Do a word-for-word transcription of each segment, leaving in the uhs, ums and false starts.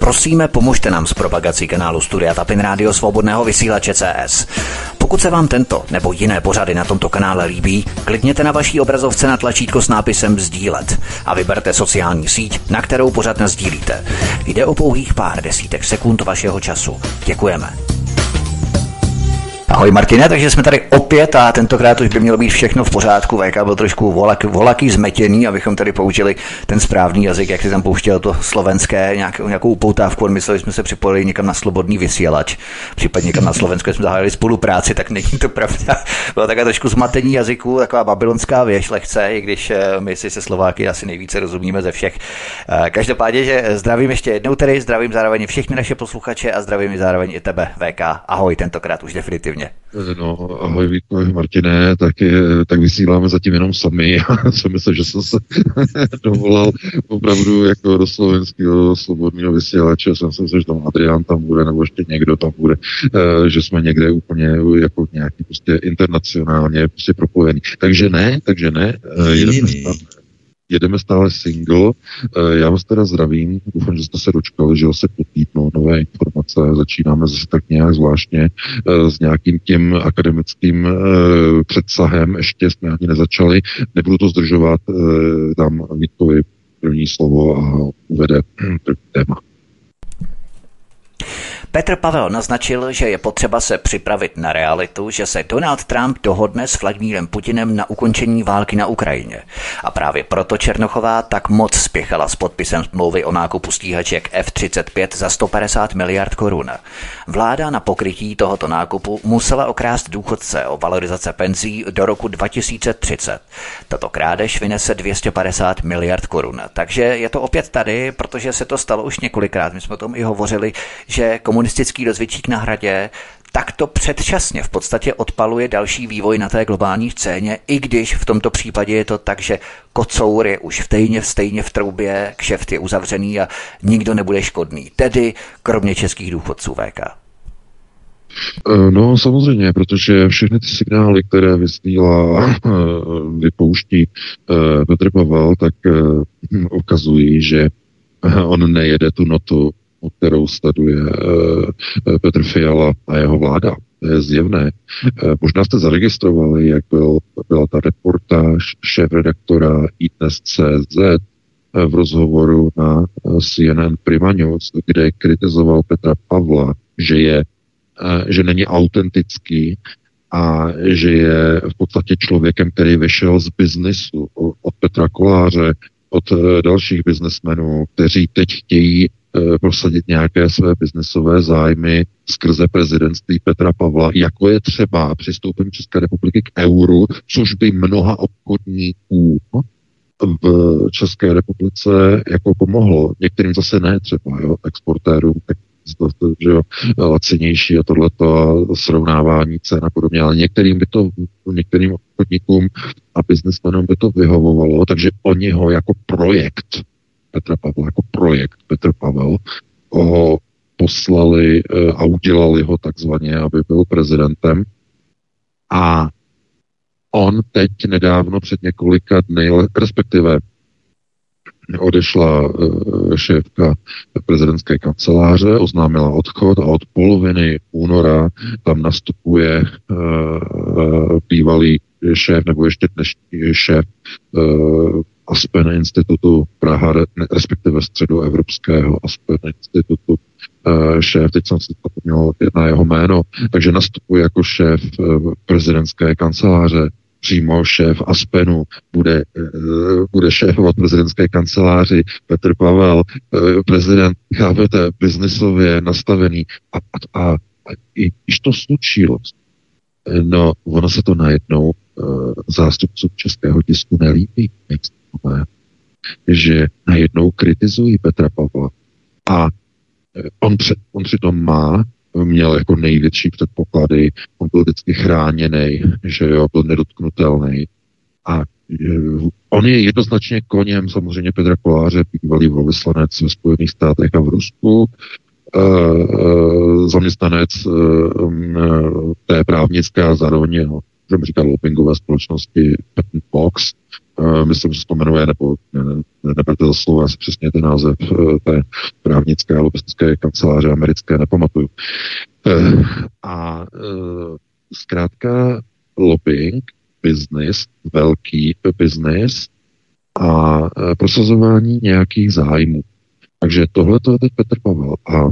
Prosíme, pomožte nám s propagací kanálu Studia Tapin Rádio Svobodného vysílače C S. Pokud se vám tento nebo jiné pořady na tomto kanále líbí, klikněte na vaší obrazovce na tlačítko s nápisem sdílet a vyberte sociální síť, na kterou pořad nasdílíte. Jde o pouhých pár desítek sekund vašeho času. Děkujeme. Ahoj Martine, takže jsme tady opět a tentokrát už by mělo být všechno v pořádku. V K byl trošku volak, volaký zmetěný, abychom tady použili ten správný jazyk, jak si tam pouštěl to slovenské, nějakou, nějakou upoutávku. Mysleli jsme se připojili někam na slobodný vysílač, případně někam na Slovensko, jsme zahájili spolupráci, tak není to pravda. Bylo takové trošku zmatení jazyku, taková babylonská věž lehce, i když my si se Slováky asi nejvíce rozumíme ze všech. Každopádně, že zdravím ještě jednou tedy, zdravím zároveň všechny naše posluchače a zdravím i zároveň i tebe, V K. Ahoj, tentokrát už definitivně. No, ahoj Vítko, Martine, tak, tak vysíláme zatím jenom sami. Já jsem myslel, že jsem se dovolal opravdu jako do slovenského slobodného vysílače. Jsem si myslel, že tam Adrián tam bude, nebo ještě někdo tam bude, že jsme někde úplně jako nějaký prostě internacionálně prostě propojený. Takže ne, takže ne. Jedeme stále, jedeme stále single. Já vás teda zdravím, doufám, že jste se dočkali, že se potýpnou nové informace. Začínáme zase tak nějak zvláštně s nějakým tím akademickým předsahem. Ještě jsme ani nezačali. Nebudu to zdržovat, dám Vítkovi první slovo a uvede první téma. Petr Pavel naznačil, že je potřeba se připravit na realitu, že se Donald Trump dohodne s Vladimírem Putinem na ukončení války na Ukrajině. A právě proto Černochová tak moc spěchala s podpisem smlouvy o nákupu stíhaček F třicet pět za sto padesát miliard korun. Vláda na pokrytí tohoto nákupu musela okrást důchodce o valorizace penzí do roku dva tisíce třicet. Tato krádež vynese dvě stě padesát miliard korun. Takže je to opět tady, protože se to stalo už několikrát. My jsme o tom i hovořili, že komunistický rozvědčík na Hradě takto předčasně v podstatě odpaluje další vývoj na té globální scéně, i když v tomto případě je to tak, že kocour je už stejně, stejně v troubě, kšeft je uzavřený a nikdo nebude škodný. Tedy kromě českých důchodců, V K. No samozřejmě, protože všechny ty signály, které vysílá, vypouští Petr Pavel, tak ukazují, že on nejede tu notu, o kterou sleduje Petr Fiala a jeho vláda. To je zjevné. Možná jste zaregistrovali, jak byl, byla ta reportáž šéfredaktora i dnes tečka cé zet v rozhovoru na C N N Prima News, kde kritizoval Petra Pavla, že je že není autentický a že je v podstatě člověkem, který vyšel z biznisu od Petra Koláře, od dalších biznesmenů, kteří teď chtějí prosadit nějaké své biznesové zájmy skrze prezidentství Petra Pavla, jako je třeba přistoupení České republiky k euru, což by mnoha obchodníků v České republice jako pomohlo. Některým zase ne třeba, jo, exportérům, tak že jo, lacinější a tohleto a srovnávání cen a podobně, ale některým by to, některým obchodníkům a biznesmenům by to vyhovovalo, takže oni ho jako projekt Petra Pavla, jako projekt Petr Pavel ho poslali a udělali ho takzvaně, aby byl prezidentem. A on teď nedávno před několika dny, respektive odešla šéfka prezidentské kanceláře, oznámila odchod a od poloviny února tam nastupuje bývalý šéf, nebo ještě dnešní šéf Aspen institutu Praha, respektive středoevropského Aspen institutu šéf, teď jsem si zapomněl na jeho jméno, takže nastupuje jako šéf prezidentské kanceláře. Přímo šéf Aspenu bude, bude šéfovat prezidentské kanceláři Petr Pavel, prezident, chápete, biznisově nastavený a, a, a, a když to slučilo, no, ono se to najednou uh, zástupcům českého tisku nelíbí, že najednou kritizují Petra Pavla a on, před, on přitom má měl jako největší předpoklady, on byl vždycky chráněný, že jo, byl nedotknutelný. A on je jednoznačně koněm samozřejmě Petra Koláře, bývalý velvyslanec ve Spojených státech a v Rusku, zaměstnanec té právnické a zároveň, no, můžeme říkat, lobbingové společnosti Patent Box, myslím, že se to jmenuje, nebo neberte za slovo, asi přesně ten název té právnické a lobistické kanceláře americké nepamatuju. A zkrátka lobbying, business, velký business a prosazování nějakých zájmů. Takže tohle to je teď Petr Pavel. A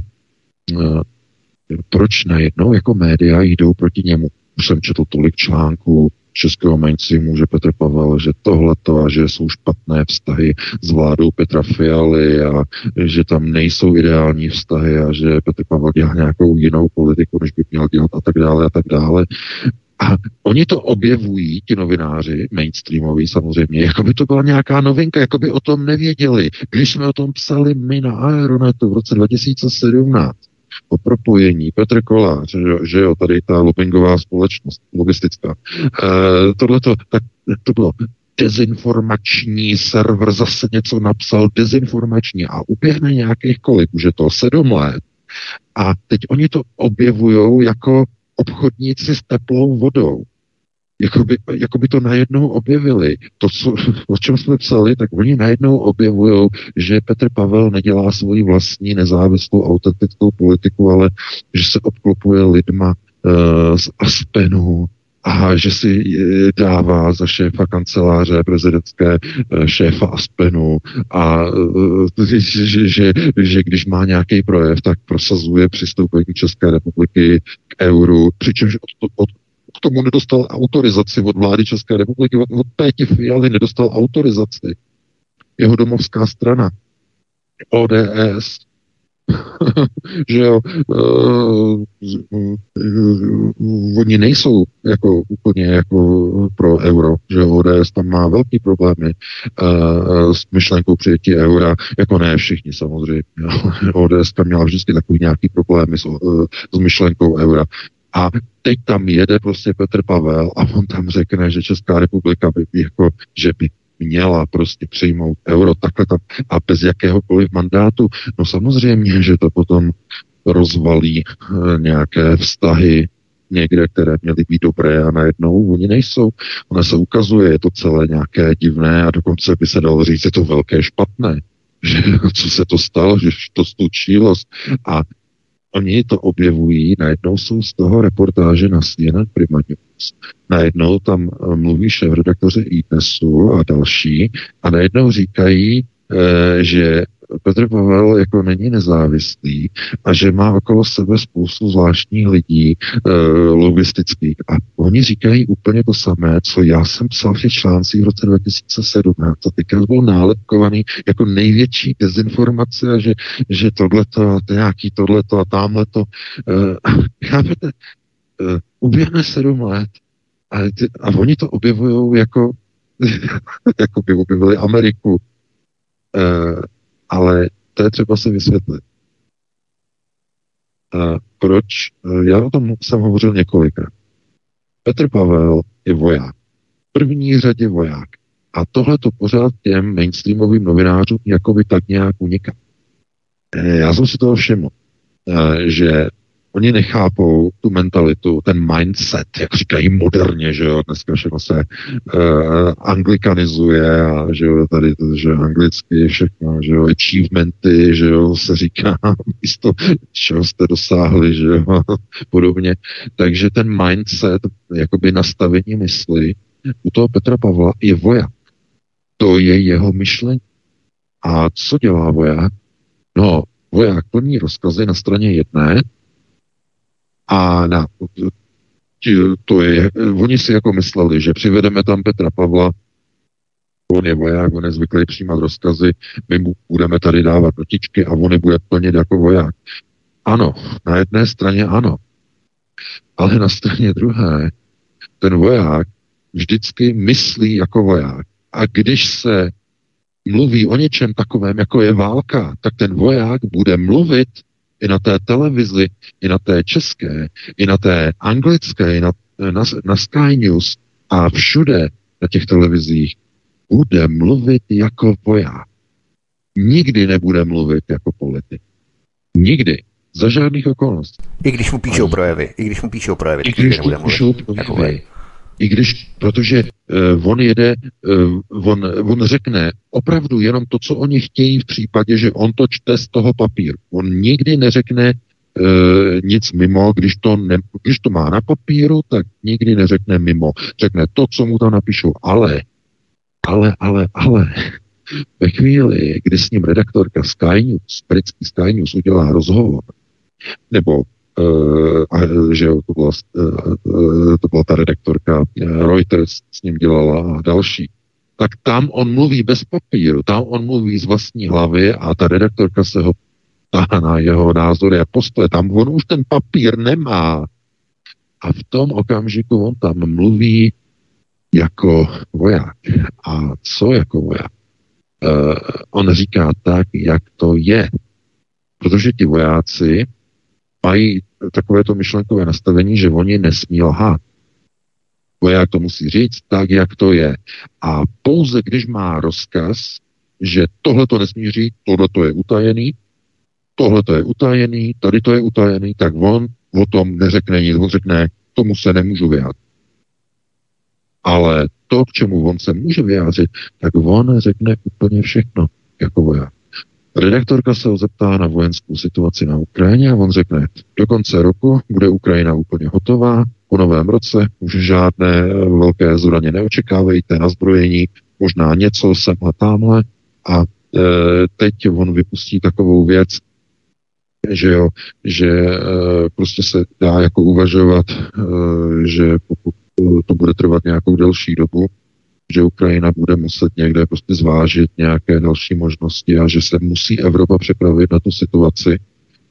proč najednou jako média jdou proti němu? Už jsem četl tolik článků českého mainstreamu, že Petr Pavel, že tohleto a že jsou špatné vztahy s vládou Petra Fialy a že tam nejsou ideální vztahy a že Petr Pavel dělá nějakou jinou politiku, než by měl dělat a tak dále a tak dále. A oni to objevují, ti novináři, mainstreamoví samozřejmě, jako by to byla nějaká novinka, jako by o tom nevěděli. Když jsme o tom psali my na Aeronetu v roce dva tisíce sedmnáct, o propojení, Petr Kolář, že, že jo, tady ta lobbingová společnost, logistická, e, tohleto, tak to bylo dezinformační server, zase něco napsal, dezinformační a uběhne nějakých kolik, už je to sedm let a teď oni to objevujou jako obchodníci s teplou vodou. Jakoby, jakoby to najednou objevili. To, co, o čem jsme psali, tak oni najednou objevují, že Petr Pavel nedělá svoji vlastní nezávislou autentickou politiku, ale že se obklopuje lidma uh, z Aspenu a že si dává za šéfa kanceláře prezidentské uh, šéfa Aspenu a uh, že, že, že, že když má nějaký projev, tak prosazuje přistoupení České republiky k euru, přičemž od, od k tomu nedostal autorizaci od vlády České republiky, od, od Péti Fialy nedostal autorizaci. Jeho domovská strana, O D S, že jo, uh, uh, oni nejsou jako úplně jako pro euro, že O D S tam má velký problémy uh, s myšlenkou přijetí eura, jako ne všichni samozřejmě. O D S tam měla vždycky takový nějaký problémy s, uh, s myšlenkou eura. A teď tam jede prostě Petr Pavel a on tam řekne, že Česká republika by jako, že by měla prostě přijmout euro takhle tam a bez jakéhokoliv mandátu. No samozřejmě, že to potom rozvalí e, nějaké vztahy někde, které měly být dobré a najednou oni nejsou. Ono se ukazuje, je to celé nějaké divné a dokonce by se dalo říct, je to velké špatné. Že, co se to stalo, že to stučilo a oni to objevují, najednou jsou z toho reportáže na C N N Prima News. Najednou tam mluví šéfredaktoři í dnesu a další a najednou říkají, e, že Petr Pavel jako není nezávislý a že má okolo sebe spoustu zvláštních lidí e, logistických. A oni říkají úplně to samé, co já jsem psal v těch článcích v roce dva tisíce sedmnáct. A teďka byl nálepkovaný jako největší dezinformace a že, že tohleto a nějaký tohleto a támhleto. E, chápete? E, uběhne sedm let a, a oni to objevují jako jako by objevili Ameriku. E, ale to je třeba si vysvětlit. A proč? Já o tom jsem hovořil několikrát. Petr Pavel je voják. V první řadě voják. A tohle to pořád těm mainstreamovým novinářům jakoby tak nějak uniká. Já jsem si toho všiml, že oni nechápou tu mentalitu, ten mindset, jak říkají moderně, že jo, dneska všechno se uh, anglikanizuje a že jo, tady to, že anglicky všechno, že jo, achievementy, že jo, se říká místo, čeho jste dosáhli, že jo, podobně. Takže ten mindset, jakoby nastavení mysli u toho Petra Pavla je voják. To je jeho myšlení. A co dělá voják? No, voják plní rozkazy na straně jedné, a na, to je, oni si jako mysleli, že přivedeme tam Petra Pavla, on je voják, on je zvyklý přijímat rozkazy, my mu budeme tady dávat notičky a on je bude plnit jako voják. Ano, na jedné straně ano, ale na straně druhé ten voják vždycky myslí jako voják. A když se mluví o něčem takovém, jako je válka, tak ten voják bude mluvit i na té televizi, i na té české, i na té anglické, i na, na, na Sky News a všude na těch televizích bude mluvit jako voják. Nikdy nebude mluvit jako politik. Nikdy. Za žádných okolností. I když mu píšou projevy. I když mu píšou projevy. I když mu píšou projevy. I když, protože uh, on jede, uh, on, on řekne opravdu jenom to, co oni chtějí v případě, že on to čte z toho papíru. On nikdy neřekne uh, nic mimo, když to, ne, když to má na papíru, tak nikdy neřekne mimo. Řekne to, co mu tam napíšou, ale, ale, ale, ale, ve chvíli, kdy s ním redaktorka Sky News, britský Sky News udělá rozhovor, nebo Uh, že to byla, uh, to byla ta redaktorka uh, Reuters s ním dělala a další, tak tam on mluví bez papíru, tam on mluví z vlastní hlavy a ta redaktorka se ho ptá na jeho názory a postoje, tam on už ten papír nemá. A v tom okamžiku on tam mluví jako voják. A co jako voják? Uh, on říká tak, jak to je. Protože ti vojáci mají takovéto myšlenkové nastavení, že oni nesmí lhát. Voják to musí říct tak, jak to je. A pouze když má rozkaz, že tohle to nesmí říct, tohle to je utajený, tohle to je utajený, tady to je utajený, tak on o tom neřekne nic. On řekne, tomu se nemůžu vyjádřit. Ale to, k čemu on se může vyjádřit, tak on řekne úplně všechno jako voják. Redaktorka se ho zeptá na vojenskou situaci na Ukrajině a on řekne, do konce roku bude Ukrajina úplně hotová, po novém roce už žádné velké zbraně neočekávejte na zbrojení, možná něco semhle tamhle a e, teď on vypustí takovou věc, že jo, že e, prostě se dá jako uvažovat, e, že pokud to bude trvat nějakou delší dobu, že Ukrajina bude muset někde prostě zvážit nějaké další možnosti a že se musí Evropa připravit na tu situaci,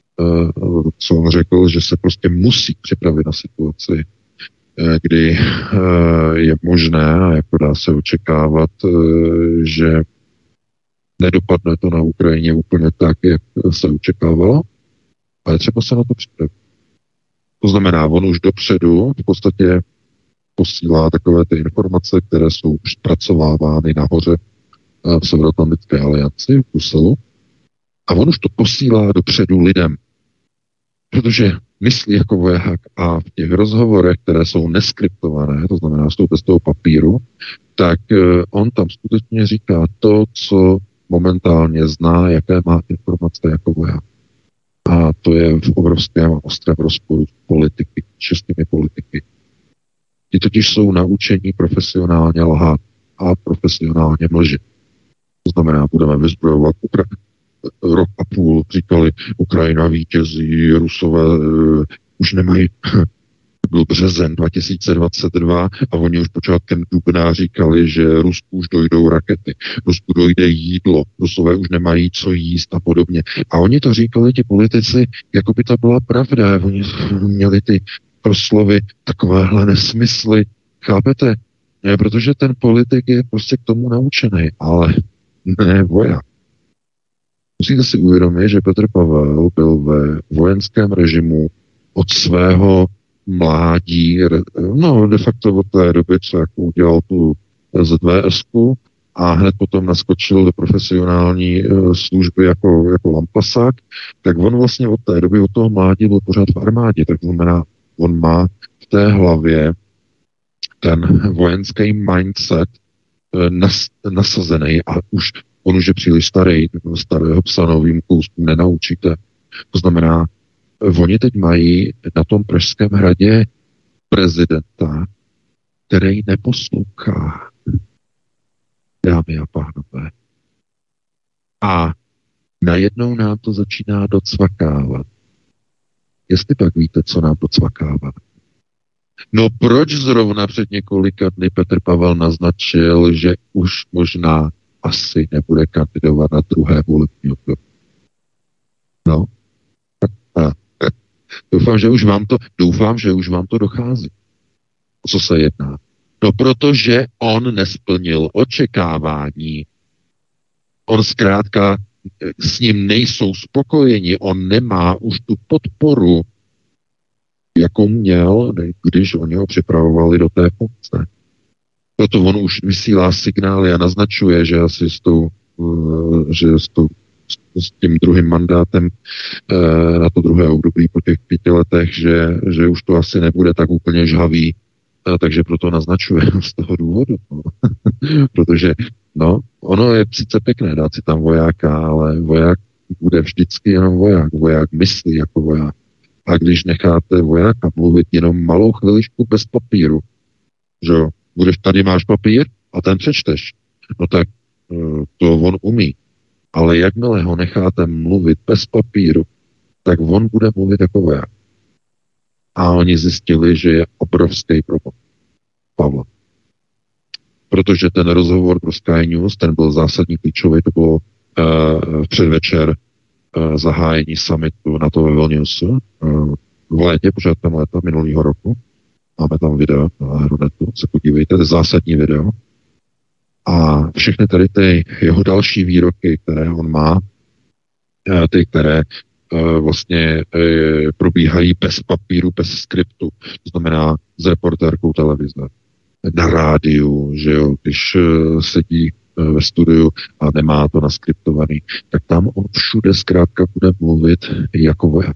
co on řekl, že se prostě musí připravit na situaci, kdy je možné, a jako dá se očekávat, že nedopadne to na Ukrajině úplně tak, jak se očekávalo, ale třeba se na to připravit. To znamená, on už dopředu v podstatě posílá takové ty informace, které jsou už zpracovávány nahoře v Severoatlantické alianci v Bruselu. A on už to posílá dopředu lidem. Protože myslí jako voják a v těch rozhovorech, které jsou neskriptované, to znamená jsou bez toho papíru, tak on tam skutečně říká to, co momentálně zná, jaké má informace jako voják. A to je v obrovském a ostrém rozporu s politiky, českými politiky. Ti totiž jsou naučení profesionálně lhát a profesionálně mlžit. To znamená, budeme vyzbrojovat Ukra- rok a půl, říkali, Ukrajina vítězí, Rusové uh, už nemají, byl březen dva tisíce dvacet dva a oni už počátkem dubna říkali, že Rusku už dojdou rakety, Rusku dojde jídlo, Rusové už nemají co jíst a podobně. A oni to říkali, ti politici, jako by to byla pravda. Oni měli ty proslovy, takovéhle nesmysly. Chápete? Ne, protože ten politik je prostě k tomu naučený, ale ne voják. Musíte si uvědomit, že Petr Pavel byl ve vojenském režimu od svého mládí, no de facto od té doby, co jako udělal tu Z V S ku a hned potom naskočil do profesionální služby jako, jako lampasák, tak on vlastně od té doby, od toho mládí byl pořád v armádě, tak znamená, on má v té hlavě ten vojenský mindset nas, nasazený a už on už je příliš starý, starého psa novým kouskům nenaučíte. To znamená, oni teď mají na tom Pražském hradě prezidenta, který neposlouchá, dámy a pánové. A najednou nám to začíná docvakávat. Jestli pak víte, co nám docvakává. No proč zrovna před několika dny Petr Pavel naznačil, že už možná asi nebude kandidovat na druhé volební období? No. A, doufám, že už vám to, doufám, že už vám to dochází. O co se jedná? No protože on nesplnil očekávání. On zkrátka s ním nejsou spokojeni, on nemá už tu podporu, jakou měl, když oni ho připravovali do té funkce. Proto on už vysílá signály a naznačuje, že asi s, tou, že s, tou, s tím druhým mandátem na to druhé období po těch pěti letech, že, že už to asi nebude tak úplně žhavý takže proto naznačuje z toho důvodu. No. Protože, no, ono je sice pěkné dát si tam vojáka, ale voják bude vždycky jenom voják. Voják myslí jako voják. A když necháte vojáka mluvit jenom malou chviličku bez papíru, že jo, budeš, tady máš papír a ten přečteš, no tak to on umí. Ale jakmile ho necháte mluvit bez papíru, tak on bude mluvit jako voják. A oni zjistili, že je obrovský problém. Pavla. Protože ten rozhovor pro Sky News, ten byl zásadní klíčový, to bylo uh, v předvečer uh, zahájení summitu NATO ve Vilniusu uh, v létě, počátkem léta minulého roku. Máme tam video na Aeronetu, se podívejte, to je zásadní video. A všechny tady ty jeho další výroky, které on má, ty, které vlastně probíhají bez papíru, bez skriptu, to znamená s reportérkou televize, na rádiu, že jo, když sedí ve studiu a nemá to naskriptovaný, tak tam on všude zkrátka bude mluvit jako voják.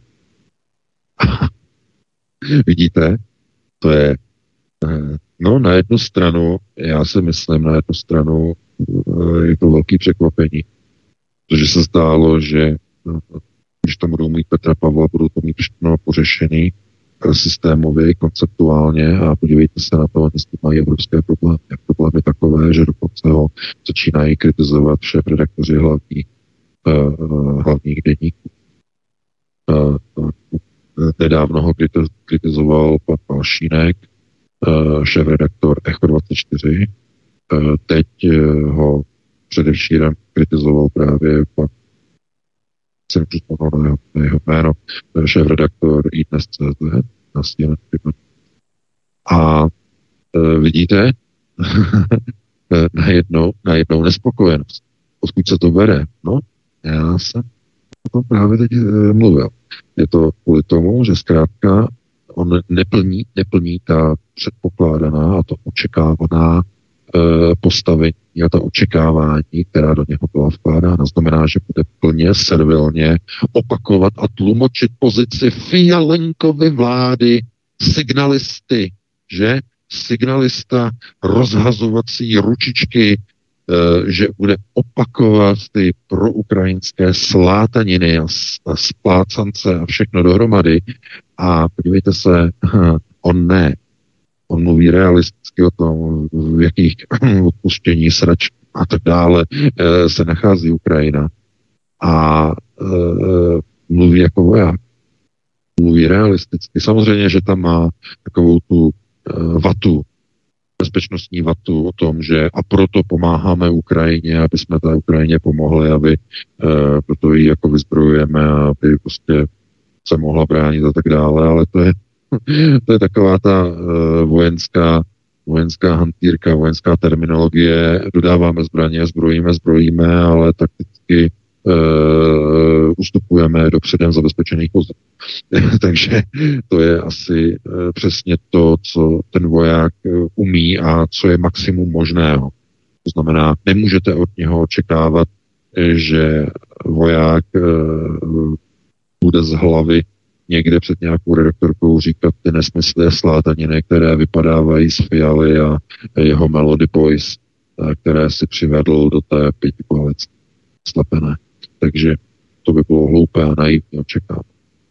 Vidíte? To je, no na jednu stranu, já si myslím, na jednu stranu je to velký překvapení, protože se zdálo, že když tam budou mít Petra Pavla, budou to mít všechno pořešený systémově, konceptuálně a podívejte se na to, jestli mají evropské problémy. Problémy takové, že dokonce ho začínají kritizovat šéfredaktoři hlavních, uh, hlavních deníků. Uh, uh, nedávno ho kritizoval pan Palšínek, uh, šéfredaktor Echo dvacet čtyři. Uh, teď uh, ho předevčírem kritizoval právě pan jsem připomněl na jeho, na jeho jméno, šéfredaktor iDnes tečka cé zet na C N N. A e, vidíte, najednou, najednou nespokojenost. Odkud se to bere? No, já jsem o tom právě teď e, mluvil. Je to kvůli tomu, že zkrátka on neplní, neplní ta předpokládaná a to očekávaná postavení a ta očekávání, která do něho byla vkládána. Znamená, že bude plně servilně opakovat a tlumočit pozici Fialenkovy vlády signalisty, že? Signalista rozhazovací ručičky, že bude opakovat ty proukrajinské slátaniny a splácance a všechno dohromady. A podívejte se, on ne. On mluví realisticky o tom, v jakých odpuštění, srač a tak dále e, se nachází Ukrajina. A e, mluví jako voják. Mluví realisticky. Samozřejmě, že tam má takovou tu e, vatu, bezpečnostní vatu o tom, že a proto pomáháme Ukrajině, aby jsme té Ukrajině pomohli, aby e, proto ji jako vyzbrojujeme, aby prostě se mohla bránit a tak dále, ale to je to je taková ta uh, vojenská, vojenská hantýrka, vojenská terminologie. Dodáváme zbraně, zbrojíme, zbrojíme, ale takticky uh, ustupujeme do předem zabezpečených pozic. Takže to je asi uh, přesně to, co ten voják uh, umí a co je maximum možného. To znamená, nemůžete od něho očekávat, že voják uh, bude z hlavy někde před nějakou redaktorkou říkat ty nesmysly a slátaniny, které vypadávají z Fialy a jeho Melody Boys, které si přivedl do té pěti koalice slepené. Takže to by bylo hloupé a naivně očekávat.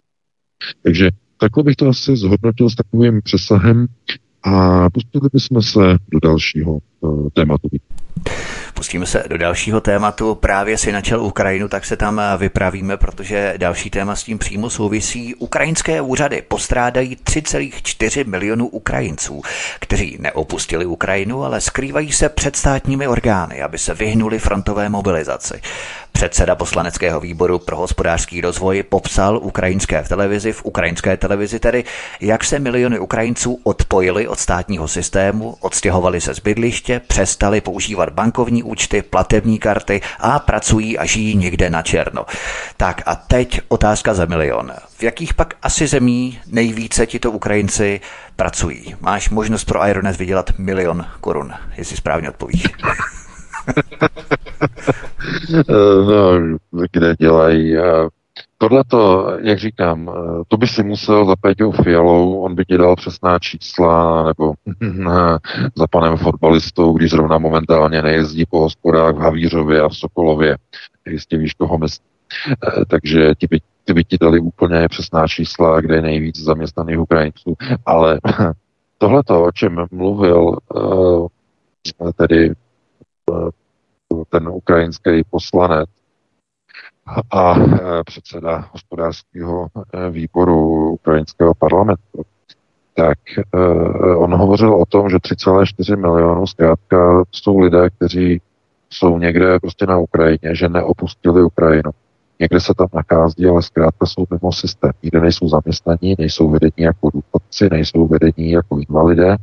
Takže takhle bych to asi zhodnotil s takovým přesahem a pustili bychom se do dalšího uh, tématu. Pustíme se do dalšího tématu. Právě si načal Ukrajinu, tak se tam vypravíme, protože další téma s tím přímo souvisí. Ukrajinské úřady postrádají tři celá čtyři milionu Ukrajinců, kteří neopustili Ukrajinu, ale skrývají se před státními orgány, aby se vyhnuli frontové mobilizaci. Předseda poslaneckého výboru pro hospodářský rozvoj popsal ukrajinské v televizi, v ukrajinské televizi tedy, jak se miliony Ukrajinců odpojili od státního systému, odstěhovali se z bydliště, přestali používat bankovní účty, platební karty a pracují a žijí někde na černo. Tak a teď otázka za milion. V jakých pak asi zemí nejvíce tito Ukrajinci pracují? Máš možnost pro Aeronet vydělat milion korun, jestli správně odpovíš. No, kde dělají Tohleto, jak říkám, to by si musel za Péťou Fialou, on by ti dal přesná čísla, nebo za panem fotbalistou, když zrovna momentálně nejezdí po hospodách v Havířově a v Sokolově. Jistě víš, koho myslí. Takže ti by, ty by ti dali úplně přesná čísla, kde je nejvíc zaměstnaných Ukrajinců. Ale tohleto, o čem mluvil tedy ten ukrajinský poslanec, a předseda hospodářského výboru ukrajinského parlamentu, tak on hovořil o tom, že tři celé čtyři milionu zkrátka jsou lidé, kteří jsou někde prostě na Ukrajině, že neopustili Ukrajinu. Někde se tam nachází, ale zkrátka jsou mimo systém. Nikde nejsou zaměstnaní, nejsou vedení jako důchodci, nejsou vedení jako invalidé,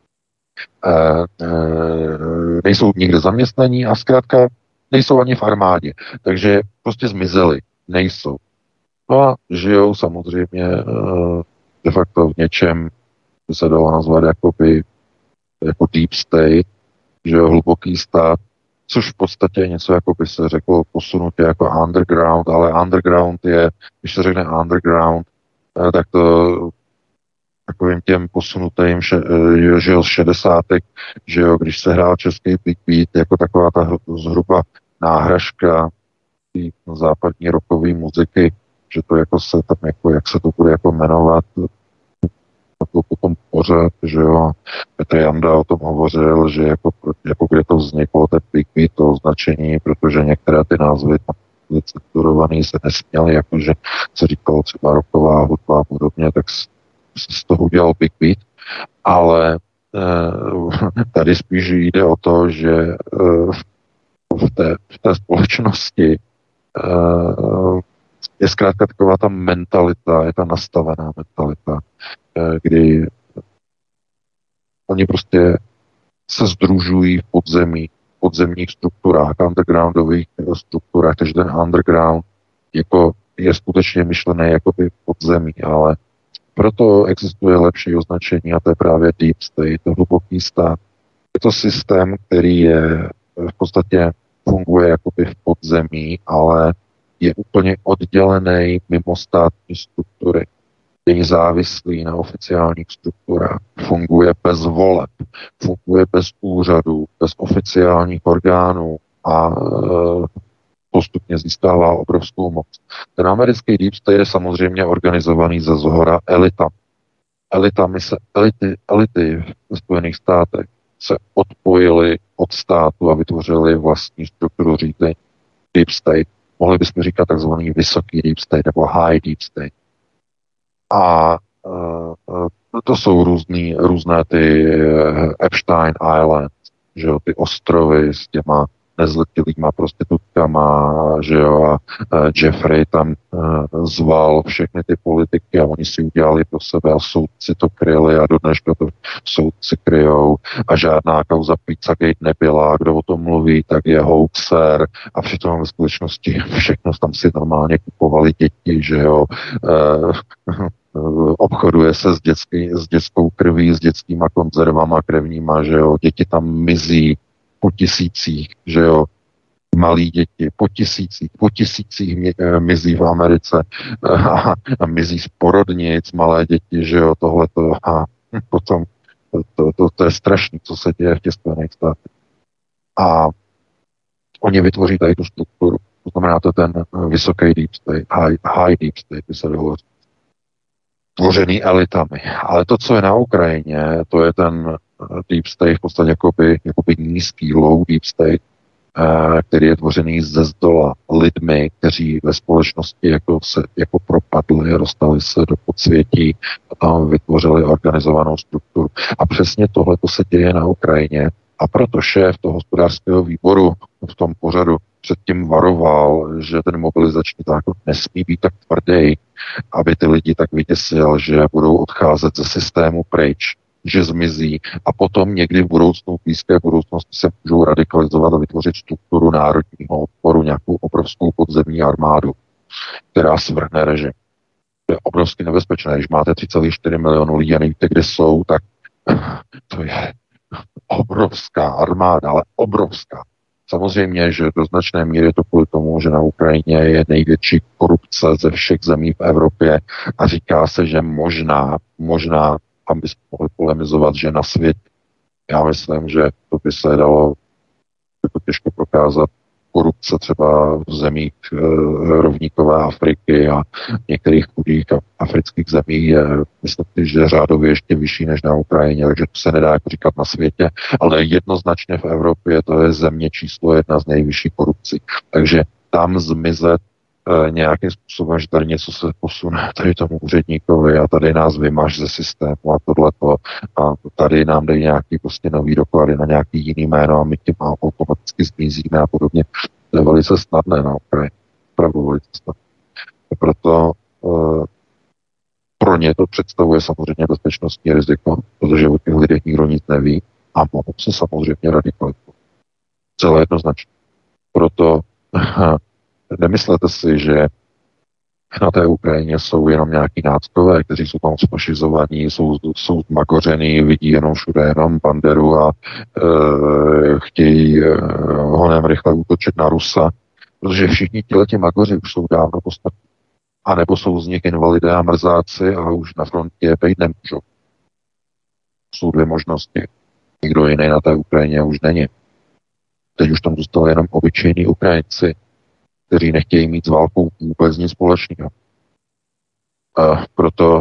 nejsou nikde zaměstnaní a zkrátka nejsou ani v armádě, takže prostě zmizeli, nejsou. No a žijou samozřejmě de facto v něčem, co se dalo nazvat jakoby, jako deep state, že jo, hluboký stát, což v podstatě je něco, jako by se řeklo posunutě jako underground, ale underground je, když se řekne underground, tak to takovým těm posunutým, že jo, z šedesátek, že jo, když se hrál český Big Beat, jako taková ta zhruba náhražka západní rockové muziky, že to jako se tam, jako, jak se to bude jako jmenovat, to potom pořád, že jo, Petr Janda o tom hovořil, že jako, jako kde to vzniklo, ten Big Beat, to označení, protože některé ty názvy tam byly censurovaný, se nesměly, jakože se říkalo třeba rocková hudba a podobně, tak z toho udělal Big Beat, ale e, tady spíš jde o to, že e, v, té, v té společnosti e, je zkrátka taková ta mentalita, je ta nastavená mentalita, e, kdy oni prostě se sdružují v podzemí, v podzemních strukturách, undergroundových strukturách, takže ten underground jako je skutečně myšlený jako by podzemí, ale proto existuje lepší označení a to je právě deep state, to hluboký stát. Je to systém, který je v podstatě funguje jakoby v podzemí, ale je úplně oddělený mimo státní struktury. Je závislý na oficiálních strukturách. Funguje bez voleb, funguje bez úřadů, bez oficiálních orgánů a postupně získává obrovskou moc. Ten americký deep state je samozřejmě organizovaný ze zhora elitami. Elitami se, elity, elity ve Spojených státech se odpojily od státu a vytvořili vlastní strukturu řízení deep state. Mohli bychom říkat takzvaný vysoký deep state nebo high deep state. A uh, to jsou různý, různé ty Epstein Islands, že jo, ty ostrovy s těma nezletilýma prostitutkama, že jo, a Jeffrey tam uh, zval všechny ty politiky a oni si udělali pro sebe a soudci to kryli a dodneška to soudci kryjou a žádná kauza Pizzagate nebyla, kdo o tom mluví, tak je hoaxer a přitom ve skutečnosti všechno tam si normálně kupovali děti, že jo, uh, obchoduje se s, dětský, s dětskou krví, s dětskýma konzervama krevníma, že jo, děti tam mizí po tisících, že jo, malí děti, po tisících, po tisících mě, e, mizí v Americe a, a mizí z porodnic malé děti, že jo, tohleto a potom to, to, to, to je strašné, co se děje v těch Spojených státech. A oni vytvoří tady tu strukturu, to znamená to ten vysoký deep state, high, high deep state, by se dalo tvořený elitami. Ale to, co je na Ukrajině, to je ten deep state, v podstatě jakoby, jakoby nízký, low deep state, který je tvořený ze zdola lidmi, kteří ve společnosti jako se jako propadli, dostali se do podsvětí a tam vytvořili organizovanou strukturu. A přesně tohle to se děje na Ukrajině. A proto šéf toho hospodářského výboru v tom pořadu předtím varoval, že ten mobilizační zákon nesmí být tak tvrdý, aby ty lidi tak vyděsil, že budou odcházet ze systému pryč, že zmizí a potom někdy v budoucnu, v blízké budoucnosti se můžou radikalizovat a vytvořit strukturu národního odporu, nějakou obrovskou podzemní armádu, která svrhne režim. To je obrovsky nebezpečné. Když máte tři celé čtyři milionu lidí a nevíte, kde jsou, tak to je obrovská armáda, ale obrovská. samozřejmě, že do značné míry je to kvůli tomu, že na Ukrajině je největší korupce ze všech zemí v Evropě a říká se, že možná, možná, tam bychom mohli polemizovat, že na světě. Já myslím, že to by se dalo jako těžko prokázat. Korupce třeba v zemích e, rovníkové Afriky a některých chudých afrických zemí je, myslím si, že řádově ještě vyšší než na Ukrajině, takže to se nedá jako říkat na světě, ale jednoznačně v Evropě to je země číslo jedna z nejvyšší korupcí. Takže tam zmizet e, nějakým způsobem, že tady něco se posune tady tomu úředníkovi a tady nás vymaž ze systému a tohleto a tady nám dají nějaký prostě nový doklady na nějaký jiný jméno a my tím automaticky zmizíme a podobně. To je velice snadné na Ukrajině. Opravdu velice snadné. Proto e, pro ně to představuje samozřejmě bezpečnostní riziko, protože o těch lidech nikdo nic neví a mohou se samozřejmě radikalizovat. Celé jednoznačně. Proto nemyslete si, že na té Ukrajině jsou jenom nějaký náckové, kteří jsou tam sfašizovaní, jsou, jsou zmagořený, vidí jenom všude jenom Banderu a e, chtějí e, honem rychle útočit na Rusa, protože všichni tihleti magoři už jsou dávno postavení. A nebo jsou z nich invalidé a mrzáci a už na frontě bejt nemůžou. Jsou dvě možnosti. Nikdo jiný na té Ukrajině už není. Teď už tam zůstali jenom obyčejní Ukrajinci, kteří nechtějí mít s válkou vůbec nic společného. A proto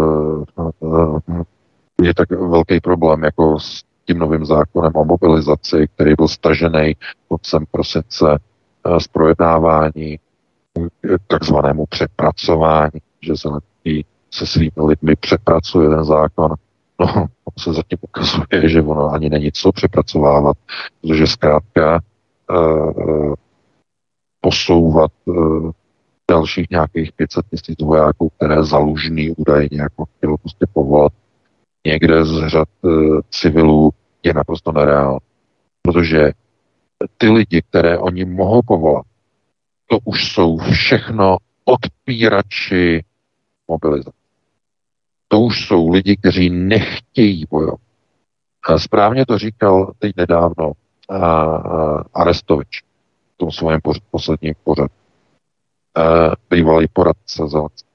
uh, je tak velký problém jako s tím novým zákonem o mobilizaci, který byl stažený koncem prosince uh, z projednávání k takzvanému přepracování, že se se svými lidmi přepracuje ten zákon. No, on se zatím ukazuje, že ono ani není co přepracovávat, protože zkrátka uh, posouvat uh, dalších nějakých pět set tisíc vojáků, které Zalužný údajně jako chtělo prostě povolat někde z řad uh, civilů, je naprosto nereál. Protože ty lidi, které oni mohou povolat, to už jsou všechno odpírači mobilizace. To už jsou lidi, kteří nechtějí bojovat. Správně to říkal teď nedávno uh, uh, Arestovič v tom svém poř- posledním pořadu. Uh, bývalý poradce Zelenský,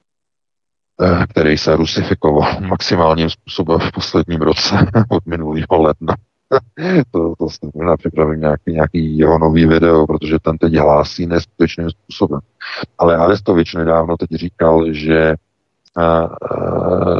uh, který se rusifikoval maximálním způsobem v posledním roce od minulého ledna. to, to jsem možná připravil nějaký, nějaký jeho nový video, protože ten teď hlásí neskutečným způsobem. Ale Arestovič nedávno teď říkal, že uh, uh,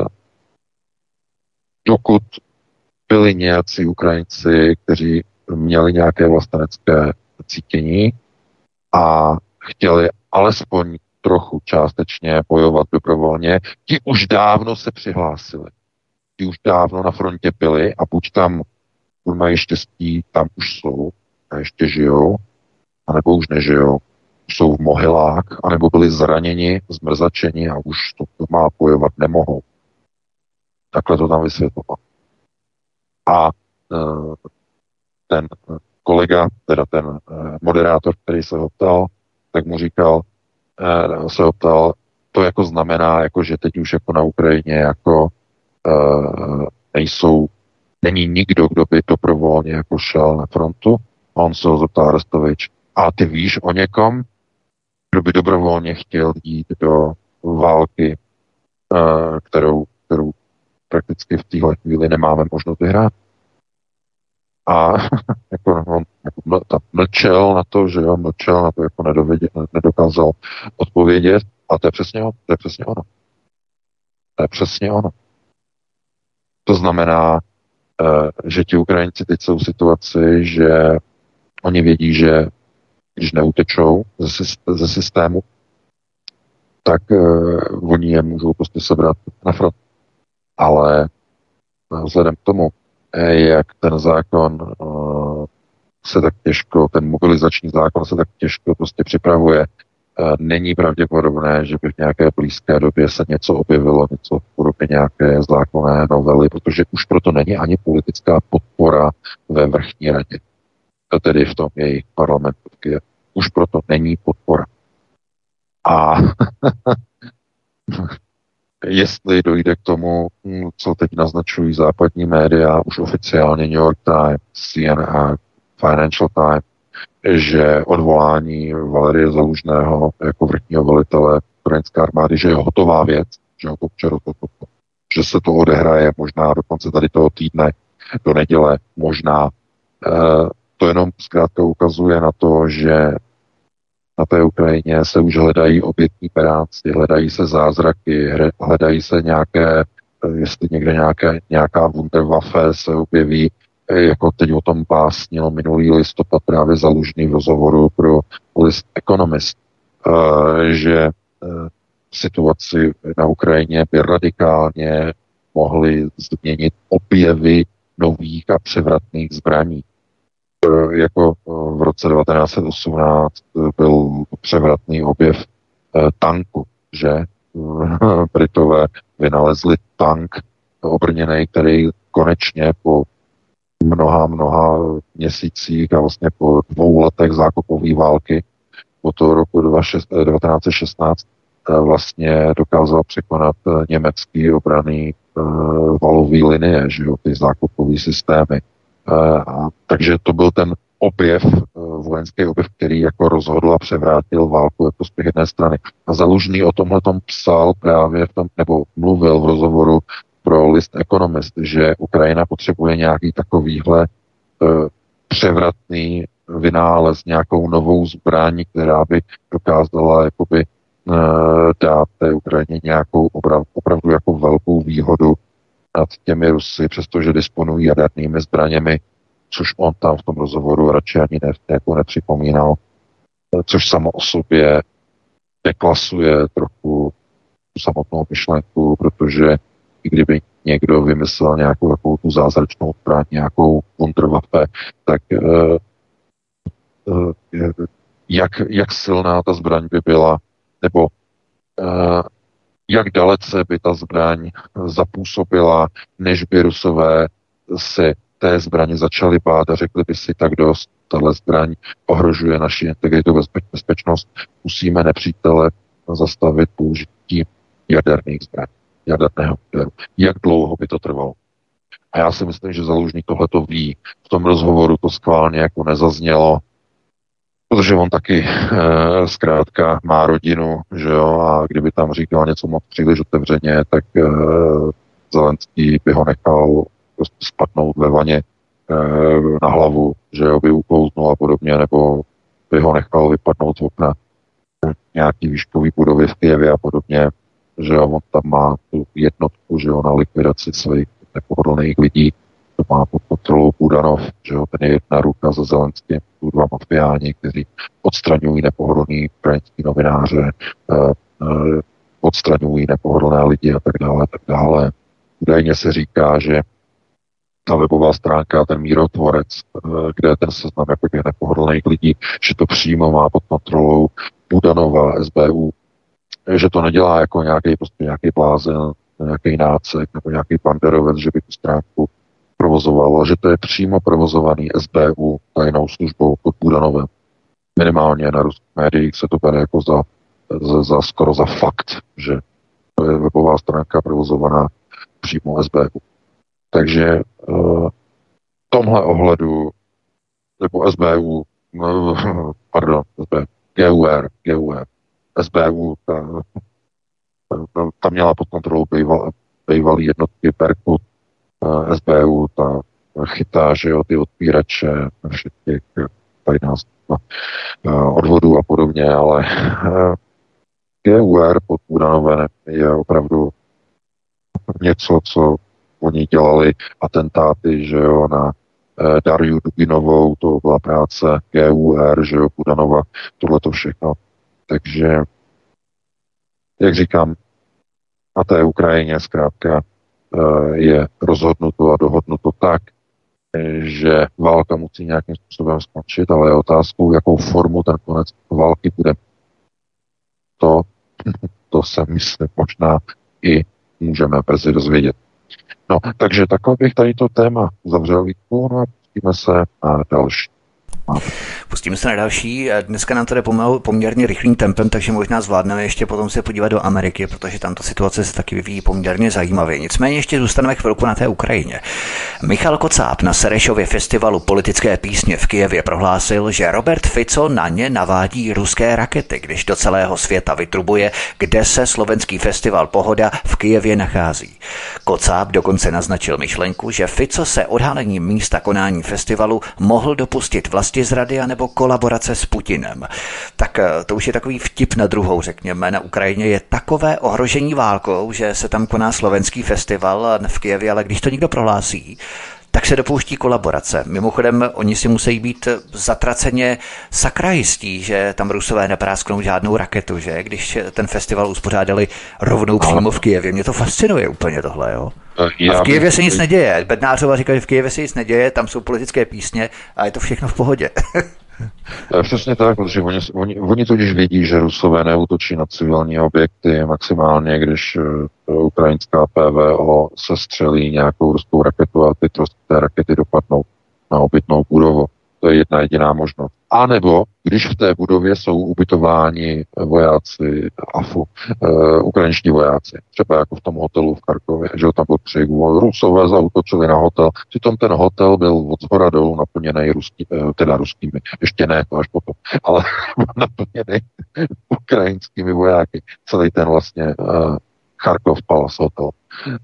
dokud byli nějací Ukrajinci, kteří měli nějaké vlastenecké cítění a chtěli alespoň trochu částečně bojovat dobrovolně, ti už dávno se přihlásili. Ti už dávno na frontě byli a buď tam mají štěstí, tam už jsou a ještě žijou, anebo už nežijou. Už jsou v mohylách, anebo byli zraněni, zmrzačeni a už to doma bojovat nemohou. Takhle to tam vysvětloval. A uh, ten kolega, teda ten uh, moderátor, který se ho ptal, tak mu říkal, uh, se ho ptal, to jako znamená, jako že teď už jako na Ukrajině jako uh, nejsou, není nikdo, kdo by dobrovolně jako šel na frontu. A on se ho zeptal Arestovič, a ty víš o někom, kdo by dobrovolně chtěl jít do války, uh, kterou, kterou prakticky v téhle chvíli nemáme možnost vyhrát. A jako on jako tam mlčel na to, že jo, mlčel na to, jako nedověděl, nedokázal odpovědět. A to je přesně ono. To je přesně ono. To je přesně ono. To znamená, že ti Ukrajinci teď jsou v situaci, že oni vědí, že když neutečou ze, ze systému, tak uh, oni je můžou prostě sebrat na front. Ale vzhledem k tomu, jak ten zákon uh, se tak těžko, ten mobilizační zákon se tak těžko prostě připravuje, uh, není pravděpodobné, že by v nějaké blízké době se něco objevilo, něco v podobě nějaké zákonné novely, protože už proto není ani politická podpora ve vrchní radě, tedy v tom jejich parlamentu. Už proto není podpora. A jestli dojde k tomu, co teď naznačují západní média, už oficiálně New York Times, C N N, Financial Times, že odvolání Valerie Zaluzného jako vrchního velitele ukrajinské armády, že je hotová věc, že, ho to, že, to, to, že se to odehraje možná dokonce tady toho týdne do neděle, možná. E, to jenom zkrátka ukazuje na to, že na té Ukrajině se už hledají obětní peráci, hledají se zázraky, hledají se nějaké, jestli někde nějaké, nějaká Wunderwaffe se objeví, jako teď o tom básnil minulý listopad právě Zaluzný v rozhovoru pro list Economist, že situaci na Ukrajině by radikálně mohly změnit objevy nových a převratných zbraní. Jako v roce devatenáct set osmnáct byl převratný objev tanku, že Britové vynalezli tank obrněný, který konečně po mnoha, mnoha měsících a vlastně po dvou letech zákopové války od toho roku devatenáct set šestnáct vlastně dokázal překonat německý obranný valový linie, že jo, ty zákopové systémy. A, takže to byl ten objev, vojenský objev, který jako rozhodl a převrátil válku ve prospěch jedné strany. A Zaluzný o tomhletom psal právě v tom, nebo mluvil v rozhovoru pro list Economist, že Ukrajina potřebuje nějaký takovýhle uh, převratný vynález, nějakou novou zbraň, která by dokázala jakoby uh, dát té Ukrajině nějakou oprav, opravdu jako velkou výhodu nad těmi Rusy, přestože disponují jadernými zbraněmi, což on tam v tom rozhovoru radši ani ne, jako nepřipomínal, což samo o sobě deklasuje trochu tu samotnou myšlenku, protože i kdyby někdo vymyslel nějakou takovou tu zázračnou zbraň, nějakou Wunderwaffe, tak uh, uh, jak, jak silná ta zbraň by byla, nebo uh, jak dalece by ta zbraň zapůsobila, než by Rusové se té zbraně začali bát a řekli by si tak dost, tahle zbraň ohrožuje naši integritu, bezpeč, bezpečnost, musíme nepřítele zastavit použití jaderných zbraní, jaderného úderu. Jak dlouho by to trvalo? A já si myslím, že Zaluzný tohle to ví. V tom rozhovoru to schválně jako nezaznělo, protože on taky e, zkrátka má rodinu, že jo, a kdyby tam říkal něco moc příliš otevřeně, tak e, Zelenský by ho nechal prostě spadnout ve vaně e, na hlavu, že jo, by uklouznul a podobně, nebo by ho nechal vypadnout z okna nějaký výškový budovy v Kyjevě a podobně, že jo, on tam má tu jednotku, že jo, na likvidaci svých nepohodlných lidí, to má pod kontrolou Budanov, že jo, ten je jedna ruka za Zelenským, tu dva mafiáni, kteří odstraňují nepohodlný ukrajinský novináře, eh, eh, odstraňují nepohodlné lidi a tak dále, a tak dále. Údajně se říká, že ta webová stránka, ten mírotvorec, eh, kde je ten seznam jako těch nepohodlných lidí, že to přímo má pod kontrolou Budanova, S B U, že to nedělá jako nějaký, prostě nějaký blázen, nějaký nácek nebo nějaký banderovec, že by tu stránku provozoval, že to je přímo provozovaný S B U tajnou službou pod Budanovem. Minimálně na ruských médiích se to bere jako za, za, za skoro za fakt, že to je webová stránka provozovaná přímo S B U. Takže uh, v tomhle ohledu nebo S B U, uh, pardon, S B U, G U R, G U R, S B U, ta, ta, ta měla pod kontrolou býval, bývalý jednotky Berkut, S B U, ta chytá, že jo, ty odpírače všech těch tajná odvodů a podobně, ale G U R pod Budanovem je opravdu něco, co oni dělali atentáty, že jo, na Darju Dubinovou, to byla práce G U R, že jo, Budanova, tohleto všechno. Takže, jak říkám, na té Ukrajině zkrátka je rozhodnuto a dohodnuto tak, že válka musí nějakým způsobem skončit, ale je otázkou, jakou formu ten konec války bude. To, to se myslím možná i můžeme brzy dozvědět. No, takže takhle bych tady to téma uzavřel, no a pustíme se na další. Pustíme se na další. Dneska nám to jde pomalu poměrně rychlým tempem, takže možná zvládneme ještě potom se podívat do Ameriky, protože tam ta situace se taky vyvíjí poměrně zajímavě. Nicméně ještě zůstaneme chvilku na té Ukrajině. Michal Kocáb na Serešově festivalu politické písně v Kyjevě prohlásil, že Robert Fico na ně navádí ruské rakety, když do celého světa vytrubuje, kde se slovenský festival Pohoda v Kyjevě nachází. Kocáb dokonce naznačil myšlenku, že Fico se odhalením místa konání festivalu mohl dopustit vlastizrady a nebo kolaborace s Putinem. Tak to už je takový vtip na druhou, řekněme. Na Ukrajině je takové ohrožení válkou, že se tam koná slovenský festival v Kyjevě, ale když to někdo prohlásí, tak se dopouští kolaborace. Mimochodem, oni si musí být zatraceně sakra jistí, že tam Rusové neprásknou žádnou raketu, že? Když ten festival uspořádali rovnou přímo v Kyjevě. Mě to fascinuje úplně tohle, jo? A v Kyjevě se nic neděje. Bednářova říká, že v Kyjevě se nic neděje, tam jsou politické písně a je to všechno v pohodě. Přesně tak, protože oni, oni, oni totiž vědí, že Rusové neútočí na civilní objekty maximálně, když uh, ukrajinská P V O sestřelí nějakou ruskou raketu a ty té rakety dopadnou na obytnou budovu. To je jedna jediná možnost. A nebo, když v té budově jsou ubytováni vojáci A F U, uh, ukrajinští vojáci, třeba jako v tom hotelu v Charkově, že tam byl křik, Rusové zaútočili na hotel, přitom ten hotel byl od zhora dolů naplněný ruský, uh, teda ruskými, ještě ne, to až potom, ale naplněný ukrajinskými vojáky, celý ten vlastně uh, Charkov Palace Hotel. Uh,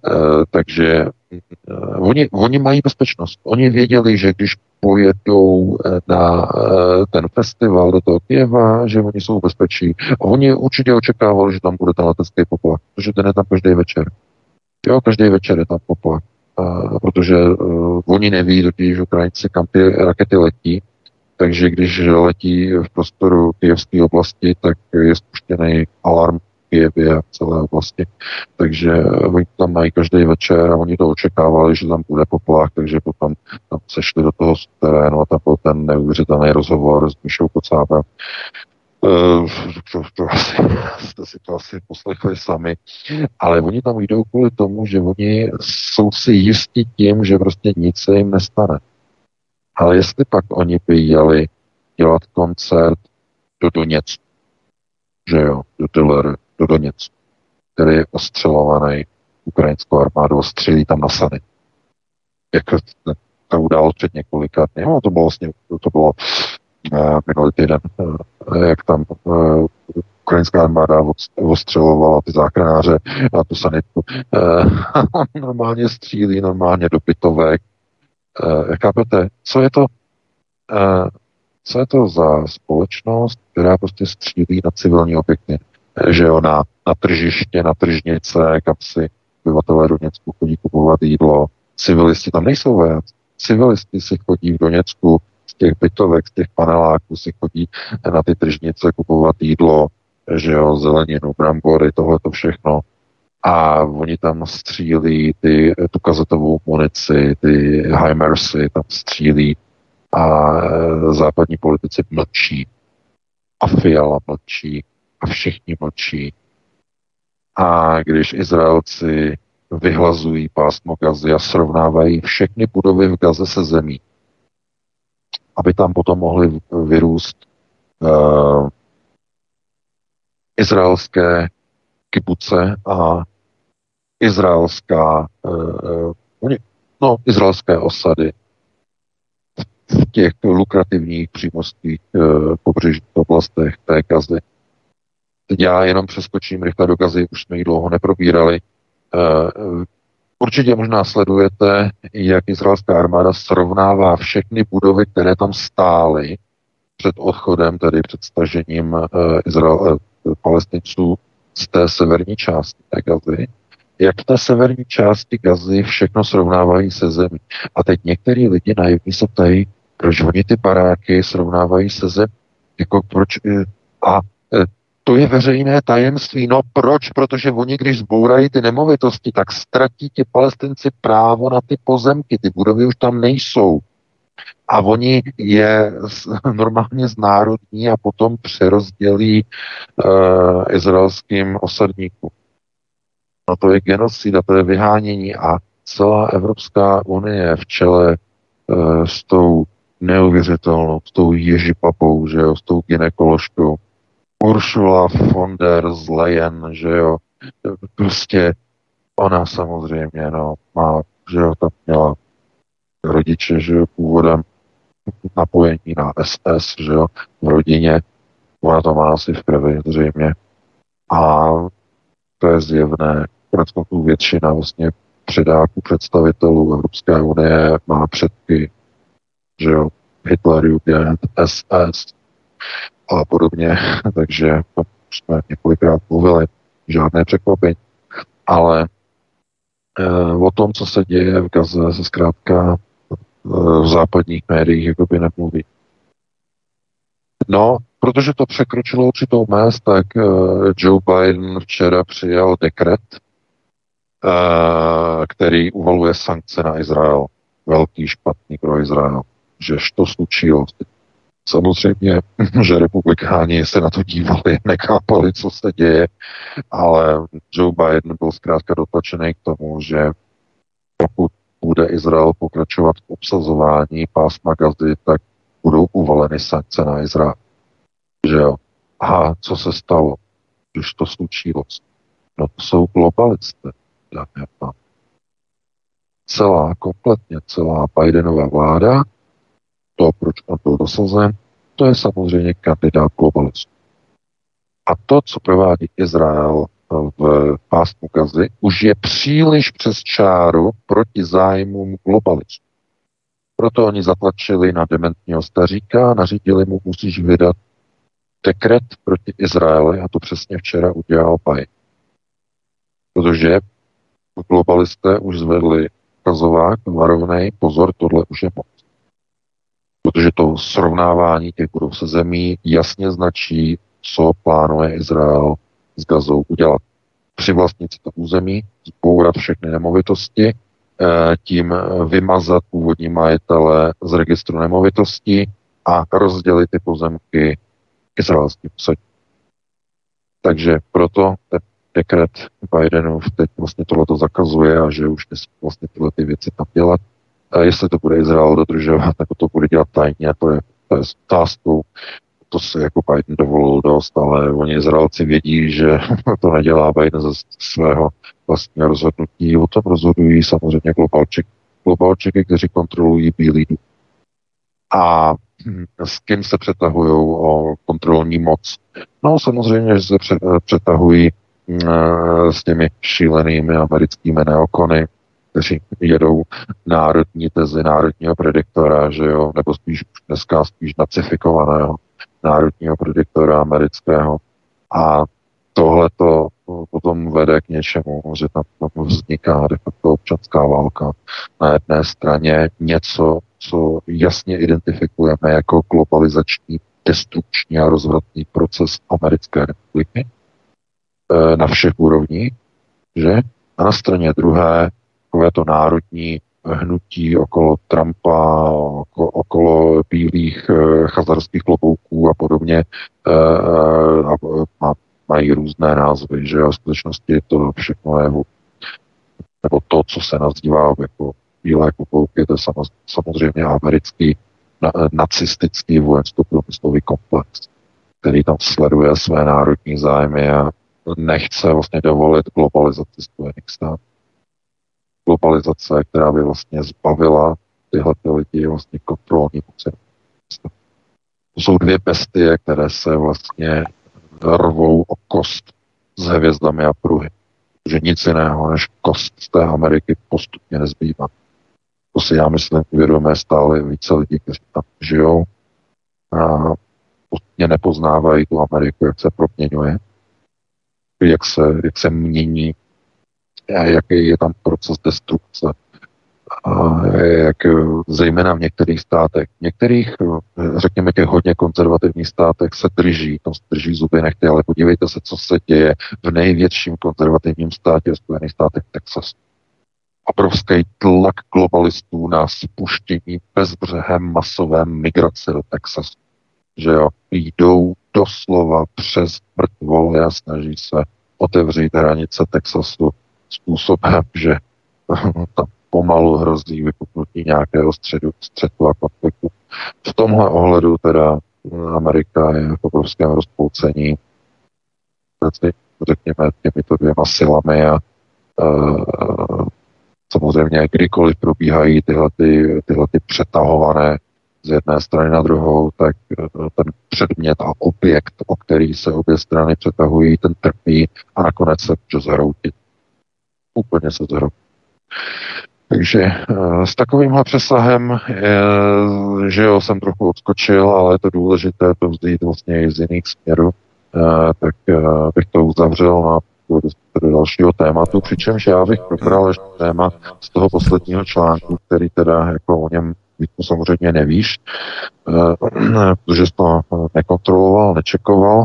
takže uh, oni, oni mají bezpečnost. Oni věděli, že když pojedou na ten festival do toho Kyjeva, že oni jsou v bezpečí. A oni určitě očekávali, že tam bude ten letecký poplach, protože ten je tam každý večer. Jo, každý večer je tam poplach. A protože uh, oni neví, totiž Ukrajinci, kam ty rakety letí, takže když letí v prostoru kyjevské oblasti, tak je spuštěný alarm Kyjevě a v celé oblasti. Takže oni tam mají každý večer a oni to očekávali, že tam bude poplach, takže potom tam sešli do toho terénu a tam byl ten neuvěřitelný rozhovor s Mišou Kocábem. Uh, to, to asi, jste si to asi poslechli sami, ale oni tam jdou kvůli tomu, že oni jsou si jistí tím, že prostě nic se jim nestane. Ale jestli pak oni by jeli dělat koncert do Doněcku, že jo, do Dillery, do Doněcku, který je ostřelovaný ukrajinskou armádou, ostřelí tam na Sany. Jak to událo před několika dny, no to bylo vlastně, to bylo uh, minulý týden, uh, jak tam uh, ukrajinská armáda ostřelovala ty záchranáře na tu sanitku. Uh, normálně střílí, normálně do bytovek. Uh, chápete, co je to? Uh, co je to za společnost, která prostě střílí na civilní objekty? Že jo, na, na tržiště, na tržnice, kam si obyvatelé Doněcku chodí kupovat jídlo. Civilisti tam nejsou vojáci. Civilisti si chodí v Doněcku z těch bytovek, z těch paneláků si chodí na ty tržnice kupovat jídlo, že jo, zeleninu, brambory, tohleto všechno. A oni tam střílí ty, tu kazetovou munici, ty HIMARSy tam střílí a západní politici mlčí. A Fiala mlčí. A všichni mlčí. A když Izraelci vyhlazují pásmo Gazy a srovnávají všechny budovy v Gaze se zemí, aby tam potom mohly vyrůst uh, izraelské kibuce a izraelská uh, no, izraelské osady v těch lukrativních přímořských uh, pobřežních oblastech té Gazy. Teď já jenom přeskočím rychle do Gazy, už jsme ji dlouho neprobírali. Uh, určitě možná sledujete, jak izraelská armáda srovnává všechny budovy, které tam stály před odchodem, tedy před stažením uh, Izrael, uh, Palestinců z té severní části té Gazy. Jak v té severní části Gazy všechno srovnávají se zemí. A teď některý lidi naivní se ptají, proč oni ty baráky srovnávají se zemí. Jako proč... A to je veřejné tajemství. No proč? Protože oni, když zbourají ty nemovitosti, tak ztratí ti Palestinci právo na ty pozemky. Ty budovy už tam nejsou. A oni je normálně znárodní a potom přerozdělí uh, izraelským osadníkům. No to je genocida, to je vyhánění a celá Evropská unie v čele uh, s tou neuvěřitelnou, s tou ježipapou, že jo, s tou gynekoložkou. Ursula von der Leyen, že jo, prostě ona samozřejmě, no, má, že jo, tam měla rodiče, že jo, původem napojení na S S, že jo, v rodině, ona to má asi v krvi, zřejmě. A to je zjevné, koneckonců většina vlastně předáků, představitelů Evropské unie má předky, že jo, Hitlerjugend, S S a podobně, takže to jsme několikrát mluvili, žádné překvapení, ale e, o tom, co se děje v Gaze, se zkrátka e, v západních médiích jakoby nemluví. No, protože to překročilo určitou mez, tak e, Joe Biden včera přijal dekret, e, který uvaluje sankce na Izrael. Velký špatný pro Izrael, žež to slučilo. Samozřejmě, že republikáni se na to dívali, nechápali, co se děje, ale Joe Biden byl zkrátka dotlačený k tomu, že pokud bude Izrael pokračovat v obsazování pásma Gazy, tak budou uvaleny sankce na Izrael. Že jo? A co se stalo, když to slučilo? No to jsou globalisté, dámy a pánové. Celá, kompletně celá Bidenova vláda, to, proč on byl dosazen, to je samozřejmě kandidát globalistů. A to, co provádí Izrael v pásmu Gazy, už je příliš přes čáru proti zájmům globalistů. Proto oni zatlačili na dementního staříka a nařídili mu, musíš vydat dekret proti Izraeli, a to přesně včera udělal Biden. Protože globalisté už zvedli ukazovák, varovnej, pozor, tohle už je moc. Protože to srovnávání těch budov se zemí jasně značí, co plánuje Izrael s Gazou udělat. Přivlastnit si to území, zbourat všechny nemovitosti, tím vymazat původní majitele z registru nemovitostí a rozdělit ty pozemky izraelským posadím. Takže proto ten dekret Bidenův teď vlastně tohleto zakazuje a že už nesmí vlastně tyhle ty věci tam dělat. A jestli to bude Izrael dodržovat, nebo to bude dělat tajně, to je, to je s otázkou. To se jako Biden dovolil dost, ale oni Izraelci vědí, že to nedělá Biden ze svého vlastního rozhodnutí. O tom rozhodují samozřejmě globalčeky, globalčeky, kteří kontrolují Bílý dům. A s kým se přetahují o kontrolní moc? No samozřejmě, že se přetahují s těmi šílenými americkými neokony, kteří jedou národní tezi národního prediktora, že jo, nebo spíš dneska spíš nacifikovaného národního prediktora amerického. A tohle to potom vede k něčemu, že tam vzniká de facto občanská válka. Na jedné straně něco, co jasně identifikujeme jako globalizační, destrukční a rozvratný proces Americké republiky na všech úrovních, že? A na straně druhé takové to národní hnutí okolo Trumpa, okolo, okolo bílých e, chazarských klobouků a podobně e, a má, mají různé názvy, že a v skutečnosti to všechno je, nebo to, co se nazývá jako bílé klobouky, to je samozřejmě americký na, nacistický vojensko-průmyslový komplex, který tam sleduje své národní zájmy a nechce vlastně dovolit globalizaci Spojených států. Globalizace, která by vlastně zbavila tyhle lidi vlastně kontrolní moci. To jsou dvě bestie, které se vlastně rvou o kost s hvězdami a pruhy. Protože nic jiného než kost z té Ameriky postupně nezbývá. To si já myslím uvědomuje stále více lidí, kteří tam žijou a postupně nepoznávají tu Ameriku, jak se proměňuje, jak se, jak se mění, jaký je tam proces destrukce. A jak zejména v některých státech, v některých, řekněme, těch hodně konzervativních státech se drží, tam se drží zuby nechty, ale podívejte se, co se děje v největším konzervativním státě v Spojených státech, Texas. Obrovský tlak globalistů na spuštění bezbřehem masové migrace do Texasu. Že jo, jdou doslova přes mrtvoly a snaží se otevřít hranice Texasu způsobem, že tam pomalu hrozí vypuknutí nějakého středu, střetu a konfliktu. v tomhle ohledu teda Amerika je v obrovském rozpolcení, řekněme, těmito dvěma silami a uh, samozřejmě kdykoliv probíhají tyhle, ty, tyhle ty přetahované z jedné strany na druhou, tak ten předmět a objekt, o který se obě strany přetahují, ten trpí a nakonec se může zhroutit. Úplně se zhroutit. Takže s takovýmhle přesahem, že jo, jsem trochu odskočil, ale je to důležité to vzít vlastně i z jiných směrů, tak bych to uzavřel na do dalšího tématu, přičemž já bych probral ještě téma z toho posledního článku, který teda jako o něm to samozřejmě nevíš, protože jsi to nekontroloval, nečekoval.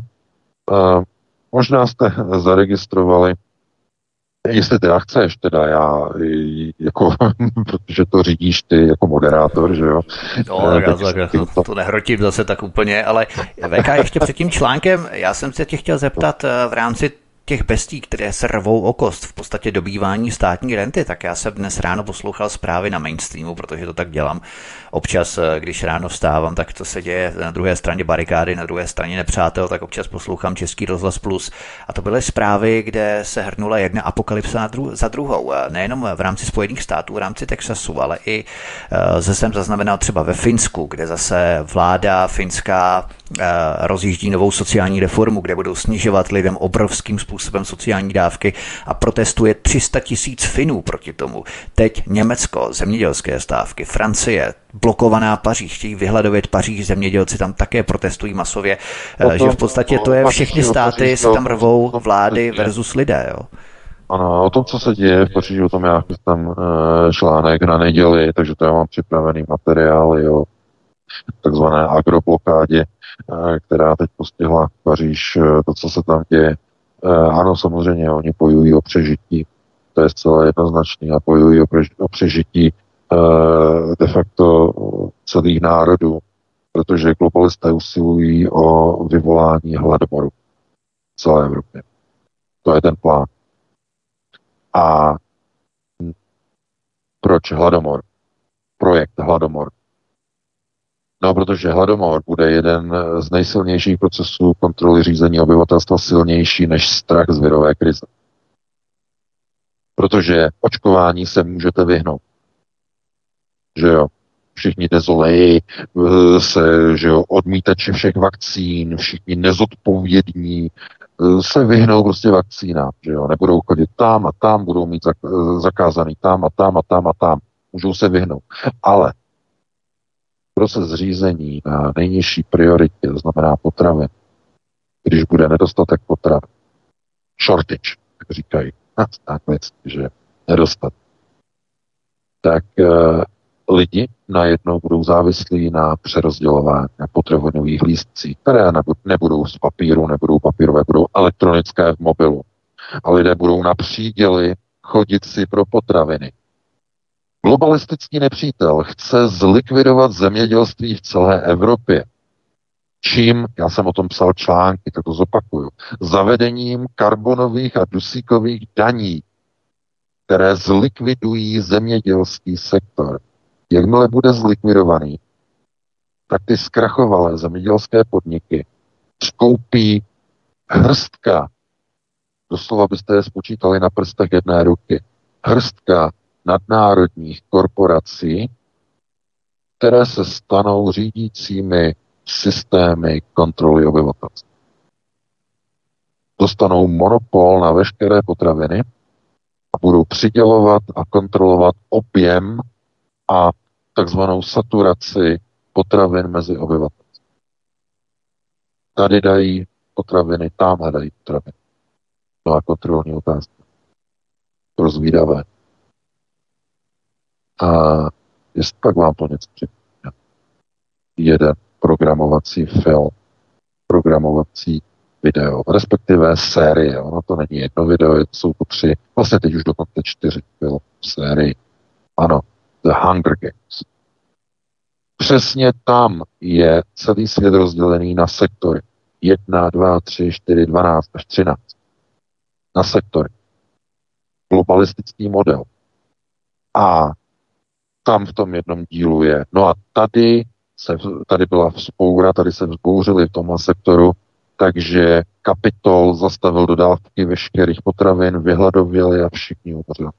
Možná jste zaregistrovali, jestli teda chceš, teda já, jako, protože to řídíš ty jako moderátor, že jo? No, tak já tak, to, to nehrotím zase tak úplně, ale V K, ještě před tím článkem, já jsem se tě chtěl zeptat v rámci těch bestí, které se rvou o kost, v podstatě dobývání státní renty, tak já jsem dnes ráno poslouchal zprávy na mainstreamu, protože to tak dělám. Občas, když ráno vstávám, tak to se děje na druhé straně barikády, na druhé straně nepřátel, tak občas poslouchám Český rozhlas Plus. A to byly zprávy, kde se hrnula jedna apokalypsa na dru- za druhou. Nejenom v rámci Spojených států, v rámci Texasu, ale i zase jsem zaznamenal třeba ve Finsku, kde zase vláda finská rozjíždí novou sociální reformu, kde budou snižovat lidem obrovským způsobem sociální dávky a protestuje tři sta tisíc Finů proti tomu. Teď Německo, zemědělské stávky, Francie, blokovaná Paříž, chtějí vyhladovit Paříž, zemědělci tam také protestují masově, to, že v podstatě to je všechny státy, se tam rvou vlády versus lidé, jo. Ano, o tom, co se děje v Paříži, o tom já chystám článek na neděli, takže to já mám připravený materiál, jo, takzvané agroblokádě, která teď postihla Paříž, to, co se tam děje. Ano, samozřejmě, oni bojují o přežití, to je zcela jednoznačné, a bojují o přežití de facto celých národů, protože globalisté usilují o vyvolání hladomoru v celé Evropě. To je ten plán. A proč hladomor? Projekt Hladomor. No, protože hladomor bude jeden z nejsilnějších procesů kontroly řízení obyvatelstva, silnější než strach z virové krize. Protože očkování se můžete vyhnout. Že jo? Všichni dezoleji se, že jo, odmítači všech vakcín, všichni nezodpovědní se vyhnou prostě vakcínám, že jo? Nebudou chodit tam a tam, budou mít zakázaný tam a tam a tam a tam. Můžou se vyhnout. Ale proces řízení na nejnižší prioritě, to znamená potravin, když bude nedostatek potravin, shortage, jak říkají, anglicky, že nedostatek, tak uh, lidi najednou budou závislí na přerozdělování, na potravinových lístcích, které nebudou z papíru, nebudou papírové, budou elektronické v mobilu. A lidé budou na příděli chodit si pro potraviny. Globalistický nepřítel chce zlikvidovat zemědělství v celé Evropě. Čím, já jsem o tom psal články, tak to zopakuju, zavedením karbonových a dusíkových daní, které zlikvidují zemědělský sektor. Jakmile bude zlikvidovaný, tak ty zkrachovalé zemědělské podniky skoupí hrstka, doslova byste je spočítali na prstech jedné ruky, hrstka nadnárodních korporací, které se stanou řídícími systémy kontroly obyvatelstva. Dostanou monopol na veškeré potraviny a budou přidělovat a kontrolovat objem a takzvanou saturaci potravin mezi obyvatelstvem. Tady dají potraviny, tam dají potraviny. No a kontrolní otázka. Rozvídavé. A jestli pak vám to něco připomíná. Jeden programovací film, programovací video, respektive série. Ono to není jedno video, jsou to tři, vlastně teď už dokonce čtyři film série. Ano, The Hunger Games. Přesně tam je celý svět rozdělený na sektory. Jedna, dva, tři, čtyři, dvanáct až třináct. Na sektory. Globalistický model. A tam v tom jednom dílu je. No a tady se, tady byla vzpoura, tady se vzbouřili v tomhle sektoru, takže Kapitol zastavil dodávky veškerých potravin, vyhladověli a všichni umřeli.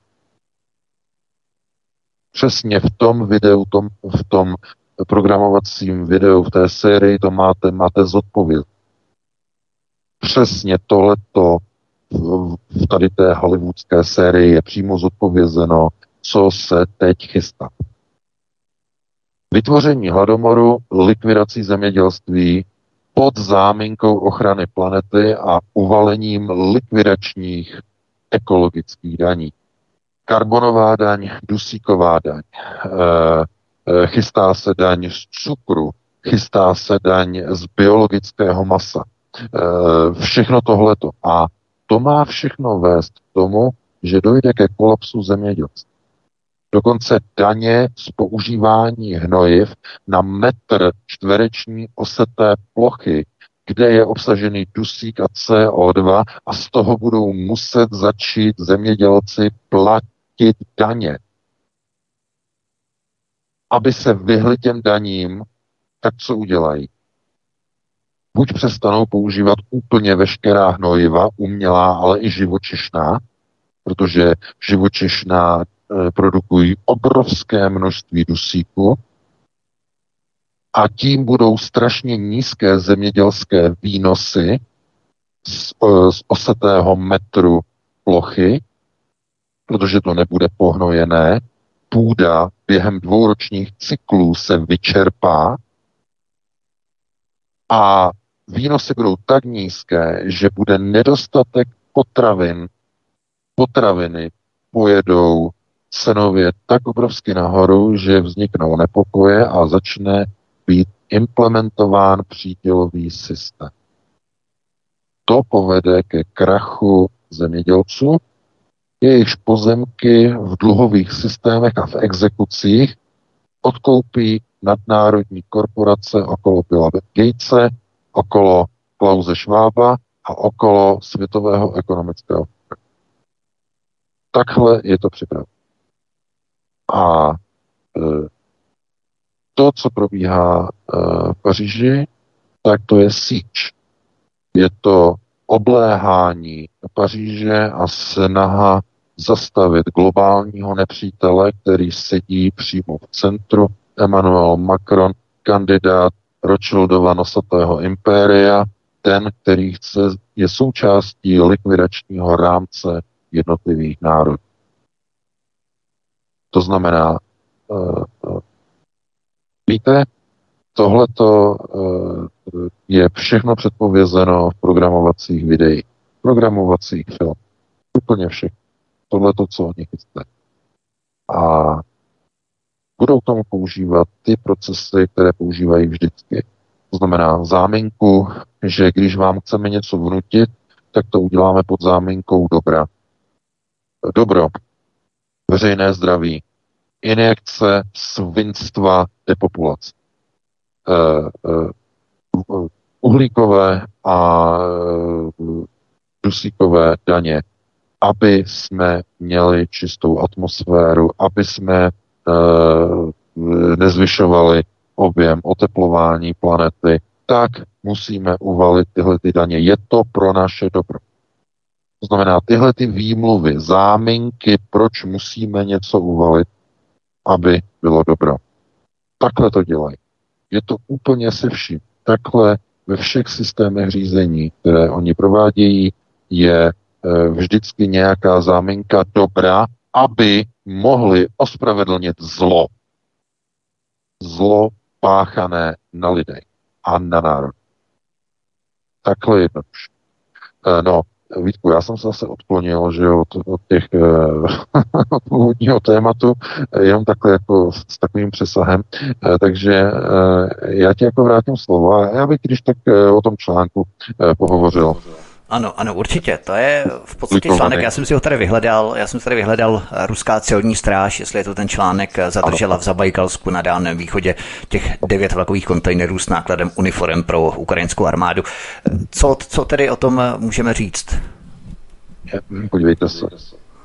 Přesně v tom videu, tom, v tom programovacím videu, v té sérii to máte, máte zodpověď. Přesně tohleto v tady té hollywoodské sérii je přímo zodpovězeno, co se teď chystá. Vytvoření hladomoru, likvidací zemědělství pod záminkou ochrany planety a uvalením likvidačních ekologických daní. Karbonová daň, dusíková daň, chystá se daň z cukru, chystá se daň z biologického masa. Všechno tohleto. A to má všechno vést k tomu, že dojde ke kolapsu zemědělství. Dokonce daně z používání hnojiv na metr čtvereční oseté plochy, kde je obsažený dusík a C O dva a z toho budou muset začít zemědělci platit daně. Aby se vyhli těm daním, tak co udělají? Buď přestanou používat úplně veškerá hnojiva, umělá, ale i živočišná, protože živočišná e, produkují obrovské množství dusíku a tím budou strašně nízké zemědělské výnosy z, e, z osetého metru plochy, protože to nebude pohnojené, půda během dvouročních cyklů se vyčerpá a výnosy budou tak nízké, že bude nedostatek potravin. Potraviny pojedou cenově tak obrovsky nahoru, že vzniknou nepokoje a začne být implementován přídělový systém. To povede ke krachu zemědělců, jejichž pozemky v dluhových systémech a v exekucích odkoupí nadnárodní korporace okolo Billa Gatese, okolo Klause Schwaba a okolo Světového ekonomického fóra. Takhle je to připraveno. A e, to, co probíhá e, v Paříži, tak to je síč. Je to obléhání Paříže a snaha zastavit globálního nepřítele, který sedí přímo v centru, Emmanuel Macron, kandidát Rothschildova nosatého impéria, ten, který chce, je součástí likvidačního rámce jednotlivých národů. To znamená, uh, uh, víte, tohleto uh, je všechno předpovězeno v programovacích videích, programovacích filmů. Úplně všechno. Tohleto, co oni chystají. A budou k tomu používat ty procesy, které používají vždycky. To znamená záminku, že když vám chceme něco vnutit, tak to uděláme pod záminkou dobra. Dobro, veřejné zdraví, injekce, svinstva, depopulace. Uh, uh, uhlíkové a uh, dusíkové daně, aby jsme měli čistou atmosféru, aby jsme uh, nezvyšovali objem oteplování planety, tak musíme uvalit tyhle ty daně. Je to pro naše dobro. To znamená, tyhle ty výmluvy, záminky, proč musíme něco uvalit, aby bylo dobro. Takhle to dělají. Je to úplně se vším. Takhle ve všech systémech řízení, které oni provádějí, je e, vždycky nějaká záminka dobra, aby mohli ospravedlnit zlo. Zlo páchané na lidech a na národ. Takhle jednoduše. E, no, Vítku, já jsem se zase odklonil, že od, od těch od původního tématu, jenom takhle jako s takovým přesahem, takže já ti jako vrátím slovo a já bych když tak o tom článku pohovořil. Ano, ano, určitě. To je v podstatě článek, já jsem si ho tady vyhledal, já jsem si tady vyhledal ruská celní stráž, jestli je to ten článek, zadržela v Zabajkalsku na Dálném východě těch devět vlakových kontejnerů s nákladem uniforem pro ukrajinskou armádu. Co, co tedy o tom můžeme říct? Podívejte se.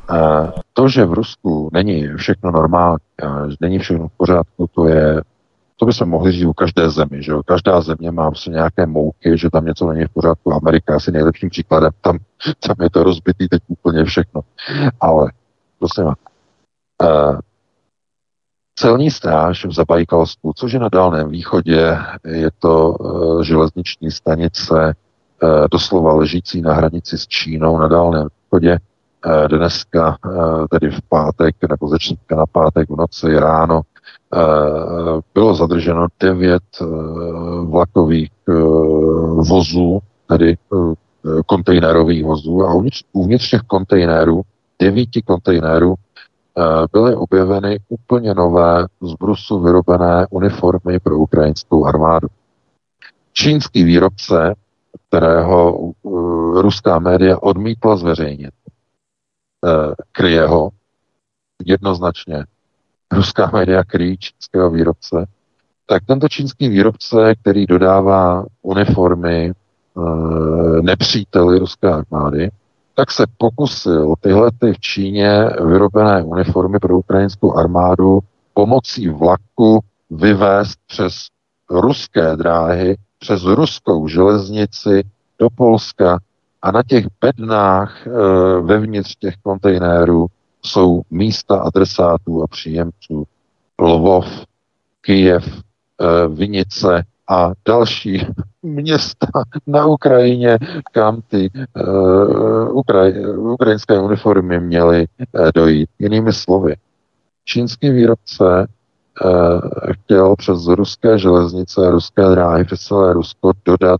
To, že v Rusku není všechno normální, není všechno v pořádku, to je To bychom mohli říct o každé zemi, že jo? Každá země má prostě nějaké mouky, že tam něco není v pořádku. Amerika je asi nejlepším příkladem, tam, tam je to rozbitý teď úplně všechno. Ale, prosím vás, uh, celní stráž v Zabajkalsku, což je na Dálném východě, je to uh, železniční stanice, uh, doslova ležící na hranici s Čínou na Dálném východě. Uh, dneska, uh, tedy v pátek, nebo ze čtvrtka na pátek v noci ráno, uh, bylo zadrženo devět uh, vlakových uh, vozů, tedy uh, kontejnerových vozů, a uvnitř, uvnitř těch kontejnerů, devíti kontejnerů, byly objeveny úplně nové z brusu vyrobené uniformy pro ukrajinskou armádu. Čínský výrobce, kterého uh, ruská média odmítla zveřejnit, uh, kryje ho jednoznačně. Ruská média kryjí čínského výrobce. Tak tento čínský výrobce, který dodává uniformy uh, nepříteli ruské armády, tak se pokusil tyhle ty v Číně vyrobené uniformy pro ukrajinskou armádu pomocí vlaku vyvést přes ruské dráhy, přes ruskou železnici do Polska, a na těch bednách e, vevnitř těch kontejnerů jsou místa adresátů a příjemců. Lvov, Kyjev, e, Vinice a další města na Ukrajině, kam ty uh, Ukraj, ukrajinské uniformy měly uh, dojít. Jinými slovy, čínský výrobce uh, chtěl přes ruské železnice, ruské dráhy, přes celé Rusko dodat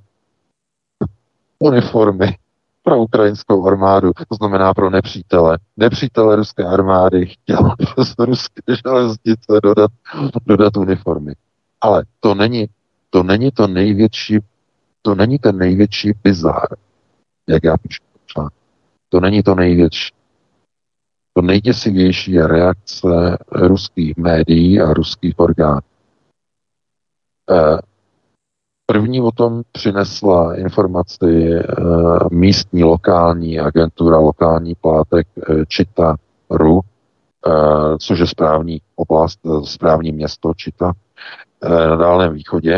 uniformy pro ukrajinskou armádu, to znamená pro nepřítele. Nepřítele ruské armády chtěl přes ruské železnice dodat, dodat uniformy. Ale to není To není to největší, to není ten největší bizár, jak já píšu. To není to největší. To nejděsivější je reakce ruských médií a ruských orgánů. První o tom přinesla informaci místní lokální agentura, lokální plátek Čita Ru, což je správní oblast, správní město Čita na Dálném východě.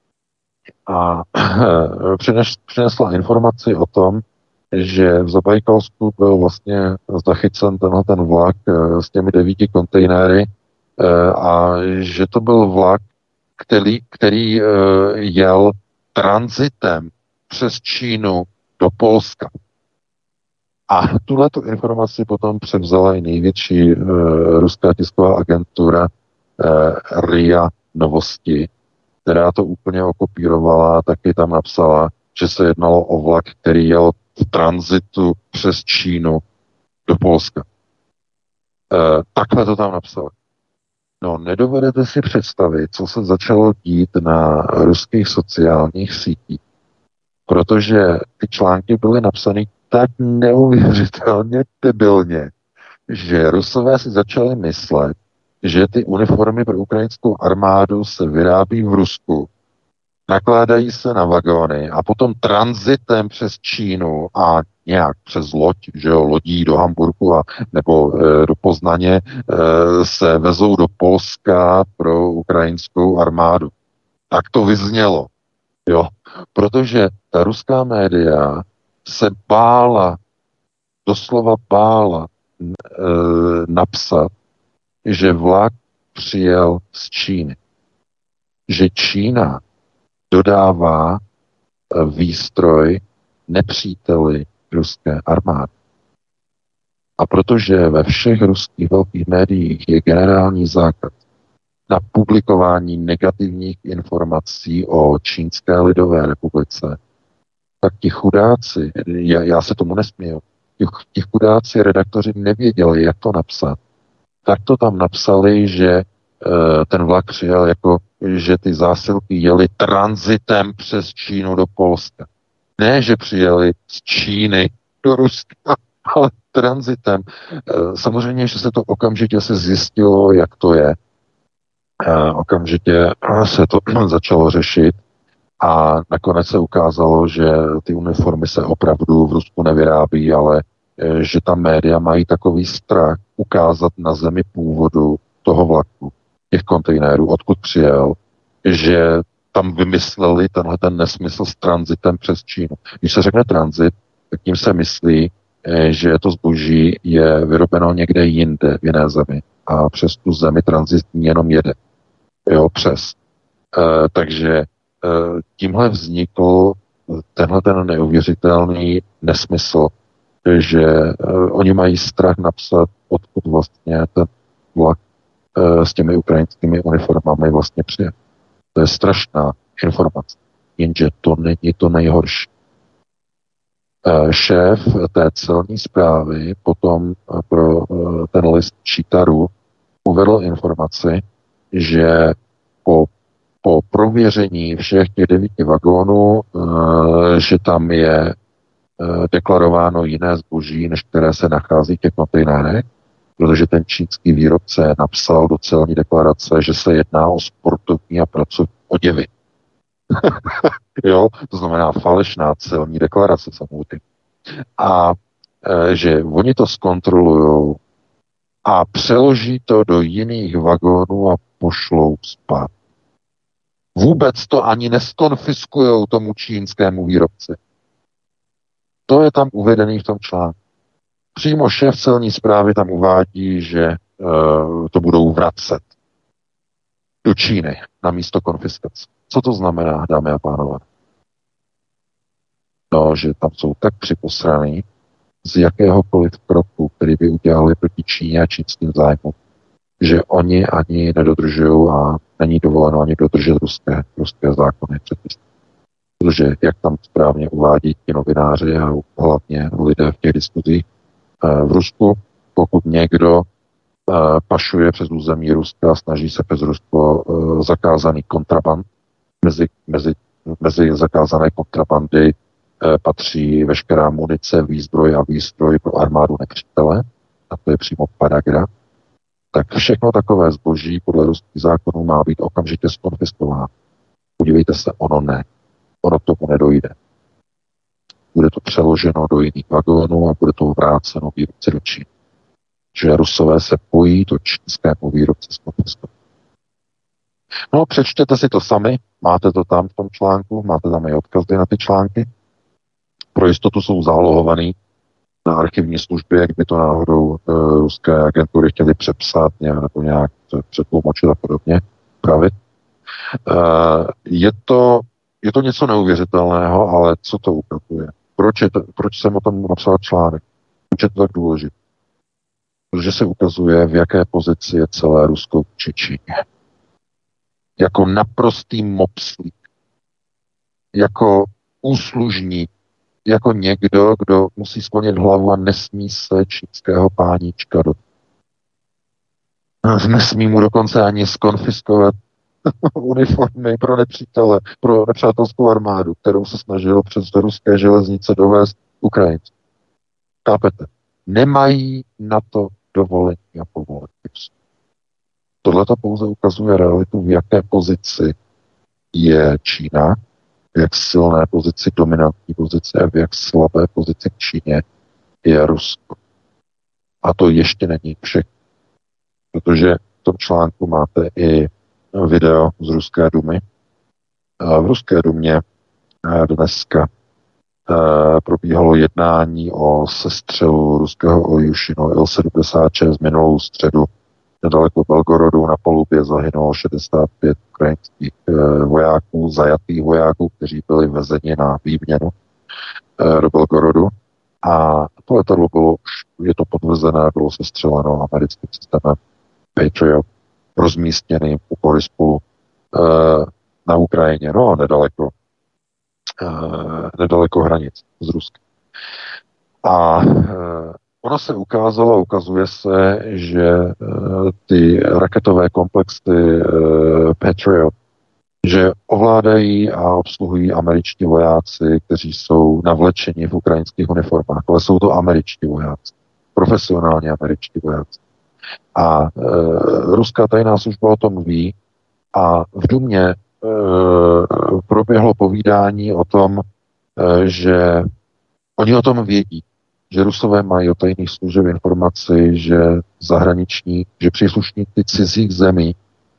A přinesla informaci o tom, že v Zabajkalsku byl vlastně zachycen tenhle ten vlak s těmi devíti kontejnery a že to byl vlak, který, který jel transitem přes Čínu do Polska. A tuhletu informaci potom převzala i největší ruská tisková agentura R I A Novosti, která to úplně okopírovala, taky tam napsala, že se jednalo o vlak, který jel v tranzitu přes Čínu do Polska. E, takhle to tam napsali. No, nedovedete si představit, co se začalo dít na ruských sociálních sítích, protože ty články byly napsány tak neuvěřitelně debilně, že Rusové si začali myslet, že ty uniformy pro ukrajinskou armádu se vyrábí v Rusku, nakládají se na vagóny a potom transitem přes Čínu a nějak přes loď, že jo, lodí do Hamburku a, nebo e, do Poznaně e, se vezou do Polska pro ukrajinskou armádu. Tak to vyznělo, jo, protože ta ruská média se bála, doslova bála e, napsat, že vlak přijel z Číny. Že Čína dodává výstroj nepříteli ruské armády. A protože ve všech ruských velkých médiích je generální zákaz na publikování negativních informací o Čínské lidové republice, tak ti chudáci, já, já se tomu nesměju, ti chudáci redaktoři nevěděli, jak to napsat. Tak to tam napsali, že e, ten vlak přijel jako, že ty zásilky jeli transitem přes Čínu do Polska. Ne, že přijeli z Číny do Ruska, ale transitem. E, samozřejmě, že se to okamžitě se zjistilo, jak to je. E, okamžitě se to začalo řešit a nakonec se ukázalo, že ty uniformy se opravdu v Rusku nevyrábí, ale že ta média mají takový strach ukázat na zemi původu toho vlaku, těch kontejnerů, odkud přijel, že tam vymysleli tenhle ten nesmysl s tranzitem přes Čínu. Když se řekne tranzit, tak tím se myslí, že to zboží je vyrobeno někde jinde, v jiné zemi a přes tu zemi tranzitní jenom jede. Jo, přes. E, takže e, tímhle vznikl tenhle ten neuvěřitelný nesmysl, že e, oni mají strach napsat, odkud vlastně ten vlak e, s těmi ukrajinskými uniformami vlastně přijde. To je strašná informace. Jenže to není to nejhorší. Šéf té celní správy potom pro ten list Čítaru uvedl informaci, že po, po prověření všech těch devíti vagónů, že tam je deklarováno jiné zboží, než které se nachází v těch kontejnerech, protože ten čínský výrobce napsal do celní deklarace, že se jedná o sportovní a pracovní oděvy. Jo, to znamená falešná celní deklarace samozřejmě. A e, že oni to zkontrolují a přeloží to do jiných vagónů a pošlou spát. Vůbec to ani neskonfiskujou tomu čínskému výrobci. To je tam uvedený v tom článku. Přímo šéf celní správy tam uvádí, že e, to budou vracet do Číny na místo konfiskace. Co to znamená, dámy a pánové? No, že tam jsou tak připosraný z jakéhokoliv kroku, který by udělali proti Číně a čínským zájmům, že oni ani nedodržují a není dovoleno ani dodržet ruské, ruské zákony předpisy. Protože, jak tam správně uvádí ti novináři a hlavně lidé v těch diskuzích v Rusku, pokud někdo pašuje přes území Ruska a snaží se přes Rusko zakázaný kontraband, mezi, mezi, mezi zakázané kontrabandy patří veškerá munice, výzbroj a výstroj pro armádu nepřítele, a to je přímo paragraf, tak všechno takové zboží podle ruských zákonů má být okamžitě skonfiskováno. Podívejte se, ono ne. Ono k tomu nedojde. Bude to přeloženo do jiných vagónů a bude to vráceno výrobci do Číny. Že Rusové se pojí to čínskému výrobci skonfiskovat. No, přečtěte si to sami, máte to tam v tom článku, máte tam i odkazy na ty články. Pro jistotu jsou zálohovaný na archivní službě, jak by to náhodou e, ruské agentury chtěly přepsat nějak, nebo nějak přetlumočit a podobně, pravit. E, je, to, je to něco neuvěřitelného, ale co to ukazuje? Proč, je to, proč jsem o tom napsal článek? Proč je to tak důležité? Protože se ukazuje, v jaké pozici je celé Rusko či Číně. Jako naprostý mopslík, jako úslužník, jako někdo, kdo musí sklonit hlavu a nesmí se čínského páníčka do. Nesmí mu dokonce ani skonfiskovat uniformy pro nepřítele, pro nepřátelskou armádu, kterou se snažil přes ruské železnice dovést Ukrajinci. Chápete? Nemají na to dovolení a povolení. Tohle to pouze ukazuje realitu, v jaké pozici je Čína, v jak silné pozici, dominantní pozici a v jak slabé pozici k Číně je Rusko. A to ještě není všechno. Protože v tom článku máte i video z Ruské dumy. V Ruské dumě dneska probíhalo jednání o sestřelu ruského Iljušinu Il sedmdesát šest minulou středu. Nedaleko Belgorodu na palubě zahynulo šedesát pět ukrajinských vojáků, zajatých vojáků, kteří byli vezeni na výměnu do Belgorodu. A to letadlo bylo, je to potvrzené, bylo sestřeleno americkým systémem Patriot, rozmístěným u Borispolu na Ukrajině, no a nedaleko, nedaleko hranic z Ruska. A ono se ukázalo, ukazuje se, že ty raketové komplexy Patriot, že ovládají a obsluhují američtí vojáci, kteří jsou navlečeni v ukrajinských uniformách, ale jsou to američtí vojáci, profesionální američtí vojáci. A e, ruská tajná služba o tom ví a v Dumě e, proběhlo povídání o tom, e, že oni o tom vědí, že Rusové mají od tajných služeb informaci, že zahraniční, že příslušníci cizích zemí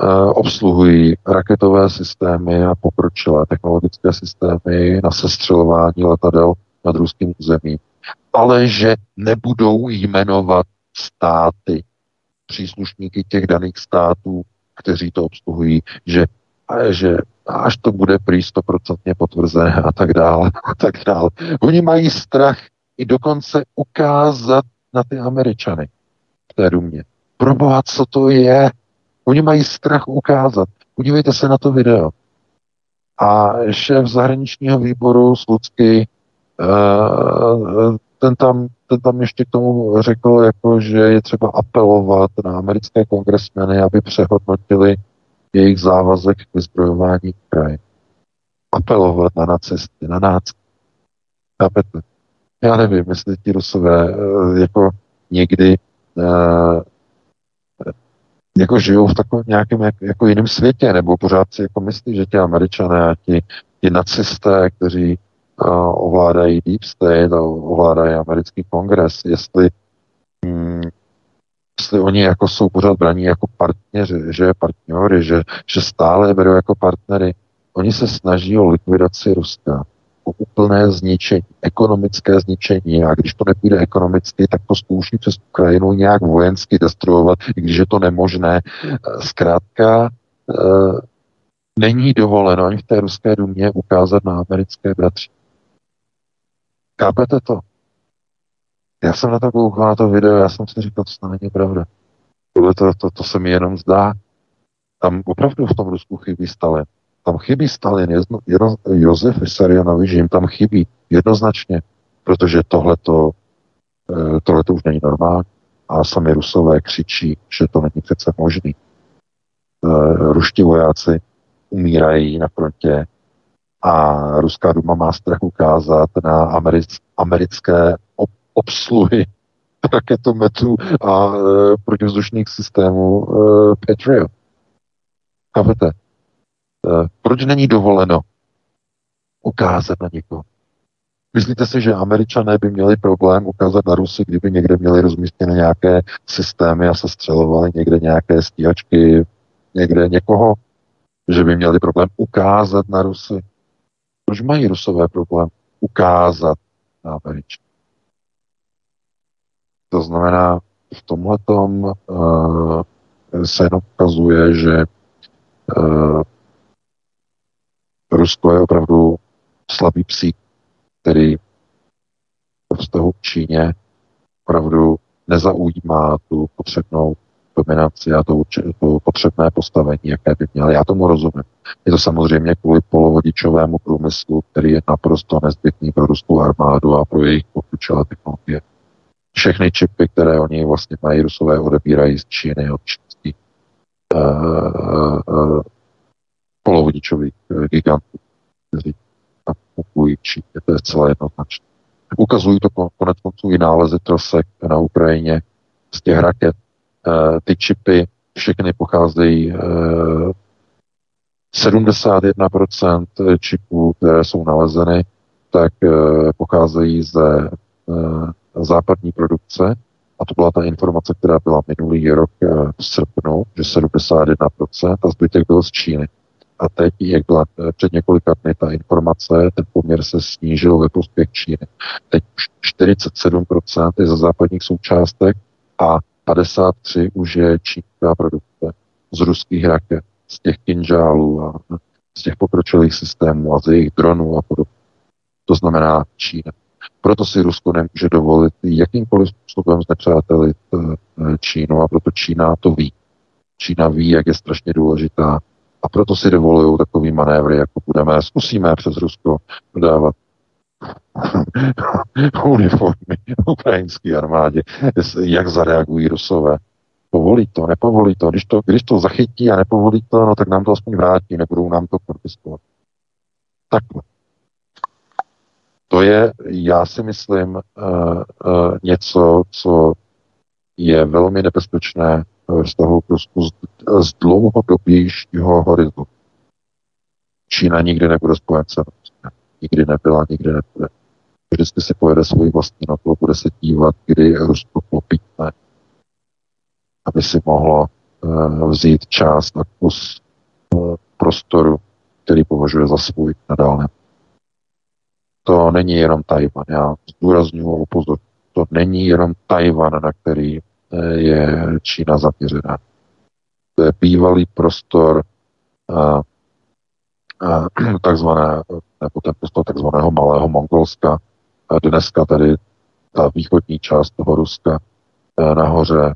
obsluhují raketové systémy a pokročilé technologické systémy na sestřelování letadel nad ruským územím, ale že nebudou jmenovat státy, příslušníky těch daných států, kteří to obsluhují, že, že až to bude prý stoprocentně potvrzené a tak dále, a tak dále. Oni mají strach i dokonce ukázat na ty Američany v té Dumě. Proboha, co to je? Oni mají strach ukázat. Podívejte se na to video. A šéf zahraničního výboru Slutsky, ten tam, ten tam ještě k tomu řekl, jako, že je třeba apelovat na americké kongresmeny, aby přehodnotili jejich závazek k vyzbrojování kraje. Apelovat na nacisty, na nácky. Chápete? Já nevím, jestli ti Rusové jako někdy jako žijou v takovém nějakém jako jiném světě, nebo pořád si jako myslí, že ti Američané a ti, ti nacisté, kteří uh, ovládají Deep State a ovládají americký kongres, jestli, hm, jestli oni jako jsou pořád braní jako partneři, že partnery, že, že stále je berou jako partnery. Oni se snaží o likvidaci Ruska, o úplné zničení, ekonomické zničení, a když to nepůjde ekonomicky, tak to zkouší přes Ukrajinu nějak vojensky destruovat, i když je to nemožné. Zkrátka e, není dovoleno ani v té ruské dumě ukázat na americké bratři. Chápete to? Já jsem na to koukal, na to video, já jsem si říkal, to není pravda. Tohle to, to, to se mi jenom zdá. Tam opravdu v tom Rusku chybí Stalin. Tam chybí Stalin, jedno, jedno, Josef Vissarionovič, jim tam chybí jednoznačně, protože tohleto, tohleto už není normální. A sami Rusové křičí, že to není přece možný. Ruští vojáci umírají na frontě a ruská duma má strach ukázat na americ, americké ob, obsluhy raketometů a e, protivzdušných systémů e, Patriot. Chápete? E, proč není dovoleno ukázat na někoho? Myslíte si, že Američané by měli problém ukázat na Rusy, kdyby někde měli rozmístěné nějaké systémy a sestřelovali někde nějaké stíhačky, někde někoho, že by měli problém ukázat na Rusy? Proč mají Rusové problém ukázat na Američany? To znamená, v tomhletom uh, se jenom ukazuje, že uh, Rusko je opravdu slabý psík, který v vztahu k Číně opravdu nezaujímá tu potřebnou dominaci a to, to potřebné postavení, jaké by měl. Já tomu rozumím. Je to samozřejmě kvůli polovodičovému průmyslu, který je naprosto nezbytný pro ruskou armádu a pro jejich pokročilé technologie. Všechny čipy, které oni vlastně mají, Rusové odebírají z Číny od čínských uh, uh, polovodičových uh, gigantů, kteří tam kupují Číně. To je celé jednoznačné. Ukazují to konec konců i nálezy trosek na Ukrajině z těch raket. Uh, ty čipy všechny pocházejí uh, sedmdesát jedna procent čipů, které jsou nalezeny, tak uh, pocházejí ze uh, západní produkce, a to byla ta informace, která byla minulý rok v srpnu, že sedmdesát jedna procent a zbytek byl z Číny. A teď, jak byla před několika dny ta informace, ten poměr se snížil ve prospěch Číny. Teď už čtyřicet sedm procent je ze západních součástek a padesát tři procent už je čínská produkce z ruských raket, z těch kinžálů a z těch pokročilých systémů a z jejich dronů a podobně. To znamená Čína. Proto si Rusko nemůže dovolit jakýmkoliv způsobem znepřátelit Čínu a proto Čína to ví. Čína ví, jak je strašně důležitá a proto si dovolují takový manévry, jako budeme, zkusíme přes Rusko dodávat uniformy ukrajinské armádě, jak zareagují Rusové. Povolí to, nepovolí to. Když to, když to zachytí a nepovolí to, no tak nám to aspoň vrátí, nebudou nám to konfiskovat. Takhle. To je, já si myslím, uh, uh, něco, co je velmi nebezpečné v vztahu k Rusku z, z dlouhodobějšího horizontu. Čína nikdy nebude spojencem. Nikdy nebyla, nikdy nebude. Vždycky si pojede svůj vlastní notlo, bude se dívat, kdy Rusko popítne, aby si mohlo vzít část a kus prostoru, který považuje za svůj nadál. To není jenom Tajvan. Já zdůrazňuji pozor. To není jenom Tajvan, na který je Čína zaměřená. To je bývalý prostor a, a, takzvané, nebo ten prostor takzvaného Malého Mongolska. A dneska tady ta východní část toho Ruska nahoře,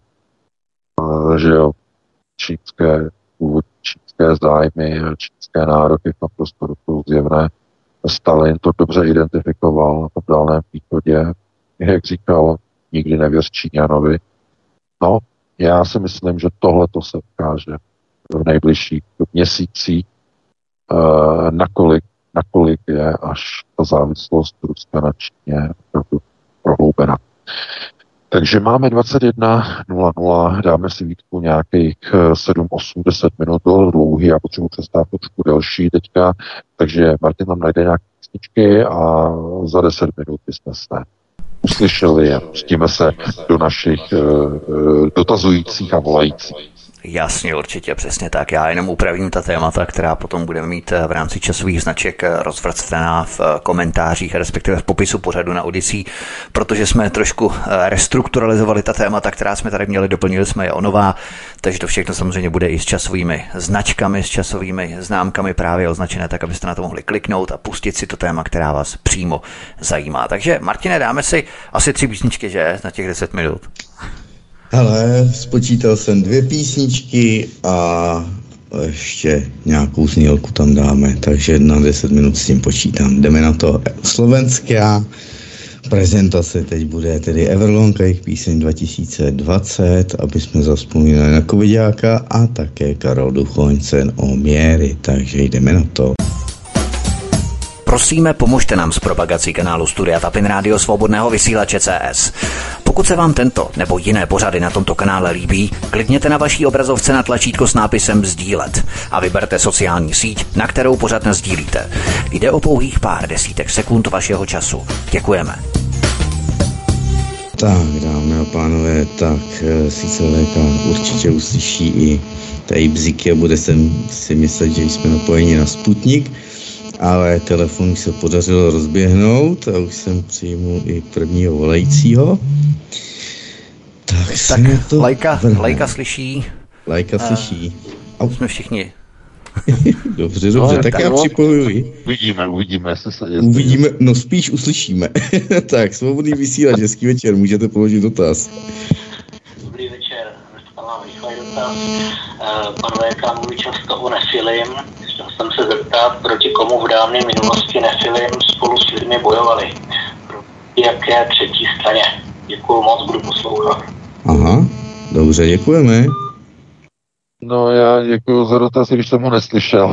že jo, čínské, původní čínské zájmy, čínské nároky v tom prostoru jsou zjevné. Stalin to dobře identifikoval na Dálném východě. Jak říkal, nikdy nevěř Číňanovi. No, já si myslím, že tohle to se ukáže v nejbližších měsících, uh, nakolik, nakolik je až ta závislost Ruska na Číně prohloubena. Takže máme dvacet jedna nula nula, dáme si výtku nějakých sedm, osm, deset minut, bylo dlouhý, já potřebuji přestávku trošku delší teďka, takže Martin nám najde nějaké písničky a za deset minut bychom se uslyšeli a pustíme se do našich uh, dotazujících a volajících. Jasně, určitě, přesně tak. Já jenom upravím ta témata, která potom budeme mít v rámci časových značek rozvrstvená v komentářích, respektive v popisu pořadu na Odyssey, protože jsme trošku restrukturalizovali ta témata, která jsme tady měli, doplnili jsme je o nová, takže to všechno samozřejmě bude i s časovými značkami, s časovými známkami právě označené, tak abyste na to mohli kliknout a pustit si to téma, která vás přímo zajímá. Takže Martine, dáme si asi tři písničky, že? Na těch deset minut. Hele, spočítal jsem dvě písničky a ještě nějakou znělku tam dáme, takže na deset minut s tím počítám. Jdeme na to. Slovenská prezentace teď bude tedy Everlong a jejich píseň dva tisíce dvacet, aby jsme zavzpomínali na Covidáka a také Karol Duchoň, Sen o Měry, takže jdeme na to. Prosíme, pomožte nám s propagací kanálu Studia Tapin Rádio Svobodného vysílače C S. Pokud se vám tento nebo jiné pořady na tomto kanále líbí, klikněte na vaší obrazovce na tlačítko s nápisem sdílet a vyberte sociální síť, na kterou pořad nasdílíte. Jde o pouhých pár desítek sekund vašeho času. Děkujeme. Tak, dámy a pánové, tak sice léka určitě uslyší i tady bziky a bude si myslet, že jsme napojeni na Sputnik, ale telefon se podařilo rozběhnout a už jsem přijmul i prvního volajícího. Tak, tak to lajka, lajka slyší. Lajka slyší. A jsme všichni. Dobře, dobře, no, tak, tak já připojuji. Uvidíme, uvidíme, jestli se jestli Uvidíme, no spíš uslyšíme. Tak, svobodný vysílač, hezký večer, můžete položit dotaz. Dobrý večer, mám rychlý dotaz. Pan Véka mluví často o Nefilim. Chtěl jsem se zeptat, proti komu v dávné minulosti Nefilim spolu s lidmi bojovali. Proti jaké třetí straně. Děkuju moc, budu poslouchat. Aha, dobře, děkujeme. No já děkuju za dotaz, když jsem ho neslyšel.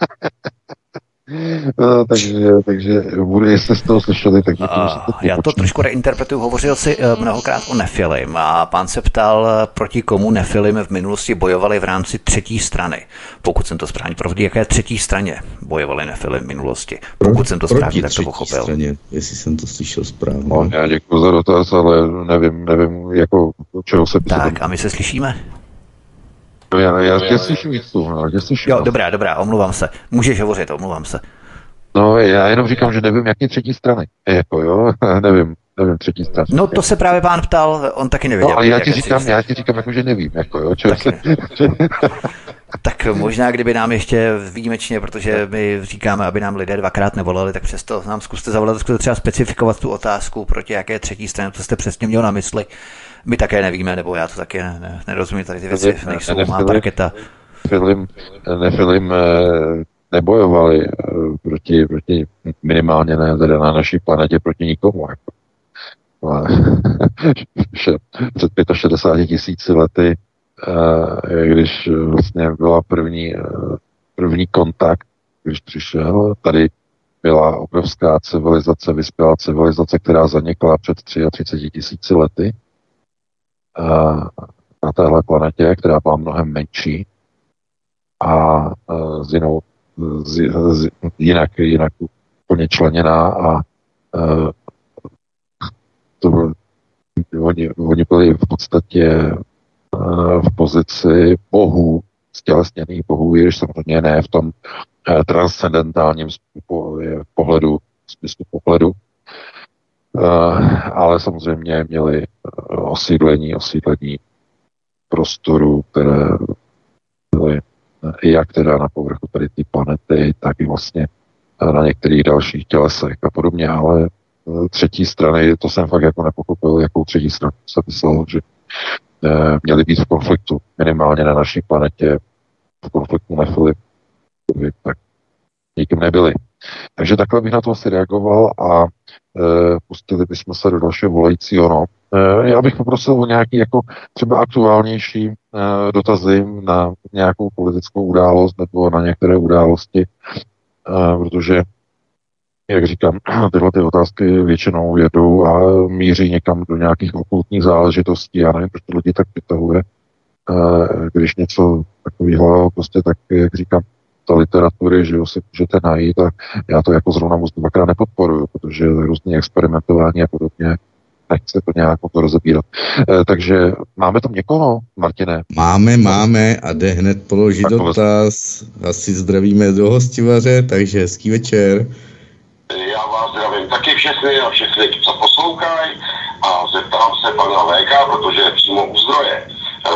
No, takže, takže bude, jestli jste to slyšeli, tak uh, já to trošku reinterpretuju. Hovořil si uh, mnohokrát o Nefilim a pán se ptal, proti komu Nefilim v minulosti bojovali v rámci třetí strany. Pokud jsem to správně, proti jaké třetí straně bojovali Nefilim v minulosti. Pokud Pro, jsem to správně tak to pochopil. Straně, jestli jsem to slyšel správně. No, já děkuji za dotaz, ale nevím, nevím, jako čeho se písal. Tak a my se slyšíme? No já, já tě slyším jistu, no, tě slyším. Jo, dobrá, dobrá, omluvám se. Můžeš hovořit, omluvám se. No, já jenom říkám, že nevím, jaký třetí strany. Jako jo, nevím, nevím třetí strany. No, to se právě pán ptal, on taky nevěděl. No, ale já ti říkám, já ti říkám, jako, že nevím, jako jo. Čo, tak, tak možná, kdyby nám ještě výjimečně, protože my říkáme, aby nám lidé dvakrát nevolali, tak přesto nám zkuste zavolat, zkuste třeba specifikovat tu otázku, proti jaké třetí straně, co jste přesně měl na mysli. My také nevíme, nebo já to taky ne, ne, nerozumím, tady ty věci ne, nejsou má parketa. Film, nefilm nebojovali proti, proti minimálně ne, teda na naší planetě proti nikomu. Jako. Před šedesáti pěti tisíci lety, když vlastně byla první, první kontakt, když přišel, tady byla obrovská civilizace, vyspělá civilizace, která zanikla před třiceti třemi tisíci lety na téhle planetě, která byla mnohem menší a s jinou, z, z, jinak, jinak úplně členěná a to byl, oni, oni byli v podstatě v pozici bohů, stělesněných bohů, i když samozřejmě ne v tom transcendentálním pohledu, smyslu pohledu, ale samozřejmě měli osídlení, osídlení prostoru, které byly jak teda na povrchu tady ty planety, tak i vlastně na některých dalších tělesech a podobně, ale třetí strany, to jsem fakt jako nepochopil, jakou třetí stranu se myslel, že eh, měli být v konfliktu, minimálně na naší planetě, v konfliktu nefili, tak nikým nebyli. Takže takhle bych na to asi reagoval a e, pustili bychom se do dalšího volajícího. No. E, já bych poprosil o nějaký jako třeba aktuálnější e, dotazy na nějakou politickou událost nebo na některé události, e, protože, jak říkám, tyhle ty otázky většinou jedou a míří někam do nějakých okultních záležitostí. Já nevím, proč to lidi tak vytahuje. E, když něco takového prostě tak, jak říkám, ta literatury, že jo, si můžete najít a já to jako zrovna moc dvakrát nepodporuju, protože různé experimentování a podobně, nechci to nějak to rozebírat. E, takže máme tam někoho, Martine? Máme, máme a jde hned položit tak dotaz. Asi zdravíme do hostivaře, takže hezký večer. Já vás zdravím taky všechny a všechny, co poslouchají a zeptám se pana Véka, protože je přímo u zdroje.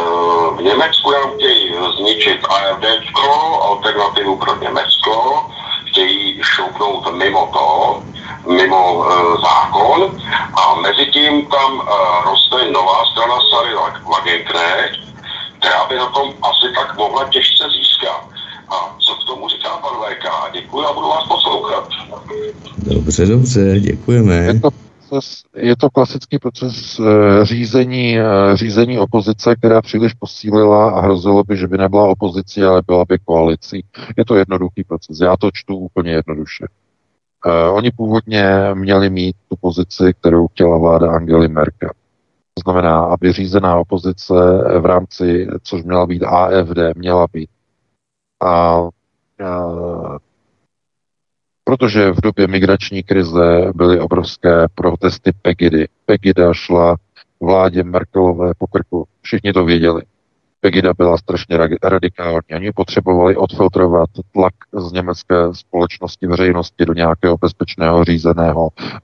V Německu nám chtějí zničit AfDčko, alternativu pro Německo, chtějí šoupnout mimo to, mimo uh, zákon a mezi tím tam uh, roste nová strana Sary Wagenknecht, která by na tom asi tak mohla těžce získat. A co k tomu říká pan V K? Děkuji a budu vás poslouchat. Dobře, dobře, děkujeme. Je to, je to klasický proces řízení, řízení opozice, která příliš posílila a hrozilo by, že by nebyla opozicí, ale byla by koalicí. Je to jednoduchý proces. Já to čtu úplně jednoduše. Uh, oni původně měli mít tu pozici, kterou chtěla vláda Angely Merkel. To znamená, aby řízená opozice v rámci, což měla být AfD, měla být. A uh, protože v době migrační krize byly obrovské protesty Pegidy. Pegida šla vládě Merkelové po krku. Všichni to věděli. Pegida byla strašně radikální. Oni potřebovali odfiltrovat tlak z německé společnosti, veřejnosti do nějakého bezpečného, řízeného,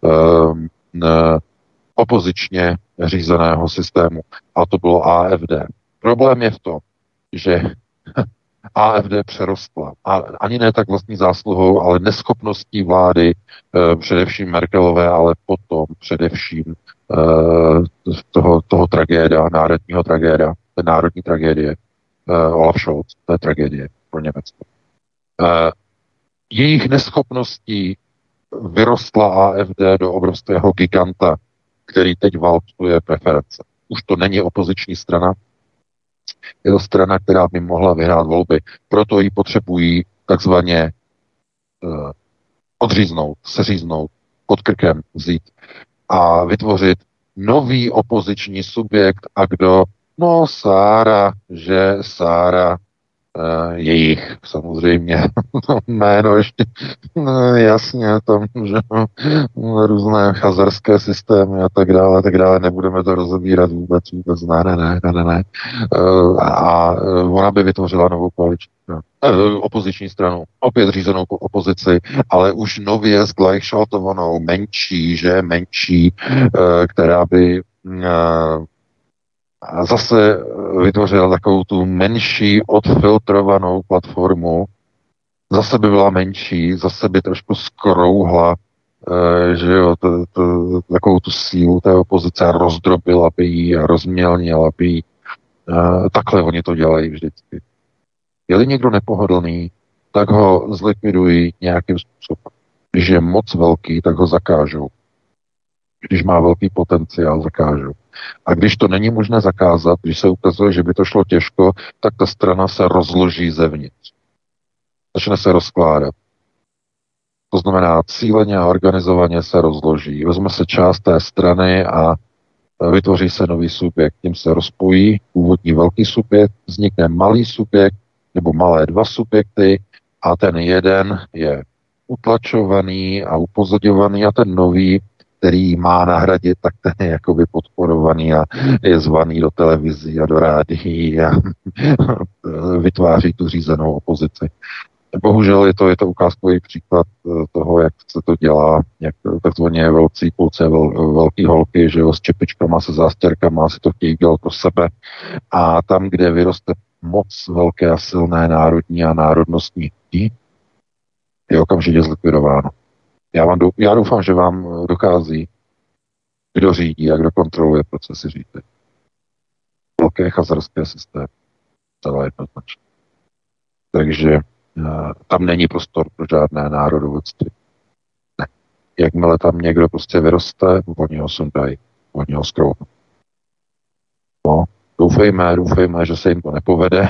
eh, opozičně řízeného systému. A to bylo AfD. Problém je v tom, že AfD přerostla. A ani ne tak vlastní zásluhou, ale neschopností vlády, e, především Merkelové, ale potom především e, toho, toho tragéda, národního tragéda, té národní tragédie, e, Olaf Scholz, to je tragédie pro Německo. E, jejich neschopností vyrostla AfD do obrovského giganta, který teď válcuje preference. Už to není opoziční strana, je to strana, která by mohla vyhrát volby. Proto ji potřebují takzvaně uh, odříznout, seříznout, pod krkem vzít a vytvořit nový opoziční subjekt. A kdo? No Sára, že Sára, uh, jejich samozřejmě jméno ještě, no, jasně, tam, že různé chazarské systémy a tak dále, tak dále, nebudeme to rozebírat vůbec, vůbec, ne, ne, ne, ne, ne. Uh, a ona by vytvořila novou koaliční, no, uh, opoziční stranu, opět řízenou opozici, ale už nově zglajšaltovanou, menší, že, menší, uh, která by uh, a zase vytvořila takovou tu menší odfiltrovanou platformu, zase by byla menší, zase by trošku skrouhla, e, že jo, to, to, takovou tu sílu té opozice, rozdrobila by ji a rozmělnila by ji. E, takhle oni to dělají vždycky. Je-li někdo nepohodlný, tak ho zlikvidují nějakým způsobem. Když je moc velký, tak ho zakážou. Když má velký potenciál, zakážou. A když to není možné zakázat, když se ukazuje, že by to šlo těžko, tak ta strana se rozloží zevnitř. Začne se rozkládat. To znamená, cíleně a organizovaně se rozloží. Vezme se část té strany a vytvoří se nový subjekt. Tím se rozpojí původní velký subjekt, vznikne malý subjekt nebo malé dva subjekty a ten jeden je utlačovaný a upozorňovaný a ten nový který má nahradit, tak ten je jakoby podporovaný a je zvaný do televizí a do rádií a vytváří tu řízenou opozici. Bohužel je to, je to ukázkový příklad toho, jak se to dělá, jak takzvaně velcí půlce, vel, velký holky, že jo, s čepičkama, se zástěrkama, si to chtějí dělat pro sebe. A tam, kde vyroste moc velké a silné národní a národnostní chtí, je okamžitě zlikvidováno. Já, vám dou, já doufám, že vám dochází, kdo řídí a kdo kontroluje procesy řízení. Velké chazarské systémy. Celé jednoznačně. Takže tam není prostor pro žádné národovectví. Ne. Jakmile tam někdo prostě vyroste, oni ho sundají, oni ho skrouhnou. No, doufejme, doufejme, že se jim to nepovede,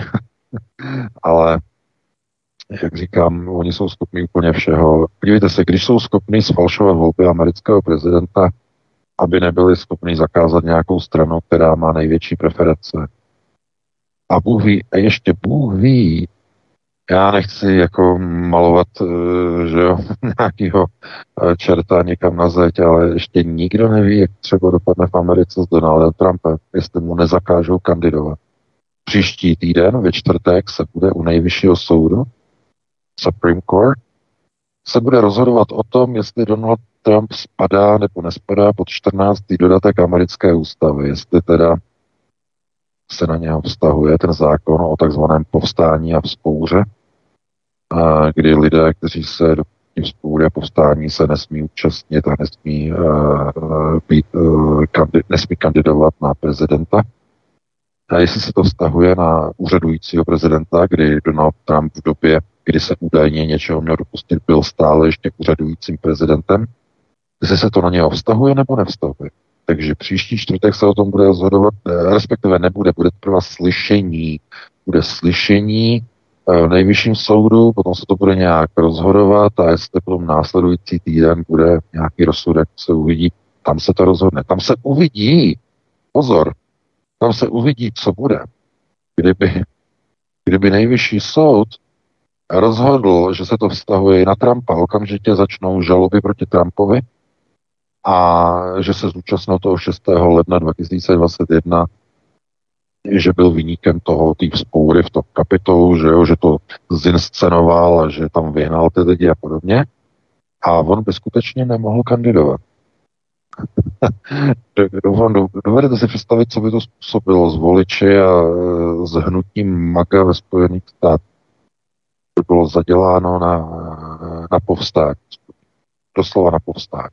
ale jak říkám, oni jsou schopni úplně všeho. Podívejte se, když jsou schopni sfalšovat volby amerického prezidenta, aby nebyli schopni zakázat nějakou stranu, která má největší preference. A Bůh ví, a ještě Bůh ví, já nechci jako malovat, že jo, nějakýho čerta někam na zeď, ale ještě nikdo neví, jak třeba dopadne v Americe s Donaldem Trumpem, jestli mu nezakážou kandidovat. Příští týden ve čtvrtek se bude u nejvyššího soudu, Supreme Court, se bude rozhodovat o tom, jestli Donald Trump spadá nebo nespadá pod čtrnáctý dodatek americké ústavy, jestli teda se na něho vztahuje ten zákon o takzvaném povstání a vzpouře, kdy lidé, kteří se do vzpoury a povstání se nesmí účastnit a nesmí, uh, být, uh, kandi- nesmí kandidovat na prezidenta. A jestli se to vztahuje na úřadujícího prezidenta, kdy Donald Trump v době, kdy se údajně něčeho měl dopustit, byl stále ještě úřadujícím prezidentem, jestli se to na něho vztahuje nebo nevztahuje. Takže příští čtvrtek se o tom bude rozhodovat, respektive nebude, bude trvat slyšení. Bude slyšení v nejvyšším soudu, potom se to bude nějak rozhodovat a jestli potom následující týden bude nějaký rozsudek, se uvidí, tam se to rozhodne. Tam se uvidí, pozor, tam se uvidí, co bude. Kdyby, kdyby nejvyšší soud rozhodl, že se to vztahuje na Trumpa, okamžitě začnou žaloby proti Trumpovi, a že se zúčastnil toho šestého ledna dva tisíce dvacet jedna, že byl viníkem toho, té vzpoury v tom Kapitolu, že, jo, že to zinscenoval a že tam vyhnal ty lidi a podobně. A on by skutečně nemohl kandidovat. Dovedete si představit, co by to způsobilo s voliči a s hnutím MAGA ve Spojených státech. To bylo zaděláno na, na povstání. Doslova na povstání.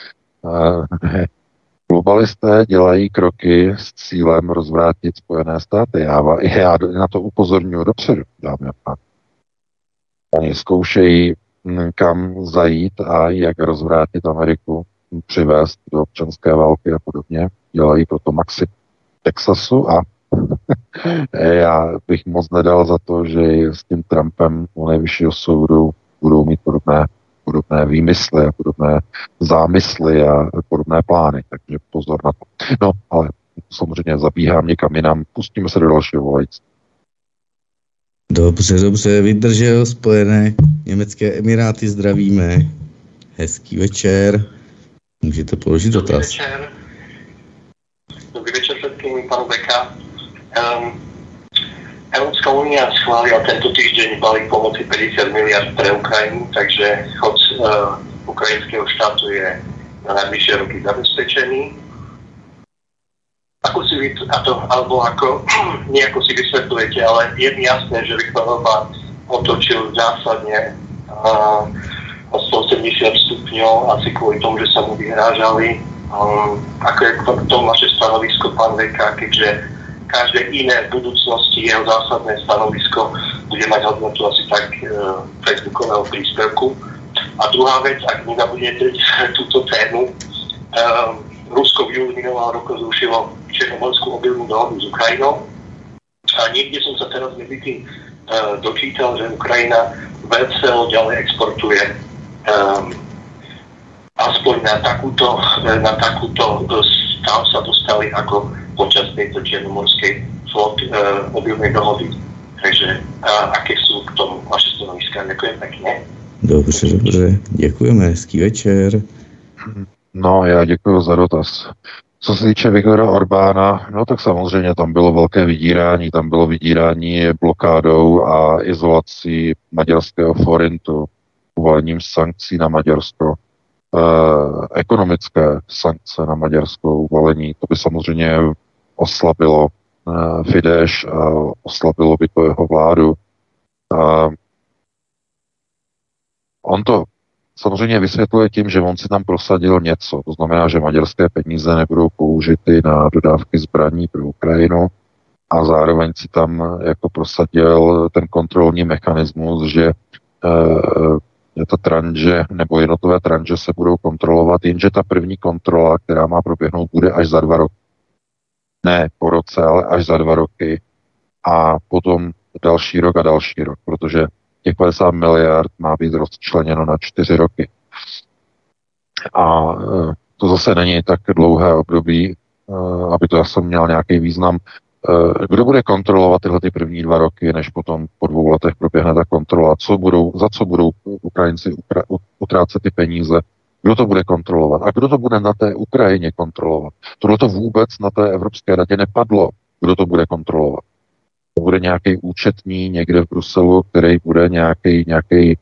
Globalisté dělají kroky s cílem rozvrátit Spojené státy. Já, já na to upozorňuji dopředu, dámy a pánové. Oni zkoušejí, kam zajít a jak rozvrátit Ameriku, přivést do občanské války a podobně. Dělají proto maxi Texasu a já bych moc nedal za to, že s tím Trumpem u nejvyššího soudu budou mít podobné podobné výmysly a podobné zámysly a podobné plány, takže pozor na to. No, ale samozřejmě zabíhám někam jinam, pustíme se do dalšího volající. Dobře, dobře, vydržel Spojené německé Emiráty, zdravíme. Hezký večer. Můžete položit dotaz. Dobrý večer. Dobrý večer všetkým, panu Beka. Um, Európska únia schválila tento týždeň balík pomoci päťdesiat miliárd pre Ukrajinu, takže chod uh, ukrajinského štátu je na najbližšie roky zabezpečený. Ako si vy, a to, alebo ako, nie ako si vysvetľujete, ale je mi jasné, že Viktor Orbán otočil zásadne uh, o stoosemdesiat stupňov, asi kvôli tomu, že sa mu vyhrážali. Um, ako je k tomu vaše stanovisko, pán Veka, keďže každé iné v budúcnosti jeho zásadné stanovisko bude mať hodnotu asi tak e, facebookového príspevku. A druhá vec, ak mi zabudnete túto tému, e, Rusko v júli minulého roku zrušilo černomorskú obilnú dohodu s Ukrajinou. A niekde som sa teraz medzi tým e, dočítal, že Ukrajina veselo ďalej exportuje e, aspoň na takúto, na takúto stav sa dostali ako počas tejto černomorskej flot e, obilnej dohody. Takže a, aké sú k tomu vaše stanoviska? Ďakujem pekne. Dobře, dobře. Děkujeme. Hezký večer. No, já děkuji za dotaz. Co se týče Viktora Orbána, no tak samozřejmě tam bylo velké vydírání, tam bylo vydírání blokádou a izolací maďarského forintu, uvalením sankcí na Maďarsko, eh, ekonomické sankce na Maďarsko, uvalení, to by samozřejmě oslabilo eh, Fidesz a oslabilo by to jeho vládu. Eh, on to samozřejmě vysvětluje tím, že on si tam prosadil něco. To znamená, že maďarské peníze nebudou použity na dodávky zbraní pro Ukrajinu a zároveň si tam jako prosadil ten kontrolní mechanismus, že e, ta tranže nebo jednotové tranže se budou kontrolovat, jenže ta první kontrola, která má proběhnout, bude až za dva roky. Ne po roce, ale až za dva roky a potom další rok a další rok, protože těch padesát miliard má být rozčleněno na čtyři roky. A to zase není tak dlouhé období, aby to zase měl nějaký význam. Kdo bude kontrolovat tyhle ty první dva roky, než potom po dvou letech proběhne ta kontrola? Co budou, za co budou Ukrajinci utrácet ty peníze? Kdo to bude kontrolovat? A kdo to bude na té Ukrajině kontrolovat? Tohle to vůbec na té Evropské radě nepadlo. Kdo to bude kontrolovat? To bude nějaký účetní někde v Bruselu, který bude nějaký nějaký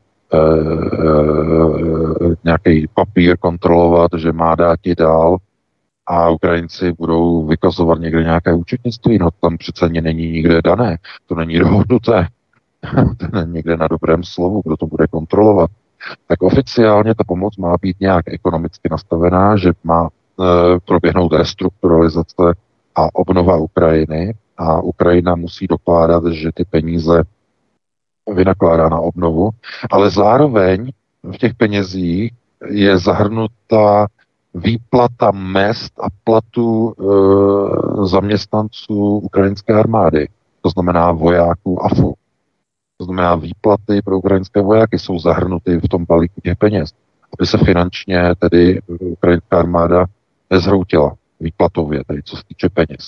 uh, nějaký papír kontrolovat, že má dát ti dál a Ukrajinci budou vykazovat někde nějaké účetnictví. No tam přece není nikde dané. To není dohodnuté. To není někde na dobrém slovu, kdo to bude kontrolovat. Tak oficiálně ta pomoc má být nějak ekonomicky nastavená, že má uh, proběhnout restrukturalizace a obnova Ukrajiny, a Ukrajina musí dokládat, že ty peníze vynakládá na obnovu, ale zároveň v těch penězích je zahrnuta výplata mezd a platů e, zaměstnanců ukrajinské armády, to znamená vojáků A F U. To znamená výplaty pro ukrajinské vojáky jsou zahrnuty v tom balíku těch peněz, aby se finančně tedy ukrajinská armáda nezhroutila výplatově, tedy co se týče peněz.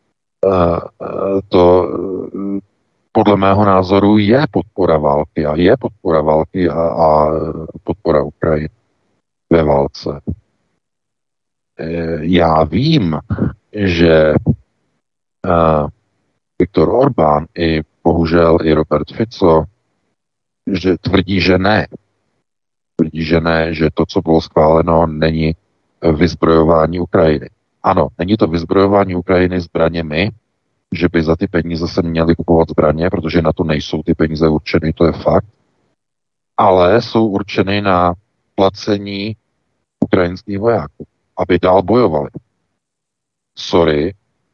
To podle mého názoru je podpora války a je podpora války a, a podpora Ukrajiny ve válce. Já vím, že Viktor Orbán i bohužel i Robert Fico že tvrdí, že ne. Tvrdí, že ne, že to, co bylo schváleno, není vyzbrojování Ukrajiny. Ano, není to vyzbrojování Ukrajiny zbraněmi, že by za ty peníze se měly kupovat zbraně, protože na to nejsou ty peníze určeny, to je fakt, ale jsou určeny na placení ukrajinských vojáků, aby dál bojovali. Sorry,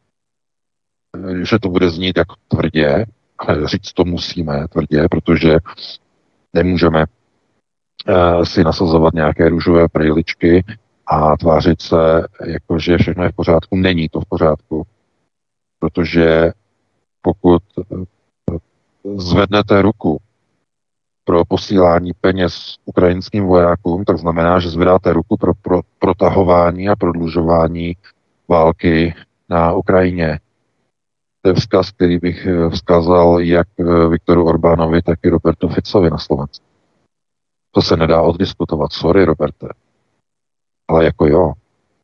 že to bude znít jako tvrdě, ale říct to musíme tvrdě, protože nemůžeme uh, si nasazovat nějaké růžové brýličky a tvářit se, jako že všechno je v pořádku. Není to v pořádku. Protože pokud zvednete ruku pro posílání peněz ukrajinským vojákům, tak znamená, že zvedáte ruku pro, pro protahování a prodlužování války na Ukrajině. To je vzkaz, který bych vzkazal jak Viktoru Orbánovi, tak i Robertu Ficovi na Slovensku. To se nedá oddiskutovat. Sorry, Roberte. Ale jako jo.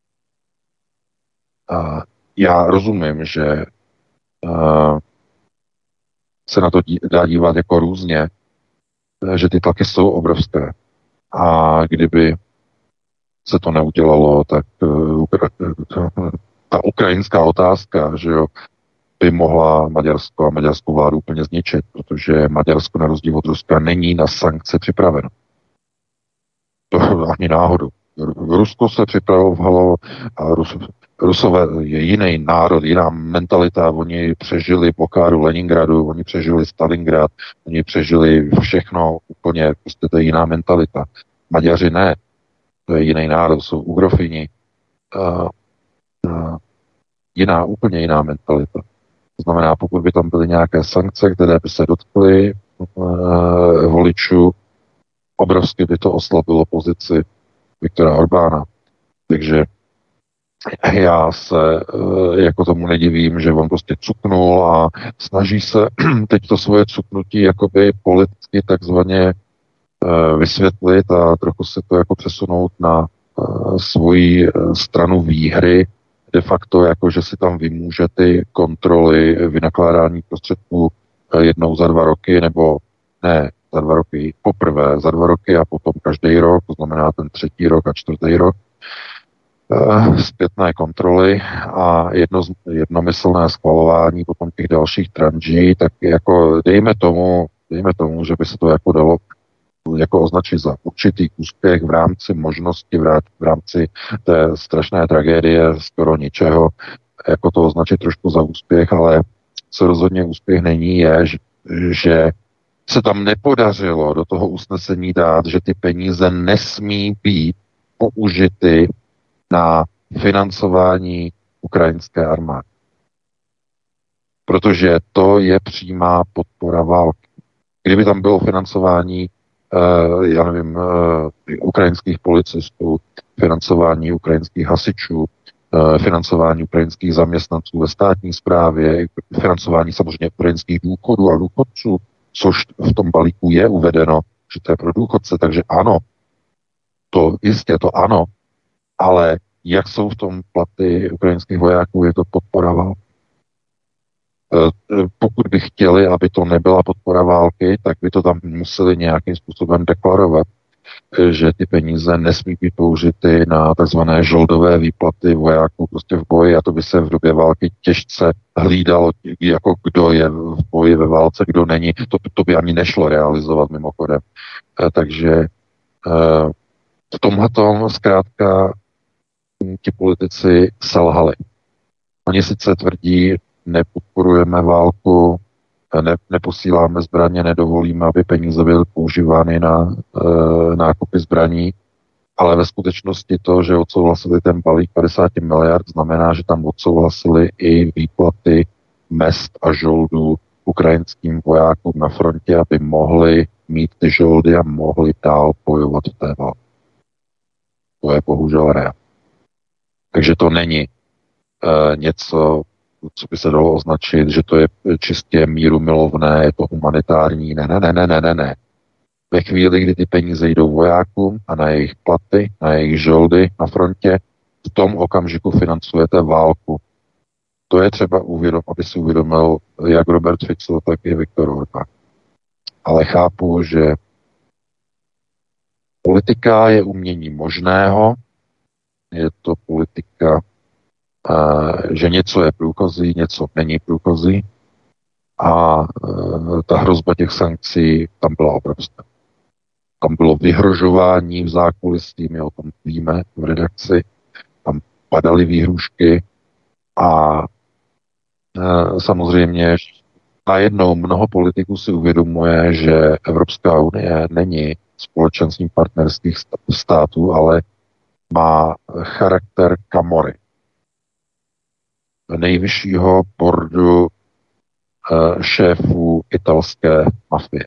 A já rozumím, že uh, se na to dí, dá dívat jako různě, že ty tlaky jsou obrovské. A kdyby se to neudělalo, tak uh, ta ukrajinská otázka, že jo, by mohla Maďarsko a maďarskou vládu úplně zničit, protože Maďarsko na rozdíl od Ruska není na sankce připraveno. To ani náhodou. Rusko se připravovalo a Rus, Rusové je jiný národ, jiná mentalita. Oni přežili blokádu Leningradu, oni přežili Stalingrad, oni přežili všechno, úplně prostě to je jiná mentalita. Maďaři ne, to je jiný národ, jsou ugrofini. Uh, uh, jiná, úplně jiná mentalita. To znamená, pokud by tam byly nějaké sankce, které by se dotkly uh, voličů, obrovsky by to oslabilo pozici Viktora Orbána. Takže já se uh, jako tomu nedivím, že on prostě cuknul a snaží se teď to svoje cuknutí jakoby politicky takzvaně uh, vysvětlit a trochu se to jako přesunout na svoji stranu výhry, de facto jako, že si tam vymůže ty kontroly vynakládání prostředků jednou za dva roky, nebo ne za dva roky, poprvé za dva roky a potom každý rok, to znamená ten třetí rok a čtvrtý rok, zpětné kontroly a jedno, jednomyslné schvalování potom těch dalších tranží, tak jako dejme tomu, dejme tomu, že by se to jako dalo jako označit za určitý úspěch v rámci možnosti, v rámci té strašné tragédie skoro ničeho, jako to označit trošku za úspěch, ale co rozhodně úspěch není, je, že se tam nepodařilo do toho usnesení dát, že ty peníze nesmí být použity na financování ukrajinské armády. Protože to je přímá podpora války. Kdyby tam bylo financování, eh, já nevím, eh, ukrajinských policistů, financování ukrajinských hasičů, eh, financování ukrajinských zaměstnanců ve státní správě, financování samozřejmě ukrajinských důchodů a důchodců, což v tom balíku je uvedeno, že to je pro důchodce, takže ano, to jistě, to ano, ale jak jsou v tom platy ukrajinských vojáků, je to podpora války. Pokud by chtěli, aby to nebyla podpora války, tak by to tam museli nějakým způsobem deklarovat, že ty peníze nesmí být použity na takzvané žoldové výplaty vojáků prostě v boji a to by se v době války těžce hlídalo, jako kdo je v boji ve válce, kdo není. To, to by ani nešlo realizovat mimochodem. Takže v tomhletom zkrátka ti politici selhali. Oni sice tvrdí, nepodporujeme válku, ne, neposíláme zbraně, nedovolíme, aby peníze byly používány na e, nákupy zbraní, ale ve skutečnosti to, že odsouhlasili ten balík padesát miliard, znamená, že tam odsouhlasili i výplaty mezd a žoldů ukrajinským vojákům na frontě, aby mohli mít ty žoldy a mohli dál bojovat v té válce. To je bohužel reál. Takže to není e, něco, co by se dalo označit, že to je čistě míru milovné, je to humanitární. Ne, ne, ne, ne, ne, ne, ne. Ve chvíli, kdy ty peníze jdou vojákům a na jejich platy, na jejich žoldy na frontě, v tom okamžiku financujete válku. To je třeba uvědom, aby si uvědomil jak Robert Fico, tak i Viktor Orbán. Ale chápu, že politika je umění možného, je to politika, že něco je průchozí, něco není průchozí a ta hrozba těch sankcí tam byla obrovská. Tam bylo vyhrožování v zákulisí, my o tom víme v redakci, tam padaly výhrušky a samozřejmě najednou mnoho politiků si uvědomuje, že Evropská unie není společenstvím partnerských států, ale má charakter kamory. Nejvyššího bordu e, šéfů italské mafie.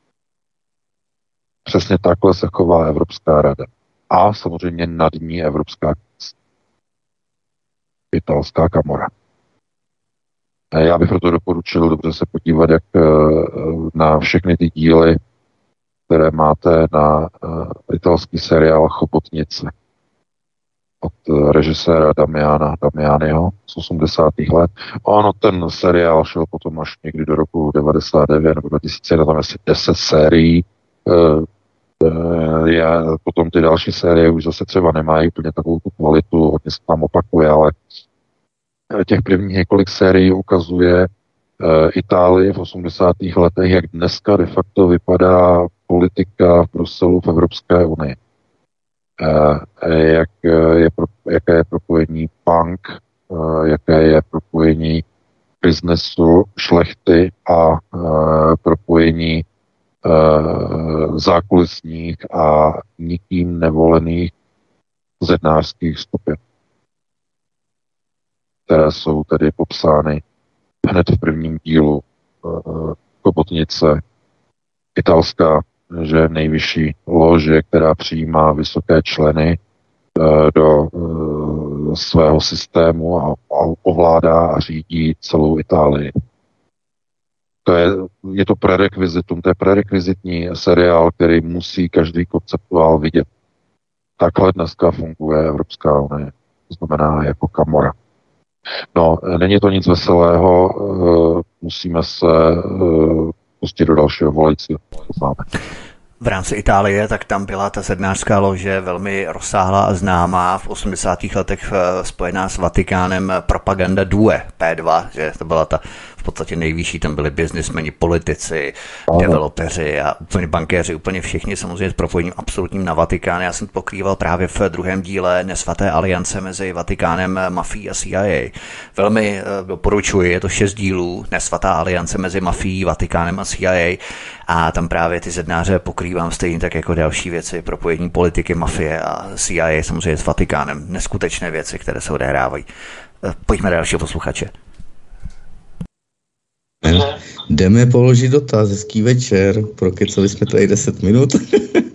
Přesně takhle se chová Evropská rada. A samozřejmě nad ní Evropská italská kamora. E, já bych proto doporučil dobře se podívat, jak e, na všechny ty díly, které máte na e, italský seriál Chobotnice od režiséra Damiana Damianiho z osmdesátých let. Ono, ten seriál šel potom až někdy do roku devadesát devět nebo dva tisíce, tam asi deset sérií. E, e, potom ty další série už zase třeba nemají úplně takovou tu kvalitu, hodně se tam opakuje, ale těch prvních několik sérií ukazuje e, Itálii v osmdesátých letech, jak dneska de facto vypadá politika v Bruselu v Evropské unii. Jak je, jaké je propojení punk, jaké je propojení biznesu, šlechty a propojení zákulisních a nikým nevolených zednářských skupin, které jsou tedy popsány hned v prvním dílu Chobotnice. Italská, že nejvyšší lože, která přijímá vysoké členy do svého systému a ovládá a řídí celou Itálii. To je, je to prerekvizitum, to je prerekvizitní seriál, který musí každý konceptuál vidět. takhle dneska funguje Evropská unie. To znamená jako kamora. No, není to nic veselého, musíme se pustit do dalšího volajícího. V rámci Itálie, tak tam byla ta sednářská lože velmi rozsáhlá a známá v osmdesátých letech spojená s Vatikánem propaganda Due, P dva, že to byla ta v podstatě nejvyšší, tam byli biznismeni, politici, developeři a úplně bankéři, úplně všichni samozřejmě s propojením absolutním na Vatikán. Já jsem to pokrýval právě v druhém díle Nesvaté aliance mezi Vatikánem, mafií a C I A. Velmi doporučuji, je to šest dílů, Nesvatá aliance mezi mafií, Vatikánem a C I A a tam právě ty sednáře pokrývám stejně tak jako další věci, propojení politiky, mafie a C I A samozřejmě s Vatikánem. Neskutečné věci, které se odehrávají. Pojďme do dalšího posluchače. Jdeme položit dotaz, hezký večer, prokecali jsme tady deset minut. uh,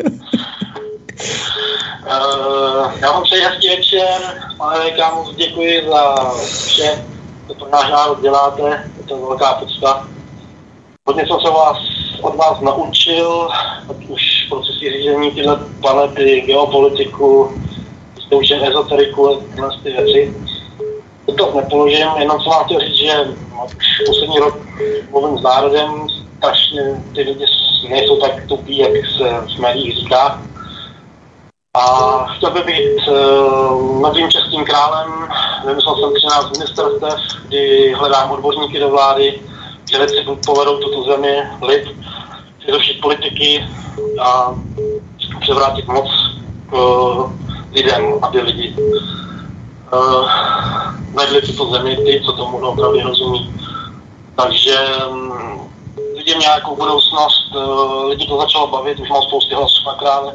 já vám přeji hezký večer, pane Vejka, moc děkuji za vše, co pro náš národ děláte, je to velká podsta. Hodně jsem se vás, od vás naučil, ať už procesy řízení, tyhle planety, geopolitiku, jste už jen ezoteriku a tyhle ty věci. To nepoložím, jenom jsem vám chtěl říct, že už poslední rok mluvím s národem, strašně ty lidi nejsou tak tupí, jak se v médiích říká. A chtěl by být uh, novým českým králem, vymyslel jsem třináct ministerstev, kdy hledám odborníky do vlády, že věci povedou tuto zemi, lid, především politiky a převrátit moc k uh, lidem, aby lidi Uh, vedli tuto zemi, ty, co tomu opravdu rozumí. Takže um, vidím nějakou budoucnost, uh, lidi to začalo bavit, už mám spousty hlasů na krále.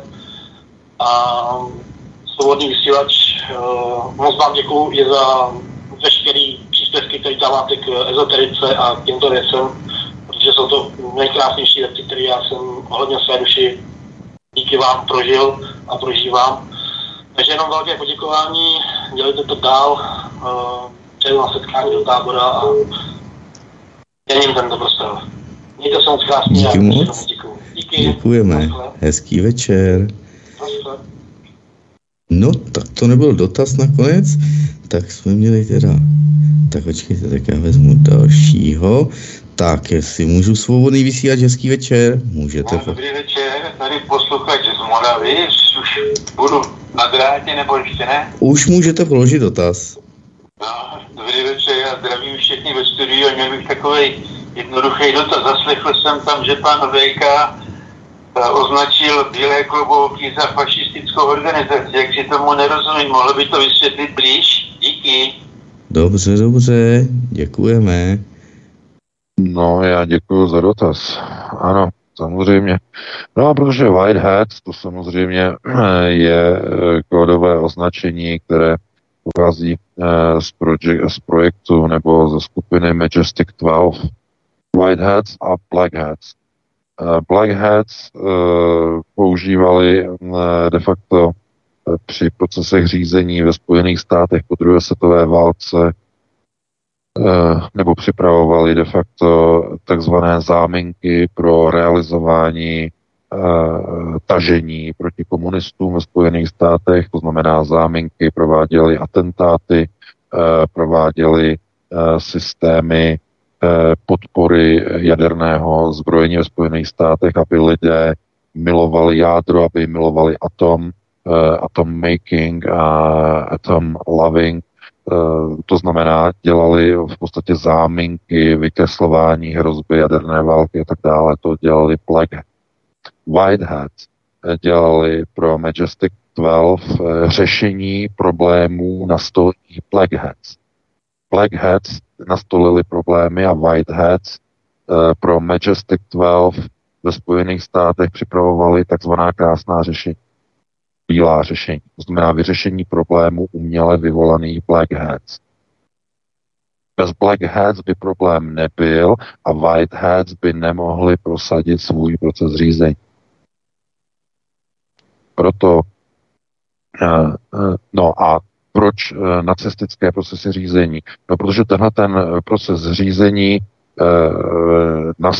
A um, svobodný vysílač, uh, moc vám děkuju i za veškerý příspěvky, které dáváte k ezoterice a k těmto věcem, protože jsou to nejkrásnější věci, které já jsem ohledně své duši díky vám prožil a prožívám. Takže jenom velké poděkování, dělejte to dál, uh, přeju na setkání do Tábora a děním tento prostor. Mějte se moc krásně. Díky moc. Díky. Děkujeme. Hezký večer. Nasle. No, tak to nebyl dotaz nakonec, tak jsme měli teda, tak počkejte, tak já vezmu dalšího. Tak, jestli můžu svobodný vysílat, hezký večer, můžete. No, dobrý večer, tady posluchač z Moravy, už budu na drátě, nebo ještě ne? Už můžete položit dotaz. No, dobrý večer, já zdravím všechny ve studiu a měl bych takovej jednoduchý dotaz. Zaslechl jsem tam, že pan Vejka označil Bílé klobouky za fašistickou organizaci. Jak si tomu nerozumím, mohl by to vysvětlit blíž? Díky. Dobře, dobře, děkujeme. No, já děkuji za dotaz. Ano, samozřejmě. No a protože Whitehead, to samozřejmě je kódové označení, které pochází z, projek- z projektu nebo ze skupiny Majestic dvanáct. Whiteheads a Blackheads. Blackheads používali de facto při procesech řízení ve Spojených státech po druhé světové válce nebo připravovali de facto takzvané záminky pro realizování uh, tažení proti komunistům ve Spojených státech, to znamená záminky, prováděli atentáty, uh, prováděli uh, systémy uh, podpory jaderného zbrojení ve Spojených státech, aby lidé milovali jádro, aby milovali atom, uh, atom making a atom loving. To znamená, dělali v podstatě záminky, vykreslování hrozby jaderné války a tak dále. To dělali Blackhead. Whitehead dělali pro Majestic dvanáct řešení problémů nastolení Blackheads. Blackheads nastolili problémy a Whiteheads pro Majestic dvanáct ve Spojených státech připravovali takzvaná krásná řešení. Bílá řešení. To znamená vyřešení problémů uměle vyvolaných Blackheads. Bez Blackheads by problém nebyl a Whiteheads by nemohli prosadit svůj proces řízení. Proto no a proč nacistické procesy řízení? No protože tenhle ten proces řízení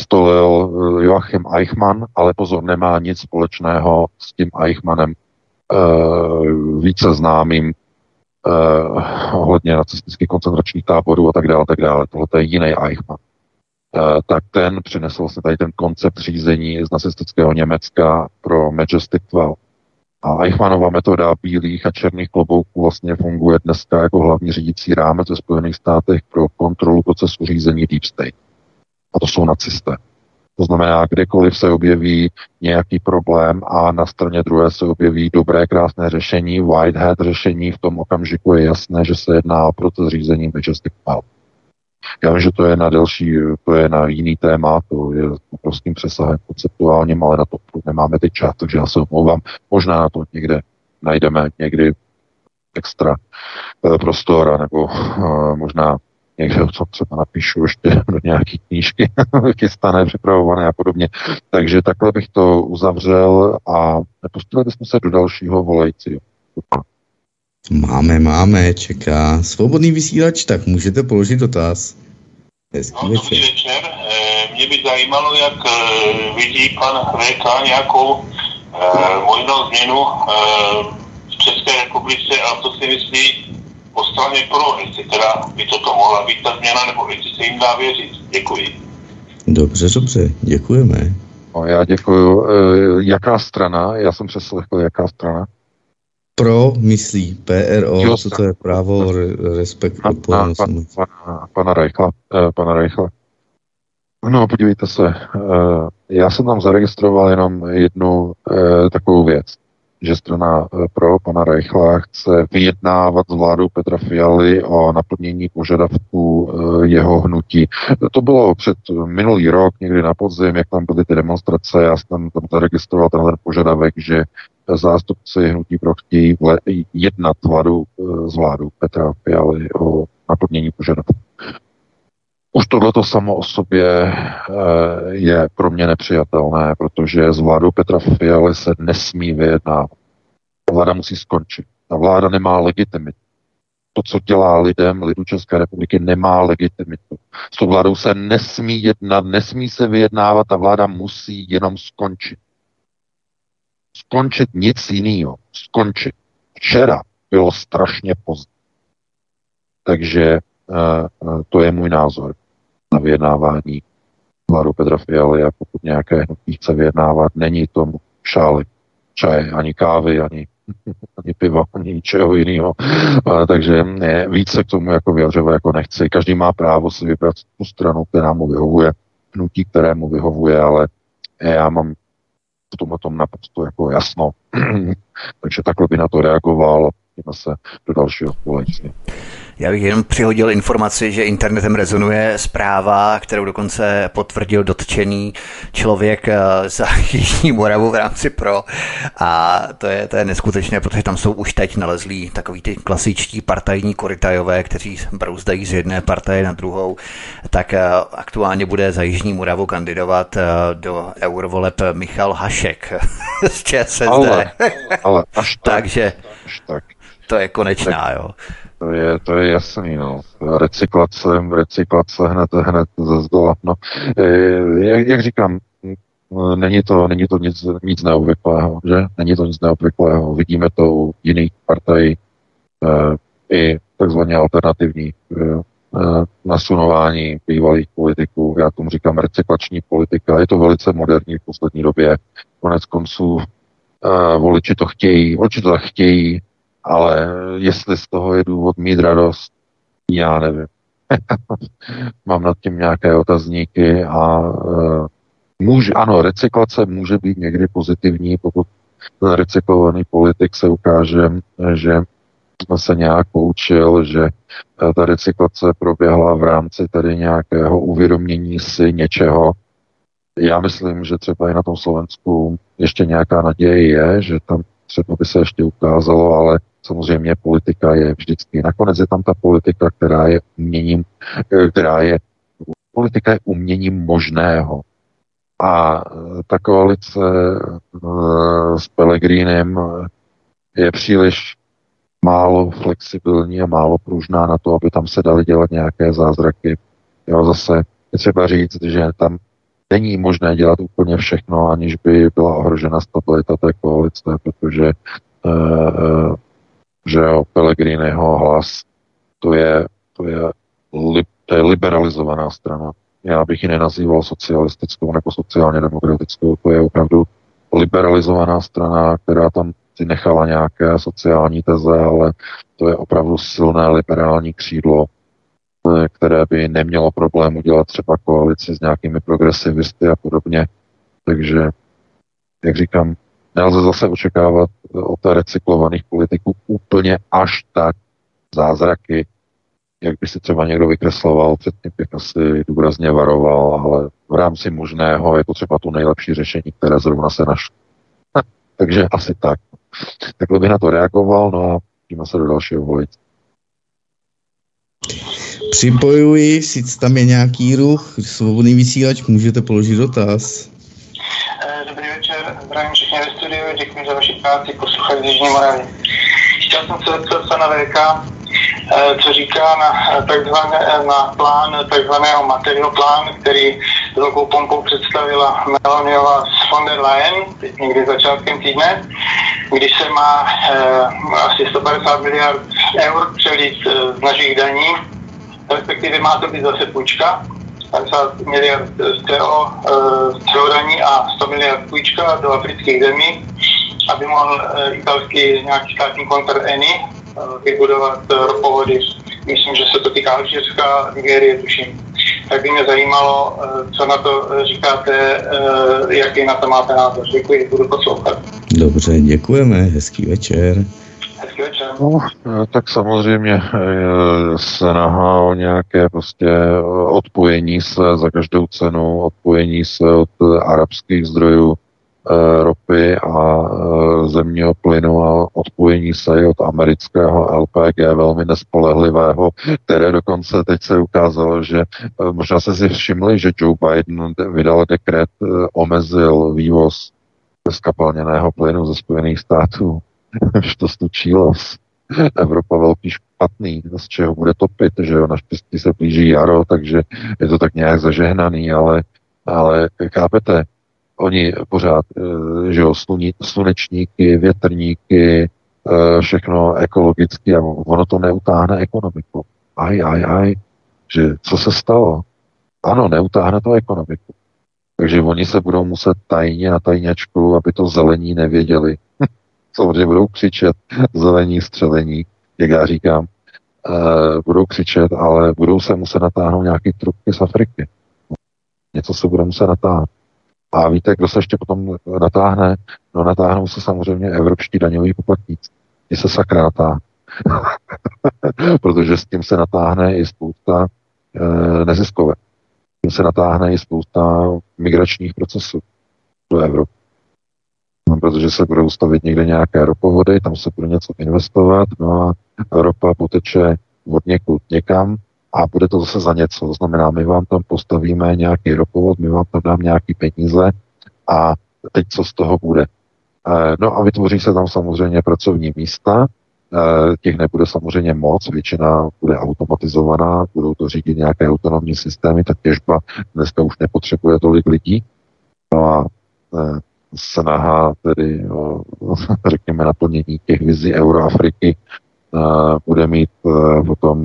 nastolil Joachim Eichmann, ale pozor, nemá nic společného s tím Eichmannem více známým uh, ohledně nacistických koncentračních táborů a tak dále, tak dále. Tohle je jiný Eichmann. Uh, tak ten přinesl vlastně tady ten koncept řízení z nacistického Německa pro Majestic dvacet. A Eichmannova metoda bílých a černých klobouků vlastně funguje dneska jako hlavní řídící rámec ve Spojených státech pro kontrolu procesu řízení Deep State. A to jsou nacisté. To znamená, kdekoliv se objeví nějaký problém a na straně druhé se objeví dobré, krásné řešení, Whitehead řešení, v tom okamžiku je jasné, že se jedná o proces řízení Majestic dvacet. Já vím, že to je na delší, to je na jiný téma, to je prostým přesahem konceptuálním, ale na to nemáme teď čas, takže já se omlouvám. Možná na to někde najdeme někdy extra e, prostor, nebo e, možná někde co třeba napíšu ještě do nějaké knížky chystané, připravované a podobně. Takže takhle bych to uzavřel a pustili bychom se do dalšího volajícího. Máme, máme, čeká svobodný vysílač, tak můžete položit dotaz. Hezký no, dobrý večer. E, mě by zajímalo, jak e, vidí pan vé ká nějakou e, možnou změnu e, v České republice a co si myslí po straně pro, jestli teda by toto mohla být ta změna, nebo jestli se jim dá věřit. Děkuji. Dobře, dobře, děkujeme. No, já děkuju. E, jaká strana? Já jsem přeslechl, jaká strana? Pro myslí P R O, jo, co to je právo, re, respekt, odpovědnost. Pan, pana, pana Reichla, eh, pana Reichla. No, podívejte se, eh, já jsem tam zaregistroval jenom jednu eh, takovou věc, že strana eh, pro pana Reichla chce vyjednávat s vládou Petra Fialy o naplnění požadavků eh, jeho hnutí. To bylo před minulý rok, někdy na podzim, jak tam byly ty demonstrace, já jsem tam zaregistroval tenhle požadavek, že zástupci hnutí pro chtějí jednat vládu, s vládou Petra Fialy o naplnění požadavků. Už tohleto samo o sobě je pro mě nepřijatelné, protože s vládou Petra Fialy se nesmí vyjednávat. Ta vláda musí skončit. Ta vláda nemá legitimitu. To, co dělá lidem, lidu České republiky, nemá legitimitu. S tou vládou se nesmí jednat, nesmí se vyjednávat, ta vláda musí jenom skončit. Skončit, nic jiného. Skončit. Včera bylo strašně pozdě. Takže uh, to je můj názor na vyjednávání vládu Petra Fialy, a pokud nějaké hnutí chce vyjednávat, není tomu šály čaje, ani kávy, ani, ani piva, ani ničeho jiného. Uh, takže ne, více k tomu jako vyjadřovat jako nechci. Každý má právo si vybrat tu stranu, která mu vyhovuje, hnutí, kterému vyhovuje, ale já mám v tom o tom naprosto jako jasno. Takže takhle by na to reagoval. Jdeme se do dalšího volajícího. Já bych jenom přihodil informaci, že internetem rezonuje zpráva, kterou dokonce potvrdil dotčený člověk za Jižní Moravu v rámci Pro. A to je, to je neskutečné, protože tam jsou už teď nalezlí takový ty klasičtí partajní korytajové, kteří brouzdají z jedné partaje na druhou. Tak aktuálně bude za Jižní Moravu kandidovat do eurovoleb Michal Hašek z ČSSD. Ale, ale až tak. Takže až tak. To je konečná, jo. To je, to je jasný, no. Recyklace, recyklace hned, hned ze zdola. No. Jak, jak říkám, není to, není to nic, nic neobvyklého, že? Není to nic neobvyklého. Vidíme to u jiných partají, e, i takzvaně alternativní e, nasunování bývalých politiků. Já tomu říkám recyklační politika. Je to velice moderní v poslední době. Konec konců e, voliči to chtějí, voliči to tak chtějí, ale jestli z toho je důvod mít radost, já nevím. Mám nad tím nějaké otazníky a uh, může, ano, recyklace může být někdy pozitivní, pokud ten recyklovaný politik se ukáže, že se nějak poučil, že ta recyklace proběhla v rámci tady nějakého uvědomění si něčeho. Já myslím, že třeba i na tom Slovensku ještě nějaká naděje je, že tam třeba by se ještě ukázalo, ale samozřejmě politika je vždycky. Nakonec je tam ta politika, která je uměním, která je, politika je uměním možného. A ta koalice s Pellegrinem je příliš málo flexibilní a málo pružná na to, aby tam se daly dělat nějaké zázraky. Jo, zase je třeba říct, že tam není možné dělat úplně všechno, aniž by byla ohrožena stabilita té koalice, protože že jo, Pellegriniho Hlas, to je, to je, li, to je liberalizovaná strana. Já bych ji nenazýval socialistickou nebo sociálně demokratickou, to je opravdu liberalizovaná strana, která tam si nechala nějaké sociální teze, ale to je opravdu silné liberální křídlo, které by nemělo problém udělat třeba koalici s nějakými progresivisty a podobně. Takže, jak říkám, nelze zase očekávat od recyklovaných politiků úplně až tak zázraky, jak by si třeba někdo vykresloval, předtím bych asi důrazně varoval, ale v rámci možného je to třeba to nejlepší řešení, které zrovna se našlo. Takže asi tak. Takhle bych na to reagoval, no a jdeme se do dalšího volit. Připojuji, sice tam je nějaký ruch, svobodný vysílač, můžete položit dotaz. Dobrý večer, zdravím všechny ve studiu, děkuji za vaši práci, posluchač z Jižní Moravy. Chtěl jsem se zeptat pana V K, co říká na, takzvané, na plán takzvaného Matteho plán, který s velkou pompou představila Meloniová s von der Leyen, teď někdy začátkem týdne, když se má eh, asi sto padesát miliard eur přelít eh, z našich daní, respektive má to být zase půjčka, padesát miliard z C O, z C O daní a sto miliard půjčka do afrických zemí, aby mohl e, italský nějaký státní koncern Eni e, vybudovat ropovody. Myslím, že se to týká Alžírska, Nigérie, tuším. Tak by mě zajímalo, e, co na to říkáte, e, jaký na to máte názor. Děkuji, budu poslouchat. Dobře, děkujeme, hezký večer. Hezký večer. No, tak samozřejmě snaha o nějaké prostě odpojení se za každou cenu, odpojení se od arabských zdrojů ropy a zemního plynu a odpojení se i od amerického L P G velmi nespolehlivého, které dokonce teď se ukázalo, že možná se si všimli, že Joe Biden vydal dekret, omezil vývoz zkapalněného plynu ze Spojených států. Už to stučilo. Evropa velký špatný, z čeho bude topit, že jo, naštěstí se blíží jaro, takže je to tak nějak zažehnaný, ale, ale chápete, oni pořád, že jo, sluní, slunečníky, větrníky, všechno ekologicky a ono to neutáhne ekonomiku. Aj, aj, aj, že co se stalo? Ano, neutáhne to ekonomiku. Takže oni se budou muset tajně na tajňačku, aby to zelení nevěděli. Samozřejmě budou křičet zelení, střelení, jak já říkám, e, budou křičet, ale budou se muset natáhnout nějaký trubky z Afriky. Něco se bude muset natáhnout. A víte, kdo se ještě potom natáhne? No natáhnou se samozřejmě evropští daňoví poplatníci. Ti se sakra natáhne. Protože s tím se natáhne i spousta e, neziskové. S tím se natáhne i spousta migračních procesů do Evropy. Protože se budou stavit někde nějaké ropovody, tam se bude něco investovat, no a ropa poteče od někud někam a bude to zase za něco. To znamená, my vám tam postavíme nějaký ropovod, my vám tam dáme nějaký peníze a teď co z toho bude. No a vytvoří se tam samozřejmě pracovní místa, těch nebude samozřejmě moc, většina bude automatizovaná, budou to řídit nějaké autonomní systémy, ta těžba dneska už nepotřebuje tolik lidí. No a snaha tedy o, řekněme, naplnění těch vizí Euroafriky bude mít potom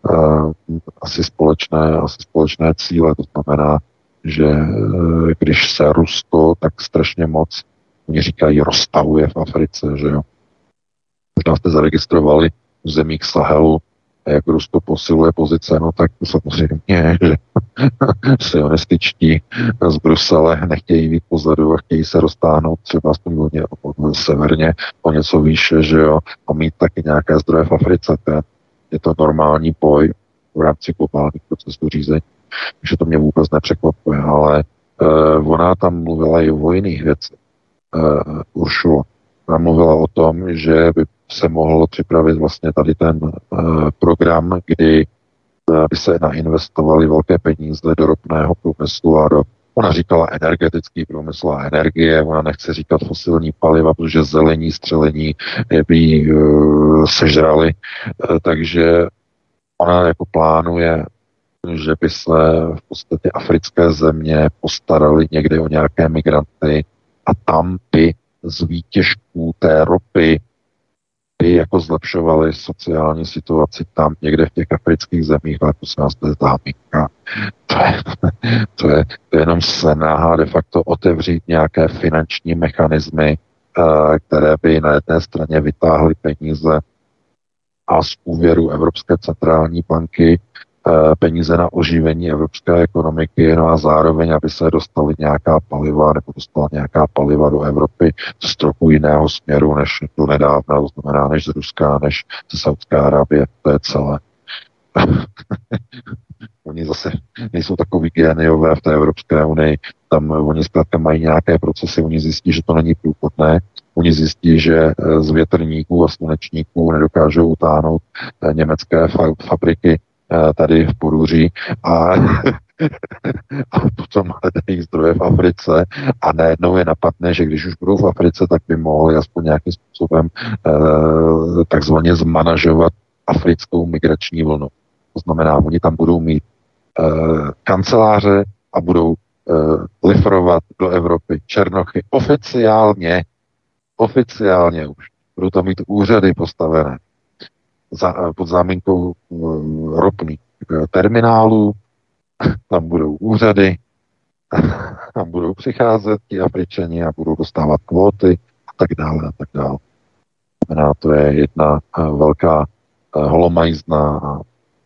asi společné, asi společné cíle. To znamená, že když se Rusko tak strašně moc, oni říkají, roztahuje v Africe, že jo. Možná jste zaregistrovali v zemích Sahelu, jak Rusko posiluje pozice, no tak to samozřejmě, že sionističtí z Brusele nechtějí být pozadu a chtějí se roztáhnout třeba aspoň severně o něco výše, že jo, a mít taky nějaké zdroje v Africe. To je, je to normální boj v rámci globálních procesů řízení. Takže to mě vůbec nepřekvapuje, ale uh, ona tam mluvila i o jiných věcech. Uh, Ursula. Ona mluvila o tom, že by se mohl připravit vlastně tady ten uh, program, kdy uh, by se nainvestovaly velké peníze do ropného průmyslu a do, ona říkala energetický průmysl a energie, ona nechce říkat fosilní paliva, protože zelení, střelení by uh, sežrali, uh, takže ona jako plánuje, že by se v podstatě africké země postarali někde o nějaké migranty a tam by z výtěžků té ropy by jako zlepšovali sociální situaci tam někde v těch afrických zemích, ale to se nás to je záminka. To je, to je, to je jenom snaha de facto otevřít nějaké finanční mechanismy, které by na jedné straně vytáhly peníze a z úvěru Evropské centrální banky peníze na oživení evropské ekonomiky, no a zároveň, aby se dostaly nějaká paliva, nebo dostala nějaká paliva do Evropy z trochu jiného směru, než do nedávna, to znamená než z Ruska, než ze Saudské Arábie, to je celé. Oni zase nejsou takový géniové v té Evropské unii, tam oni zkrátka mají nějaké procesy, oni zjistí, že to není průchodné, oni zjistí, že z větrníků a slunečníků nedokážou utáhnout německé fa- fabriky tady v Porúří a, a potom hledají zdroje v Africe a najednou je napadne, že když už budou v Africe, tak by mohli aspoň nějakým způsobem eh, takzvaně zmanažovat africkou migrační vlnu. To znamená, oni tam budou mít eh, kanceláře a budou eh, lifrovat do Evropy černochy oficiálně, oficiálně už. Budou tam mít úřady postavené za, pod záminkou uh, ropných uh, terminálů, tam budou úřady, tam budou přicházet ti Afričani a budou dostávat kvóty a tak dále a tak dále. Znamená, to je jedna uh, velká uh, holomajzna a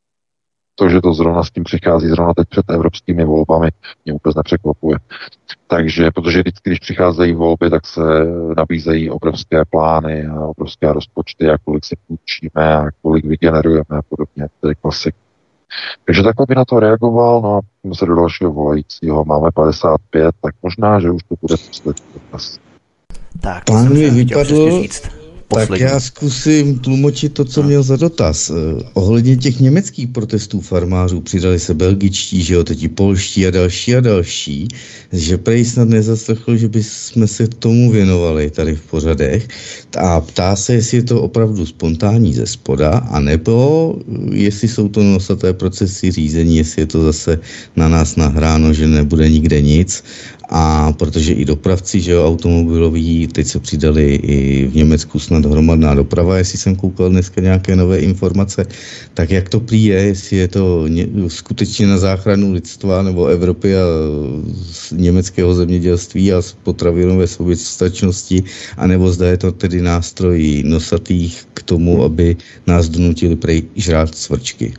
to, že to zrovna s tím přichází zrovna teď před evropskými volbami, mě vůbec nepřekvapuje. Takže, protože vždycky, když přicházejí volby, tak se nabízejí obrovské plány a obrovské rozpočty a kolik si půjčíme a kolik vygenerujeme a podobně. To je klasik. Takže takhle by na to reagoval, no a jsme se do dalšího volajícího, máme padesát pět, tak možná, že už to bude poslední dotaz. Tak, pán mi vypadl, tak já zkusím tlumočit to, co měl za dotaz. Ohledně těch německých protestů farmářů přidali se belgičtí, že jo, teď i polští a další a další, že prej snad nezaslechl, že bychom se tomu věnovali tady v pořadech a ptá se, jestli je to opravdu spontánní ze spoda, anebo jestli jsou to nosaté procesy řízení, jestli je to zase na nás nahráno, že nebude nikde nic. A protože i dopravci, že jo, automobiloví, teď se přidali i v Německu snad hromadná doprava, jestli jsem koukal dneska nějaké nové informace, tak jak to prý je, jestli je to ně, skutečně na záchranu lidstva nebo Evropy a německého zemědělství a potravinové soběstačnosti, anebo zda je to tedy nástroj nosatých k tomu, aby nás donutili prej žrát svrčky.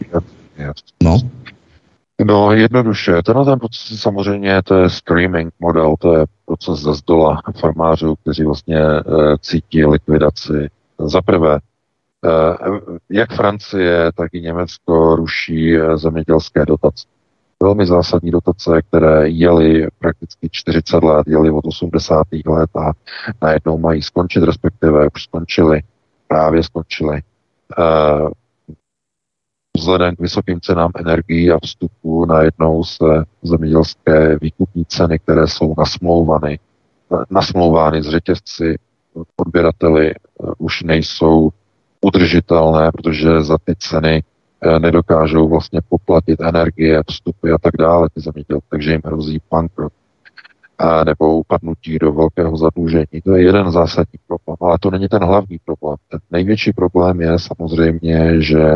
No? No, jednoduše. Tenhle ten proces samozřejmě, to je streaming model, to je proces ze zdola farmářů, kteří vlastně e, cítí likvidaci. Za prvé, e, jak Francie, tak i Německo ruší e, zemědělské dotace. Velmi zásadní dotace, které jeli prakticky čtyřicet let, jeli od osmdesátých let a najednou mají skončit, respektive už skončili, právě skončili. E, Vzhledem k vysokým cenám energií a vstupu najednou se zemědělské výkupní ceny, které jsou nasmlouvány, nasmlouvány z řetězci odběrateli, už nejsou udržitelné, protože za ty ceny nedokážou vlastně poplatit energie, vstupy a tak dále ty zemědělci, takže jim hrozí bankrot nebo upadnutí do velkého zadlužení. To je jeden zásadní problém, ale to není ten hlavní problém. Ten největší problém je samozřejmě, že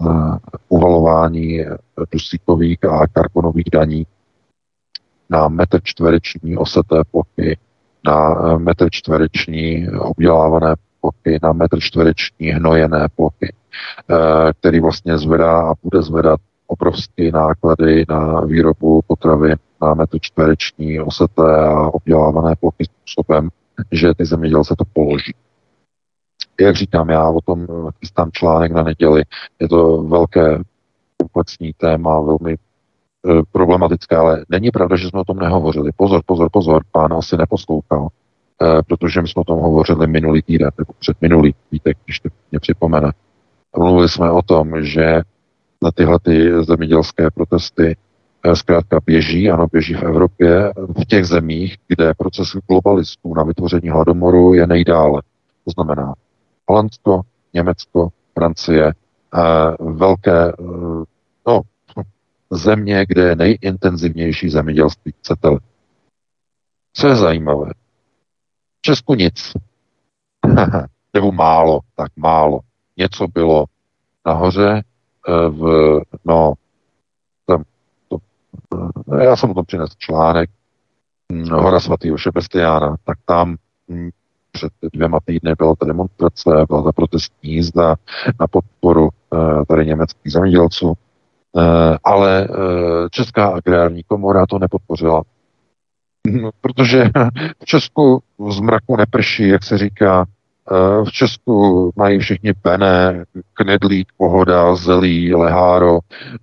uvalování dusíkových a karbonových daní na metr čtvereční oseté plochy, na metr čtvereční obdělávané plochy, na metr čtvereční hnojené plochy, který vlastně zvedá a bude zvedat obrovské náklady na výrobu potravin na metr čtvereční oseté a obdělávané plochy způsobem, že ty zemědělce to položí. Jak říkám, já o tom chystám článek na neděli. Je to velké komplexní téma, velmi e, problematické, ale není pravda, že jsme o tom nehovořili. Pozor, pozor, pozor, pán asi neposlouchal, e, protože my jsme o tom hovořili minulý týden, nebo před minulý vítek, když to mě připomene. Mluvili jsme o tom, že na tyhle ty zemědělské protesty e, zkrátka běží, ano, běží v Evropě, v těch zemích, kde proces globalistů na vytvoření hladomoru je nejdále. To znamená Holandsko, Německo, Francie, eh, velké eh, no, země, kde je nejintenzivnější zemědělství, chcete-li. Co je zajímavé? V Česku nic. Nebo málo, tak málo. Něco bylo nahoře, v, no, tam, to, já jsem o tom přinesl článek, Hora svatého Šebestiána, tak tam před dvěma týdny byla ta demonstrace, byla ta protestní jízda na podporu tady německých zemědělců, ale Česká agrární komora to nepodpořila. Protože v Česku v zmraku neprší, jak se říká, v Česku mají všichni pené, knedlík, pohoda, zelí, leháro.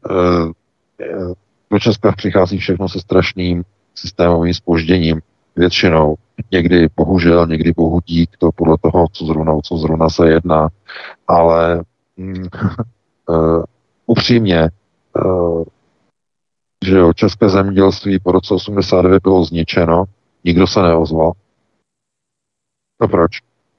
Do Česka přichází všechno se strašným systémovým zpožděním. Většinou. Někdy bohužel, někdy bohu dík, to podle toho, co zrovna, co zrovna se jedná. Ale mm, uh, upřímně, uh, že jo, české zemědělství po roce osmdesát devět bylo zničeno, nikdo se neozval. No proč?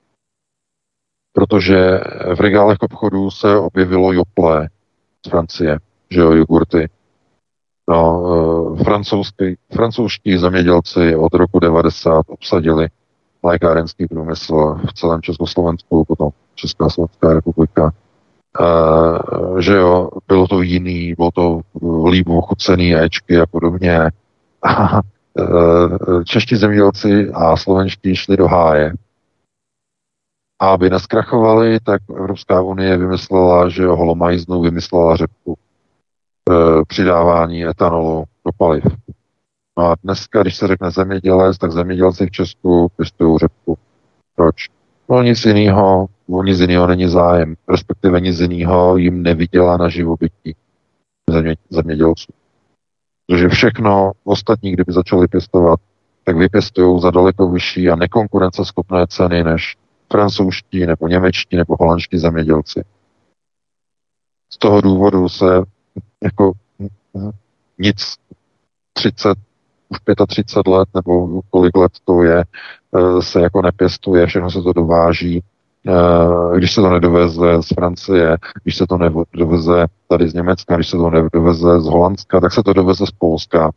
Protože v regálech obchodů se objevilo joplé z Francie, že jo, jogurty. No, e, francouzský, francouzští zemědělci od roku devadesát obsadili mlékárenský průmysl v celém Československu, potom Česká Slovenská republika. E, že jo, bylo to jiný, bylo to líp ochucený éčky a podobně. A e, čeští zemědělci a slovenští šli do háje. A aby neskrachovali, tak Evropská unie vymyslela, že jo, holomajznu vymyslela řepku. E, přidávání etanolu do paliv. No a dneska, když se řekne zemědělec, tak zemědělci v Česku pěstují řepku. Proč? No nic jiného, o nic jiného není zájem, respektive nic jiného jim nevydělá na živobytí země, zemědělců. Protože všechno ostatní, kdyby začali pěstovat, tak vypěstují za daleko vyšší a nekonkurenceschopné ceny než francouzští nebo němečtí nebo holandští zemědělci. Z toho důvodu se jako nic třicet, už třicet pět let nebo kolik let to je, se jako nepěstuje, všechno se to dováží. Když se to nedoveze z Francie, když se to nedoveze tady z Německa, když se to nedoveze z Holandska, tak se to doveze z Polska.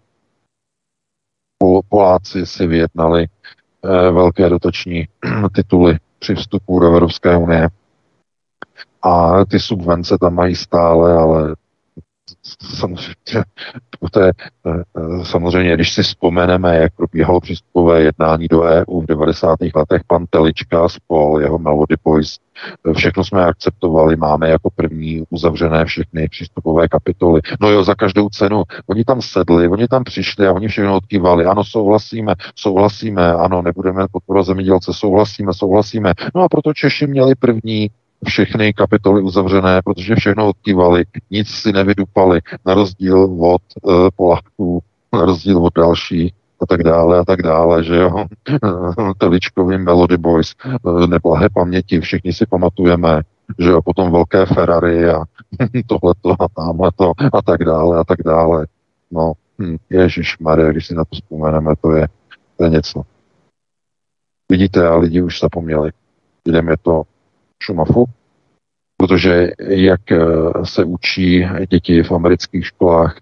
Poláci si vyjednali velké dotační tituly při vstupu do Evropské unie. A ty subvence tam mají stále, ale samozřejmě, to je, samozřejmě, když si vzpomeneme, jak probíhalo přístupové jednání do E U v devadesátých letech, pan Telička spol, jeho Melody Boys, všechno jsme akceptovali, máme jako první uzavřené všechny přístupové kapitoly. No jo, za každou cenu. Oni tam sedli, oni tam přišli a oni všechno odkývali. Ano, souhlasíme, souhlasíme, ano, nebudeme podporovat zemědělce, souhlasíme, souhlasíme. No a proto Češi měli první všechny kapitoly uzavřené, protože všechno odkývali, nic si nevydupali, na rozdíl od uh, Poláků, na rozdíl od dalších a tak dále a tak dále, že jo. Teličkový Melody Boys, uh, neblahé paměti, všichni si pamatujeme, že jo, potom velké Ferrari a tohleto a tamhleto a tak dále a tak dále. No, hm, ježišmarja, když si na to vzpomeneme, to je, to je něco. Vidíte, a lidi už zapomněli. Lidem je to šumafu, protože jak se učí děti v amerických školách,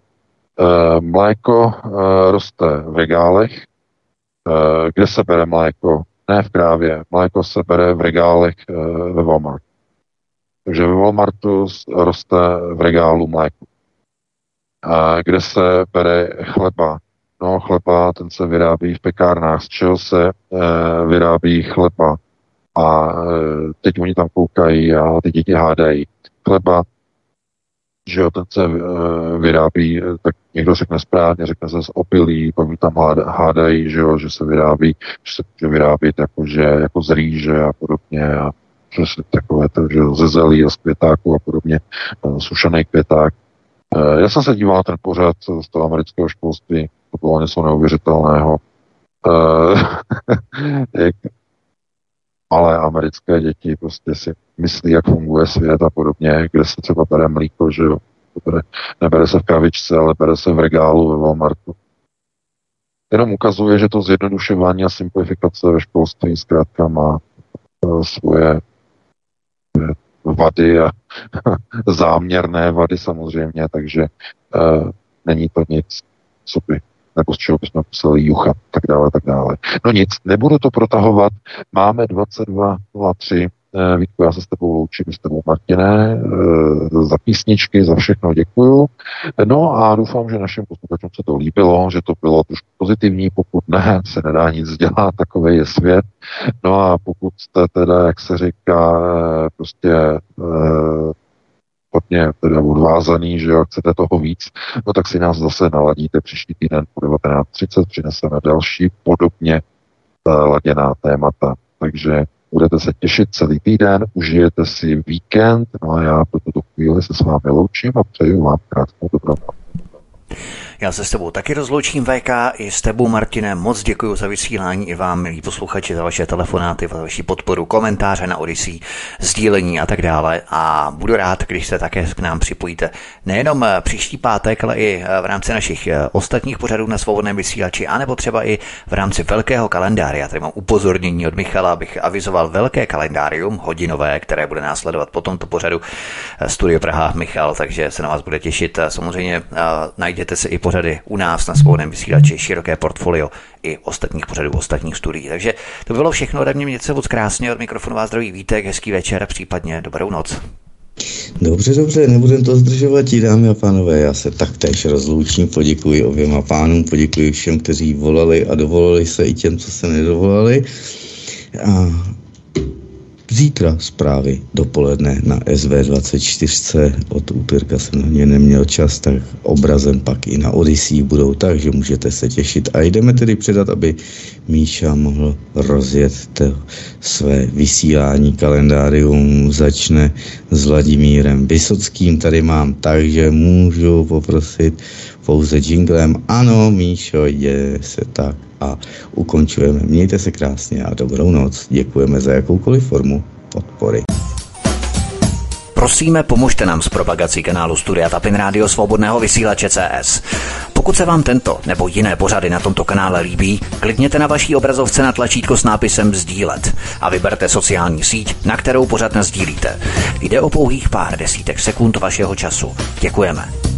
mléko roste v regálech. Kde se bere mléko? Ne v krávě. Mléko se bere v regálech ve Walmartu. Takže ve Walmartu roste v regálu mléko. Kde se bere chleba? No, chleba, ten se vyrábí v pekárnách. Z čeho se vyrábí chleba? A teď oni tam koukají a ty děti hádají. Chleba, že jo, ten se vyrábí, tak někdo řekne správně, řekne se z opilí, pak tam hádají, že jo, že se vyrábí, že se může vyrábět jako, že, jako z rýže a podobně a přesně takové to, že ze zelí a z květáku a podobně, sušený květák. Já jsem se díval na ten pořad z toho amerického školství, to bylo něco neuvěřitelného. Jak malé americké děti prostě si myslí, jak funguje svět a podobně, kde se třeba bere mlíko, že jo. Bere, nebere se v kravičce, ale bere se v regálu ve Walmartu. Jenom ukazuje, že to zjednodušování a simplifikace ve školství zkrátka má uh, svoje vady a záměrné vady samozřejmě, takže uh, není to nic, co by nebo z čeho bychom museli juchat, tak dále, tak dále. No nic, nebudu to protahovat. Máme dvacet dva nula tři, Vítku, já se s tebou loučím, s tebou Martine, za písničky, za všechno děkuju. No a doufám, že našim posluchačům se to líbilo, že to bylo trošku pozitivní, pokud ne, se nedá nic dělat, takový je svět. No a pokud jste teda, jak se říká, prostě hodně teda odvázaný, že jo, chcete toho víc, no tak si nás zase naladíte příští týden po devatenáct třicet, přineseme další podobně laděná témata. Takže budete se těšit celý týden, užijete si víkend, no a já pro tuto chvíli se s vámi loučím a přeju vám krátkou dobrou noc. Já se s tebou taky rozloučím, V K, i s tebou, Martine, moc děkuji za vysílání i vám, milí posluchači, za vaše telefonáty, za vaši podporu, komentáře na Odyssey, sdílení a tak dále a budu rád, když se také k nám připojíte nejenom příští pátek, ale i v rámci našich ostatních pořadů na Svobodném vysílači, anebo třeba i v rámci velkého kalendária. Tady mám upozornění od Michala, abych avizoval velké kalendárium hodinové, které bude následovat po tomto pořadu Studio Praha Michal, takže se na vás bude těšit. Samozřejmě najděte si i pořady u nás na Svobodném vysílači, široké portfolio i ostatních pořadů, ostatních studií. Takže to bylo všechno ode mě, mějte se moc krásně, od mikrofonu vás zdraví Vítek, hezký večer, případně dobrou noc. Dobře, dobře, nebudem to zdržovat, dámy a pánové, já se taktéž rozloučím, poděkuji oběma pánům, poděkuji všem, kteří volali a dovolali se i těm, co se nedovolali. A zítra zprávy dopoledne na S V dvacet čtyři, od úterka jsem na ně neměl čas, tak obrazem pak i na Odyssey budou, takže můžete se těšit. A jdeme tedy předat, aby Míša mohl rozjet to své vysílání. Kalendárium začne s Vladimírem Vysockým, tady mám, takže můžu poprosit pouze jinglem. Ano, Míšo, je se tak. A ukončujeme. Mějte se krásně a dobrou noc. Děkujeme za jakoukoliv formu podpory. Prosíme, pomožte nám s propagací kanálu Studia Tapin Rádio Svobodného vysílače C S. Pokud se vám tento nebo jiné pořady na tomto kanále líbí, klikněte na vaší obrazovce na tlačítko s nápisem sdílet a vyberte sociální síť, na kterou pořad nasdílíte. Jde o pouhých pár desítek sekund vašeho času. Děkujeme.